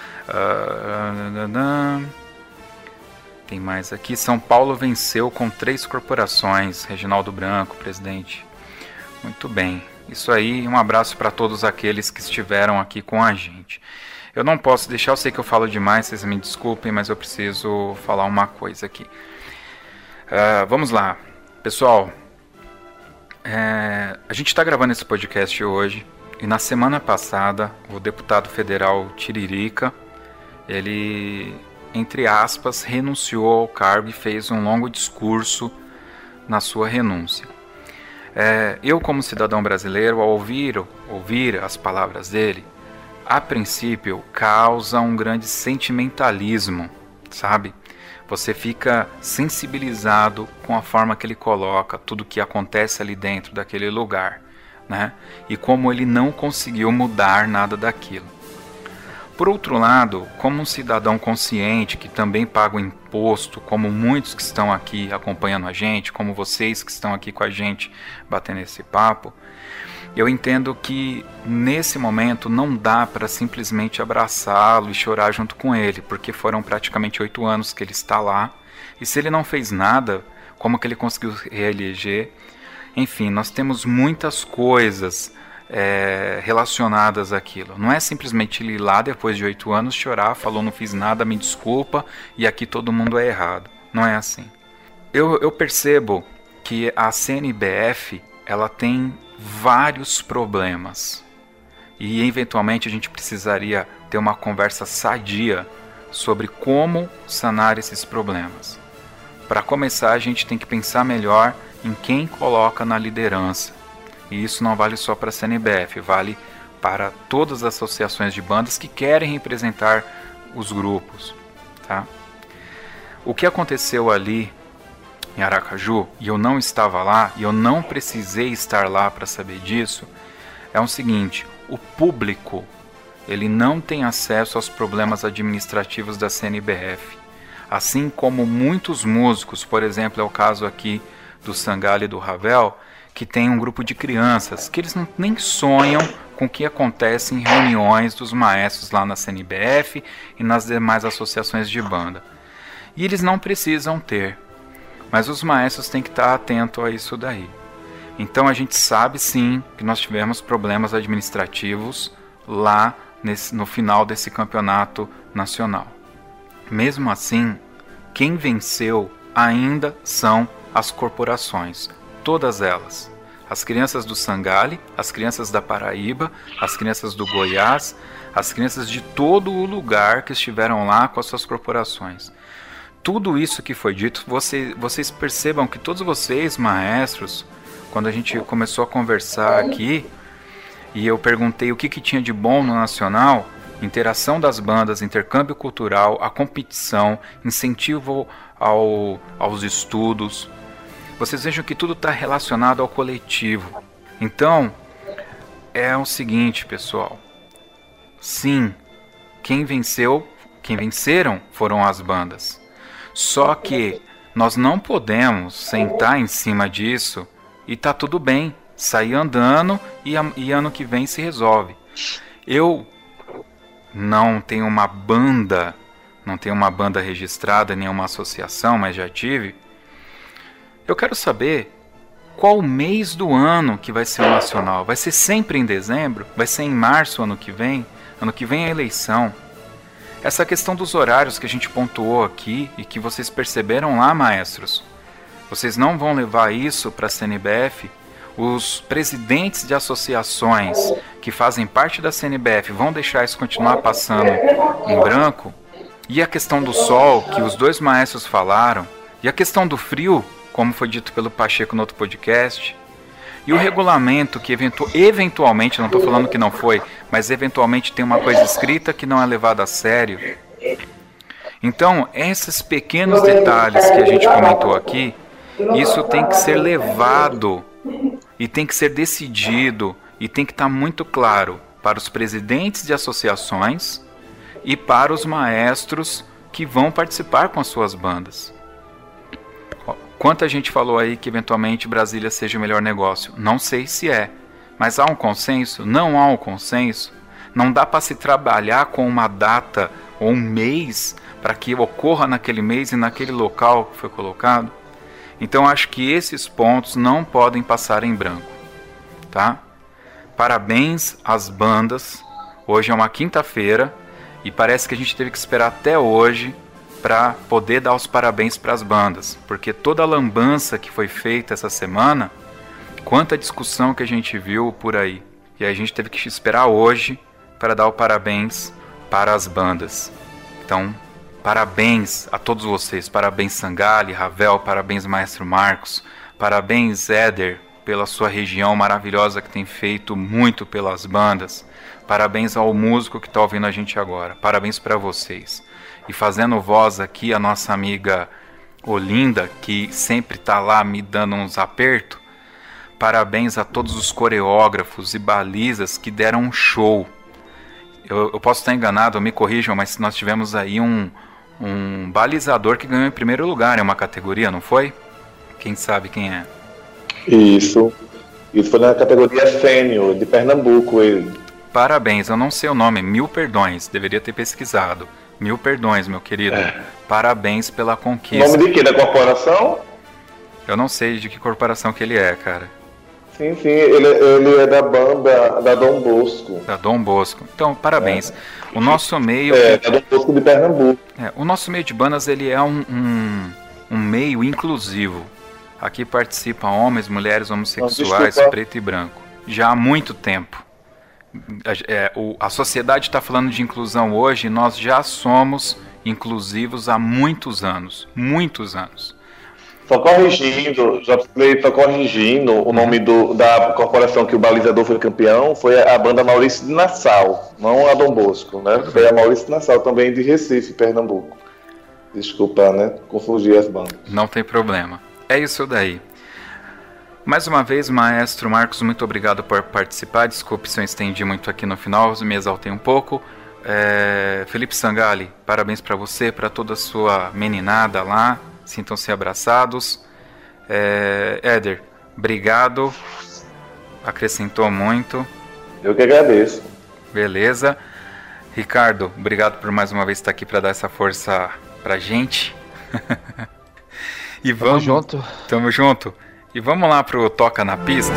Uh, tem mais aqui. São Paulo venceu com três corporações. Reginaldo Branco, presidente. Muito bem. Isso aí, um abraço para todos aqueles que estiveram aqui com a gente. Eu não posso deixar, eu sei que eu falo demais, vocês me desculpem, mas eu preciso falar uma coisa aqui. Uh, vamos lá. Pessoal, é, a gente está gravando esse podcast hoje, e na semana passada, o deputado federal Tiririca, ele, entre aspas, renunciou ao cargo e fez um longo discurso na sua renúncia. É, eu, como cidadão brasileiro, ao ouvir, ouvir as palavras dele, a princípio causa um grande sentimentalismo, sabe? Você fica sensibilizado com a forma que ele coloca tudo que acontece ali dentro daquele lugar, né? E como ele não conseguiu mudar nada daquilo. Por outro lado, como um cidadão consciente que também paga o imposto, como muitos que estão aqui acompanhando a gente, como vocês que estão aqui com a gente batendo esse papo, eu entendo que nesse momento não dá para simplesmente abraçá-lo e chorar junto com ele, porque foram praticamente oito anos que ele está lá, e se ele não fez nada, como que ele conseguiu reeleger? Enfim, nós temos muitas coisas É, relacionadas àquilo. Não é simplesmente ele ir lá depois de oito anos chorar, falou não fiz nada, me desculpa e aqui todo mundo é errado. Não é assim. Eu, eu percebo que a C N B F ela tem vários problemas e eventualmente a gente precisaria ter uma conversa sadia sobre como sanar esses problemas. Para começar, a gente tem que pensar melhor em quem coloca na liderança. E isso não vale só para a C N B F, vale para todas as associações de bandas que querem representar os grupos. Tá? O que aconteceu ali em Aracaju, e eu não estava lá, e eu não precisei estar lá para saber disso, é o seguinte: o público ele não tem acesso aos problemas administrativos da C N B F. Assim como muitos músicos, por exemplo, é o caso aqui do Sangalli e do Ravel, que tem um grupo de crianças que eles não, nem sonham com o que acontece em reuniões dos maestros lá na C N B F e nas demais associações de banda. E eles não precisam ter, mas os maestros têm que estar atentos a isso daí. Então a gente sabe sim que nós tivemos problemas administrativos lá nesse, no final desse campeonato nacional. Mesmo assim, quem venceu ainda são as corporações. Todas elas, as crianças do Sangalli, as crianças da Paraíba, as crianças do Goiás, as crianças de todo o lugar que estiveram lá com as suas corporações. Tudo isso que foi dito, você, vocês percebam que todos vocês, maestros, quando a gente começou a conversar aqui, e eu perguntei o que, que tinha de bom no Nacional, interação das bandas, intercâmbio cultural, a competição, incentivo ao, aos estudos. Vocês vejam que tudo está relacionado ao coletivo. Então, é o seguinte, pessoal. Sim, quem venceu, quem venceram foram as bandas. Só que nós não podemos sentar em cima disso e tá tudo bem, sair andando e, e ano que vem se resolve. Eu não tenho uma banda, não tenho uma banda registrada, nenhuma associação, mas já tive. Eu quero saber qual mês do ano que vai ser o Nacional. Vai ser sempre em dezembro? Vai ser em março ano que vem? Ano que vem é a eleição. Essa questão dos horários que a gente pontuou aqui e que vocês perceberam lá, maestros. Vocês não vão levar isso para a C N B F? os presidentes de associações que fazem parte da C N B F vão deixar isso continuar passando em branco, e a questão do sol, que os dois maestros falaram, e a questão do frio, como foi dito pelo Pacheco no outro podcast, e o regulamento que eventu- eventualmente, não estou falando que não foi, mas eventualmente tem uma coisa escrita que não é levada a sério. Então, esses pequenos detalhes que a gente comentou aqui, isso tem que ser levado e tem que ser decidido e tem que estar muito claro para os presidentes de associações e para os maestros que vão participar com as suas bandas. Quanta gente falou aí que eventualmente Brasília seja o melhor negócio? Não sei se é, mas há um consenso? Não há um consenso? Não dá para se trabalhar com uma data ou um mês para que ocorra naquele mês e naquele local que foi colocado? Então acho que esses pontos não podem passar em branco, tá? Parabéns às bandas. Hoje é uma quinta-feira e parece que a gente teve que esperar até hoje para poder dar os parabéns para as bandas, porque toda a lambança que foi feita essa semana, quanta discussão que a gente viu por aí, e a gente teve que esperar hoje para dar o parabéns para as bandas. Então, parabéns a todos vocês, parabéns Sangali, Ravel, parabéns Maestro Marcos, parabéns Éder, pela sua região maravilhosa que tem feito muito pelas bandas, parabéns ao músico que está ouvindo a gente agora, parabéns para vocês. E fazendo voz aqui a nossa amiga Olinda, que sempre está lá me dando uns apertos, parabéns a todos os coreógrafos e balizas que deram um show. Eu, eu posso estar enganado, me corrijam, mas nós tivemos aí um, um balizador que ganhou em primeiro lugar em uma categoria, não foi? Quem sabe quem é? Isso. Isso foi na categoria sênior, de Pernambuco. Ele. Parabéns, eu não sei o nome, mil perdões, deveria ter pesquisado. Mil perdões, meu querido. É. Parabéns pela conquista. Nome de quê? Da corporação? Eu não sei de que corporação que ele é, cara. Sim, sim, ele, ele é da banda da Dom Bosco. Da Dom Bosco. Então, parabéns. É. O nosso meio... É, da Dom Bosco de Pernambuco. É, o nosso meio de bandas, ele é um, um, um meio inclusivo. Aqui participam homens, mulheres, homossexuais, não, preto e branco. Já há muito tempo. É, o, a sociedade está falando de inclusão hoje e nós já somos inclusivos há muitos anos. Muitos anos. Só corrigindo, já estou corrigindo, o nome do, da corporação que o balizador foi campeão foi a banda Maurício de Nassau, não a Dom Bosco, né? Foi a Maurício de Nassau, também de Recife, Pernambuco. Desculpa, né? Confundi as bandas. Não tem problema. É isso daí. Mais uma vez, maestro Marcos, muito obrigado por participar. Desculpe se eu estendi muito aqui no final, me exaltei um pouco. É... Felipe Sangali, parabéns para você, para toda a sua meninada lá. Sintam-se abraçados. É... Éder, obrigado. Acrescentou muito. Eu que agradeço. Beleza. Ricardo, obrigado por mais uma vez estar aqui para dar essa força pra gente. E vamos, tamo junto. Tamo junto. E vamos lá pro Toca na Pista.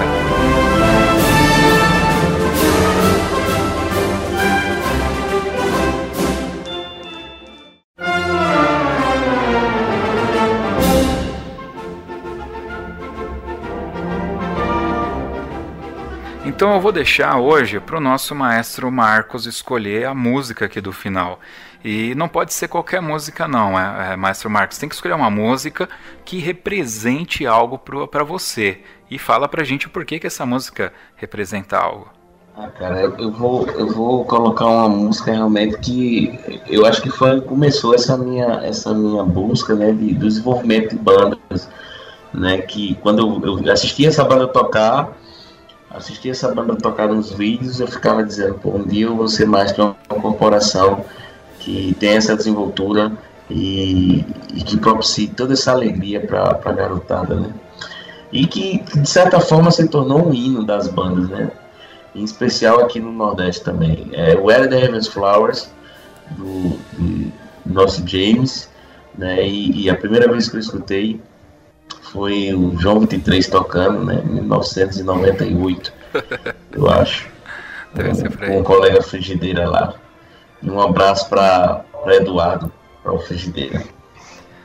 Então eu vou deixar hoje para o nosso maestro Marcos escolher a música aqui do final. E não pode ser qualquer música não, é, é, maestro Marcos. Tem que escolher uma música que represente algo para você. E fala pra gente o porquê que essa música representa algo. Ah, cara, eu vou, eu vou colocar uma música realmente que eu acho que foi começou essa minha, essa minha busca, né, de, do desenvolvimento de bandas, né, que quando eu, eu assisti essa banda tocar, assisti essa banda tocar nos vídeos, eu ficava dizendo, pô, um dia eu vou ser mais que uma corporação que tem essa desenvoltura e, e que propicie toda essa alegria para a garotada, né? E que, de certa forma, se tornou um hino das bandas, né? Em especial aqui no Nordeste também. É o Where the Heavens Flowers, do, do nosso James, né? E, e a primeira vez que eu escutei foi o João vinte e três tocando, né? Em mil novecentos e noventa e oito, eu acho. Deve ser com o colega Frigideira lá. Um abraço para Eduardo, para o Frigideira.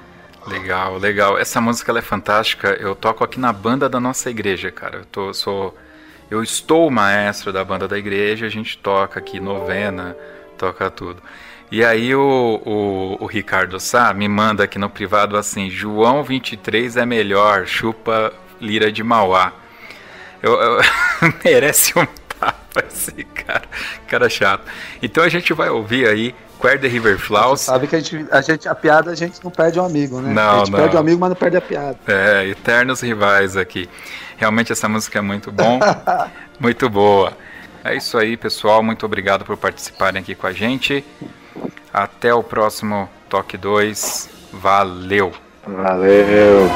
Legal, legal. Essa música ela é fantástica. Eu toco aqui na banda da nossa igreja, cara. Eu tô, sou, eu estou o maestro da banda da igreja. A gente toca aqui novena, toca tudo. E aí o, o, o Ricardo Sá me manda aqui no privado assim: João vinte e três é melhor, chupa Lira de Mauá. Eu, eu merece um tapa esse cara, cara chato. Então a gente vai ouvir aí Quer the River Flows. Você sabe que a gente, a gente, a piada a gente não perde um amigo, né? Não, a gente não. perde um amigo, mas não perde a piada. É, eternos rivais aqui. Realmente essa música é muito bom, muito boa. É isso aí, pessoal. Muito obrigado por participarem aqui com a gente. Até o próximo Toque dois. Valeu! Valeu!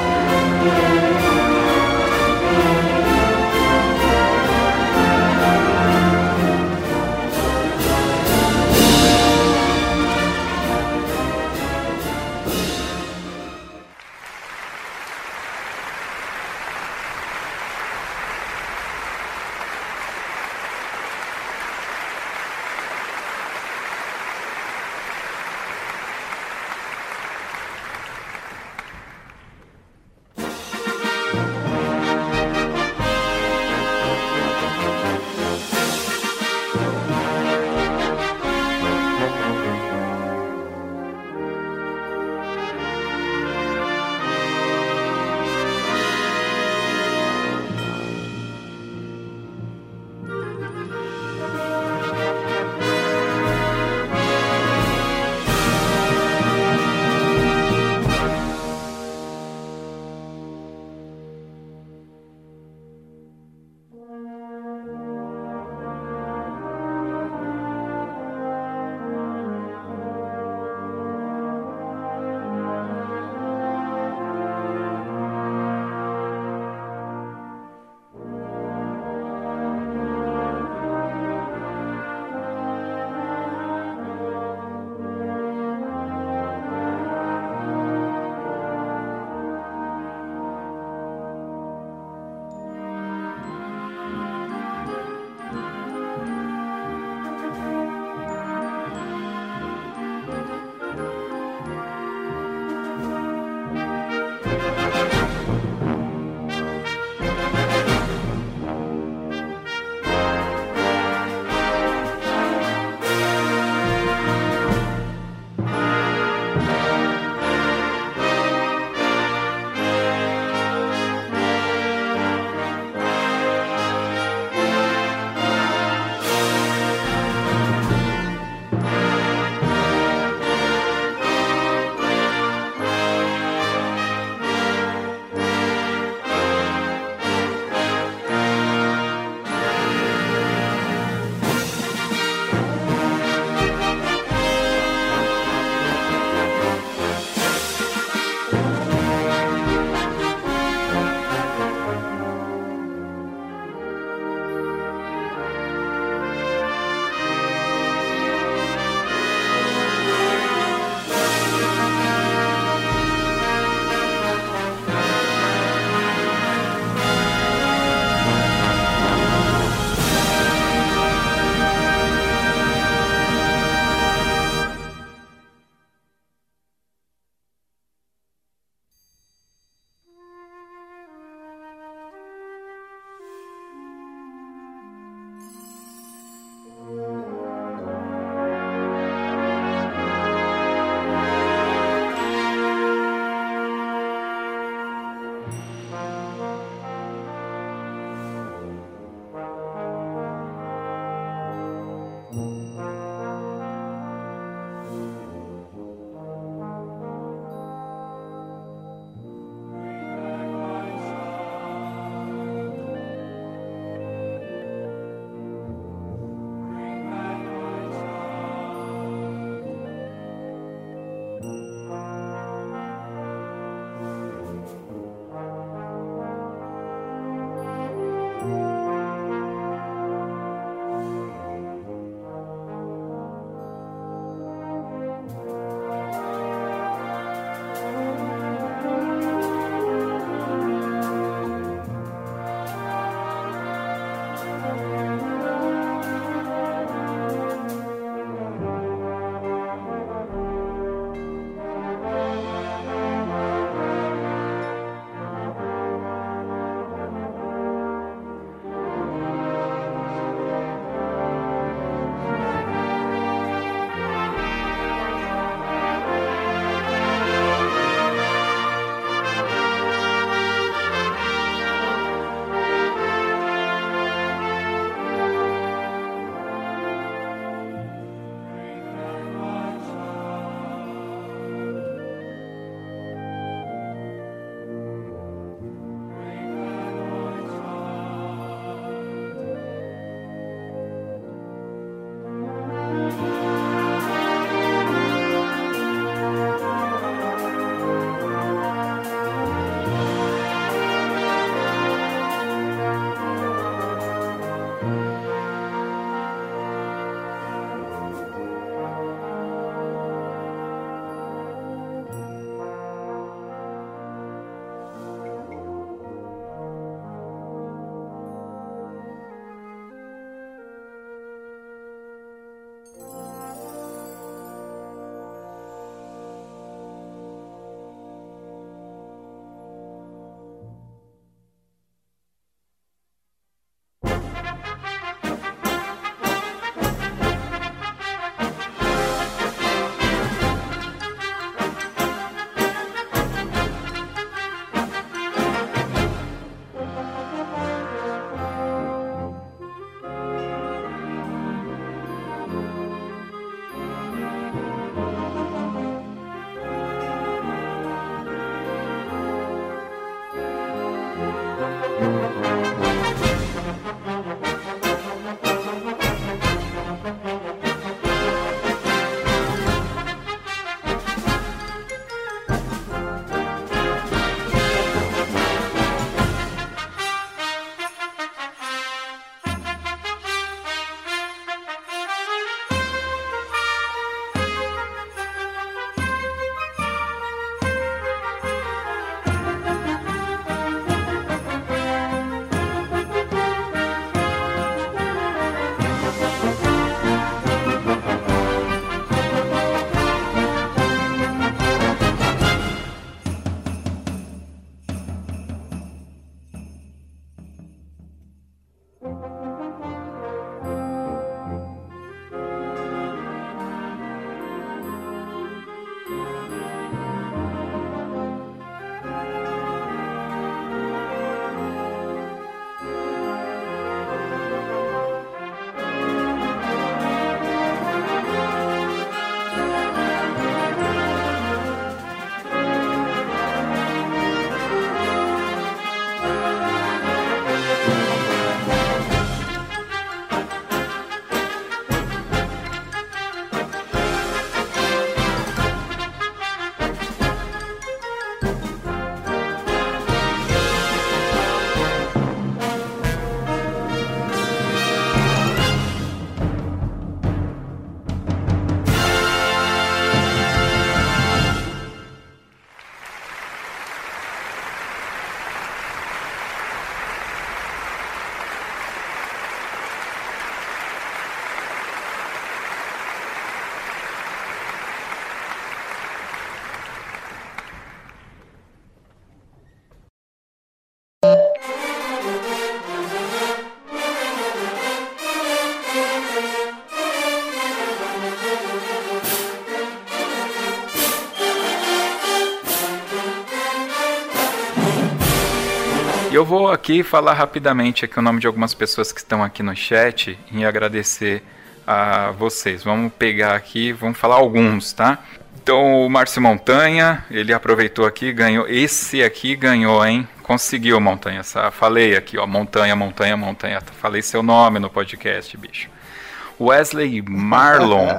E eu vou aqui falar rapidamente aqui o nome de algumas pessoas que estão aqui no chat e agradecer a vocês. Vamos pegar aqui, vamos falar alguns, tá? Então o Márcio Montanha, ele aproveitou aqui, ganhou. Esse aqui ganhou, hein? Conseguiu, Montanha. Falei aqui, ó, Montanha, Montanha, Montanha. Falei seu nome no podcast, bicho. Wesley Marlon.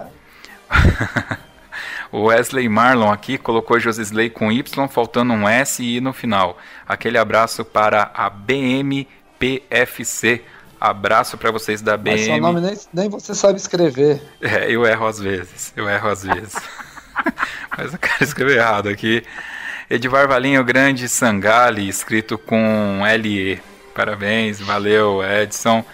O Wesley Marlon aqui colocou Josisley com Y, faltando um S e I no final. Aquele abraço para a B M P F C. Abraço para vocês da B M. Mas seu nome nem, nem você sabe escrever. É, eu erro às vezes. Eu erro às vezes. Mas eu quero escrever errado aqui. Edivar Valinho Grande Sangali, escrito com L E. Parabéns, valeu, Edson.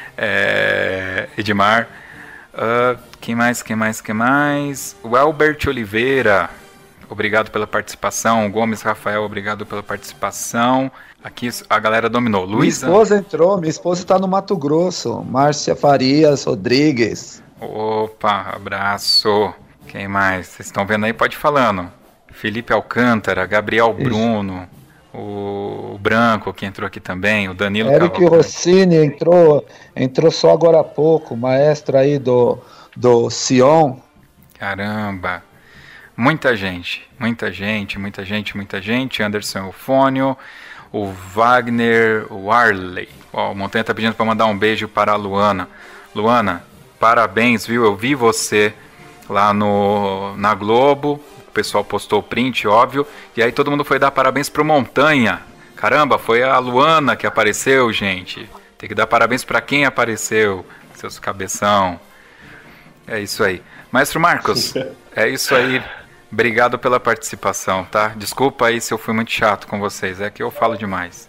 É, Edmar. Uh, quem mais, quem mais, quem mais? O Albert Oliveira, obrigado pela participação. O Gomes Rafael, obrigado pela participação. Aqui a galera dominou. Luísa. Minha esposa entrou, minha esposa está no Mato Grosso. Márcia Farias Rodrigues. Opa, abraço. Quem mais? Vocês estão vendo aí? Pode ir falando. Felipe Alcântara, Gabriel Isso. Bruno, o Branco que entrou aqui também, o Danilo Eric Cavalcante. Rossini entrou, entrou só agora há pouco, maestro aí do, do Sion. Caramba, muita gente, muita gente, muita gente, muita gente. Anderson Eufônio, o Wagner Warley. Ó, o Montanha tá pedindo para mandar um beijo para a Luana. Luana, parabéns, viu? Eu vi você lá no, na Globo. O pessoal postou o print, óbvio, e aí todo mundo foi dar parabéns pro Montanha. Caramba, foi a Luana que apareceu, gente. Tem que dar parabéns para quem apareceu, seus cabeção. É isso aí. Maestro Marcos, é isso aí. Obrigado pela participação, tá? Desculpa aí se eu fui muito chato com vocês, é que eu falo demais.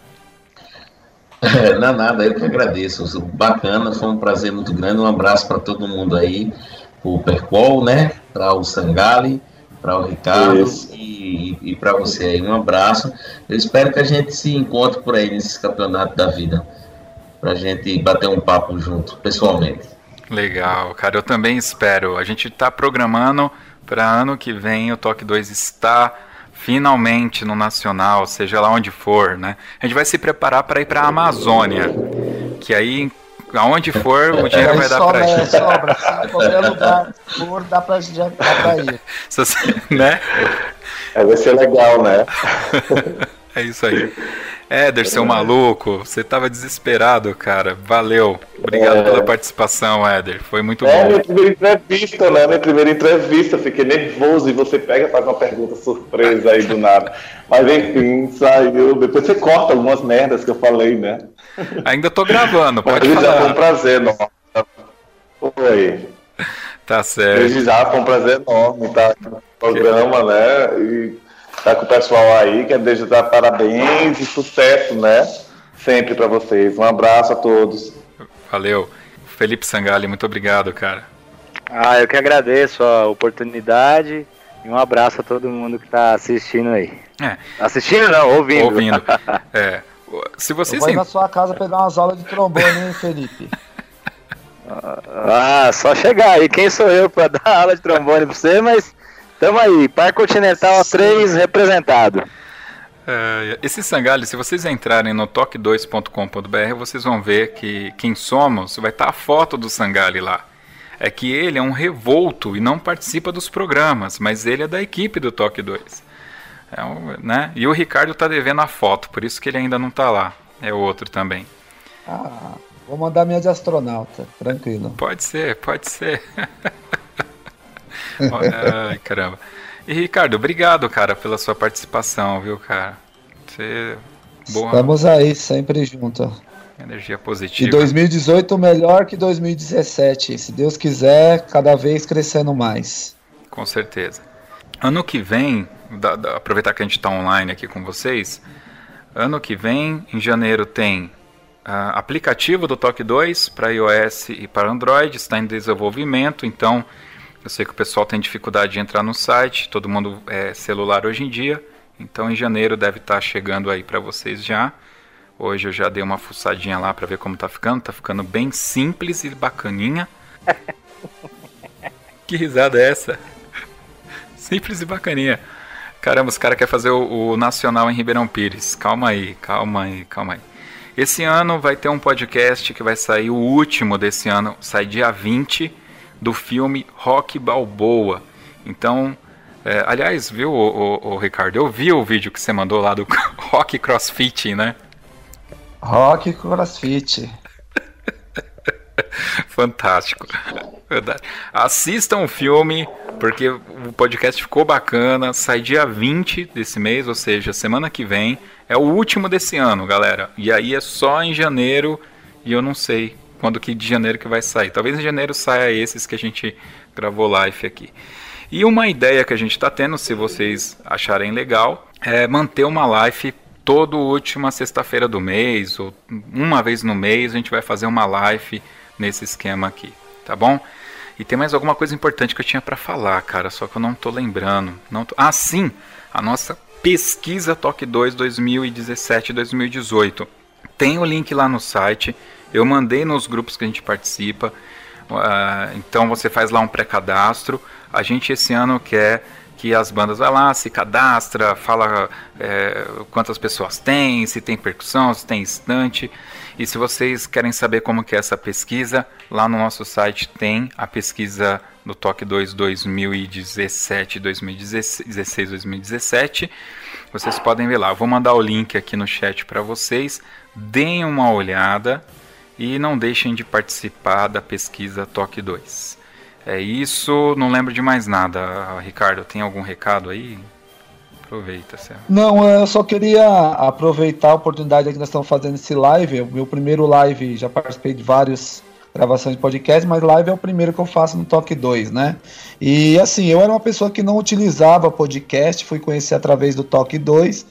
É, não é nada, eu que agradeço. Bacana, foi um prazer muito grande. Um abraço para todo mundo aí. O Percol, né? Para o Sangali, para o Ricardo e, e, e para você aí, um abraço. Eu espero que a gente se encontre por aí nesse campeonato da vida, para a gente bater um papo junto, pessoalmente. Legal, cara, eu também espero. A gente está programando para ano que vem o Toque dois está finalmente no Nacional, seja lá onde for, né? A gente vai se preparar para ir para a Amazônia, que aí, aonde for, o dinheiro é, vai dar sobra, pra gente. É, sobra, se qualquer lugar for, dá pra, já, dá pra ir. Você, né? É, vai ser legal, né? É isso aí. Éder, seu maluco, você tava desesperado, cara. Valeu. Obrigado é. pela participação, Éder. Foi muito é, bom. É, minha primeira entrevista, né? Minha primeira entrevista. Fiquei nervoso e você pega e faz uma pergunta surpresa aí do nada. Mas enfim, saiu. Depois você corta algumas merdas que eu falei, né? Ainda tô gravando, pode Mas falar. Já foi um prazer enorme. Foi. Tá certo. Desde já foi um prazer enorme estar no programa, que... né? E tá com o pessoal aí, quero desde dar parabéns e sucesso, né? Sempre para vocês. Um abraço a todos. Valeu. Felipe Sangali, muito obrigado, cara. Ah, eu que agradeço a oportunidade e um abraço a todo mundo que tá assistindo aí. É. Assistindo não, ouvindo. Ouvindo. É. Se vocês... Eu vou ir na sua casa pegar umas aulas de trombone, hein, Felipe? Ah, só chegar aí. Quem sou eu para dar aula de trombone pra você, mas... Tamo aí, Parque Continental três representado. Uh, esse Sangali, se vocês entrarem no toque dois ponto com ponto b r, vocês vão ver que quem somos vai estar a foto do Sangali lá. É que ele é um revolto e não participa dos programas, mas ele é da equipe do Toque dois. É um, né? E o Ricardo tá devendo a foto, por isso que ele ainda não tá lá. É outro também. Ah, vou mandar minha de astronauta, tranquilo. Pode ser, pode ser. Ai, caramba. E Ricardo, obrigado, cara, pela sua participação, viu, cara? Você... Boa... Estamos aí, sempre junto. Energia positiva. E dois mil e dezoito melhor que dois mil e dezessete. Se Deus quiser, cada vez crescendo mais. Com certeza. Ano que vem, da, da, aproveitar que a gente está online aqui com vocês, ano que vem, em janeiro, tem uh, aplicativo do Toque dois para iOS e para Android, está em desenvolvimento, então... Eu sei que o pessoal tem dificuldade de entrar no site, todo mundo é celular hoje em dia, então em janeiro deve estar chegando aí para vocês já. Hoje eu já dei uma fuçadinha lá para ver como tá ficando, tá ficando bem simples e bacaninha. Que risada é essa? Simples e bacaninha. Caramba, os caras querem fazer o, o Nacional em Ribeirão Pires. Calma aí, calma aí, calma aí. Esse ano vai ter um podcast que vai sair, o último desse ano, sai dia vinte, do filme Rocky Balboa. Então, é, aliás, viu, o, o, o Ricardo, eu vi o vídeo que você mandou lá do Rocky CrossFit, né? Rocky CrossFit. Fantástico. Verdade. Assistam o filme, porque o podcast ficou bacana. Sai dia vinte desse mês, ou seja, semana que vem. É o último desse ano, galera. E aí é só em janeiro, e eu não sei quando que de janeiro que vai sair. Talvez em janeiro saia esses que a gente gravou live aqui. E uma ideia que a gente está tendo, se vocês acharem legal, é manter uma live toda última sexta-feira do mês, ou uma vez no mês a gente vai fazer uma live nesse esquema aqui, tá bom? E tem mais alguma coisa importante que eu tinha para falar, cara, só que eu não tô lembrando. Não tô... Ah, sim! A nossa pesquisa T O C dois dois mil e dezessete dois mil e dezoito. Tem o link lá no site, eu mandei nos grupos que a gente participa, uh, então você faz lá um pré-cadastro. A gente esse ano quer que as bandas vai lá, se cadastra, fala é, quantas pessoas tem, se tem percussão, se tem estante. E se vocês querem saber como que é essa pesquisa, lá no nosso site tem a pesquisa do T O C dois dois mil e dezessete dois mil e dezesseis dois mil e dezessete. Vocês podem ver lá. Eu vou mandar o link aqui no chat para vocês. Deem uma olhada e não deixem de participar da pesquisa T O C dois. É isso, não lembro de mais nada. Ricardo, tem algum recado aí? Aproveita, Sérgio. Não, eu só queria aproveitar a oportunidade que nós estamos fazendo esse live. O meu primeiro live, já participei de várias gravações de podcast, mas live é o primeiro que eu faço no T O C dois, né? E assim, eu era uma pessoa que não utilizava podcast, fui conhecer através do T O C dois.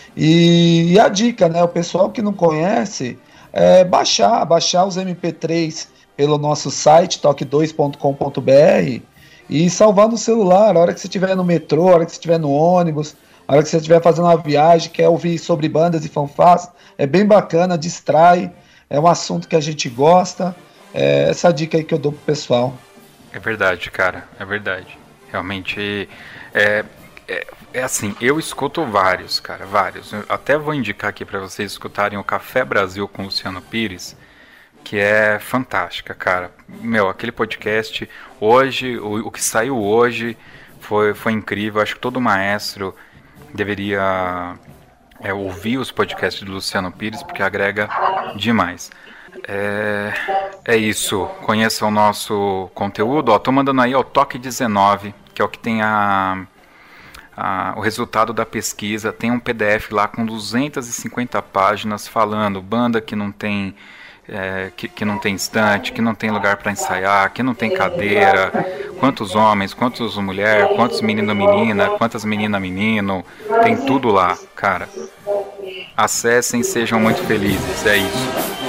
E, e a dica, né? O pessoal que não conhece, é baixar, baixar os M P três pelo nosso site, toque dois ponto com ponto b r, e salvar no celular, a hora que você estiver no metrô, a hora que você estiver no ônibus, a hora que você estiver fazendo uma viagem, quer ouvir sobre bandas e fanfarras, é bem bacana, distrai, é um assunto que a gente gosta, é essa dica aí que eu dou pro pessoal. É verdade, cara, é verdade. Realmente, é, é, é assim, eu escuto vários, cara, vários. Eu até vou indicar aqui para vocês escutarem o Café Brasil com o Luciano Pires, que é fantástica, cara. Meu, aquele podcast, hoje, o, o que saiu hoje foi, foi incrível. Acho que todo maestro deveria é, ouvir os podcasts do Luciano Pires, porque agrega demais. É, é isso, conheça o nosso conteúdo. Ó, tô mandando aí o T O C dezenove, que é o que tem a, a, o resultado da pesquisa. Tem um P D F lá com duzentas e cinquenta páginas falando banda que não tem... É, que, que não tem estante, que não tem lugar para ensaiar, que não tem cadeira, quantos homens, quantas mulheres, quantos menino menina, quantas menina menino, tem tudo lá, cara. Acessem, sejam muito felizes, é isso.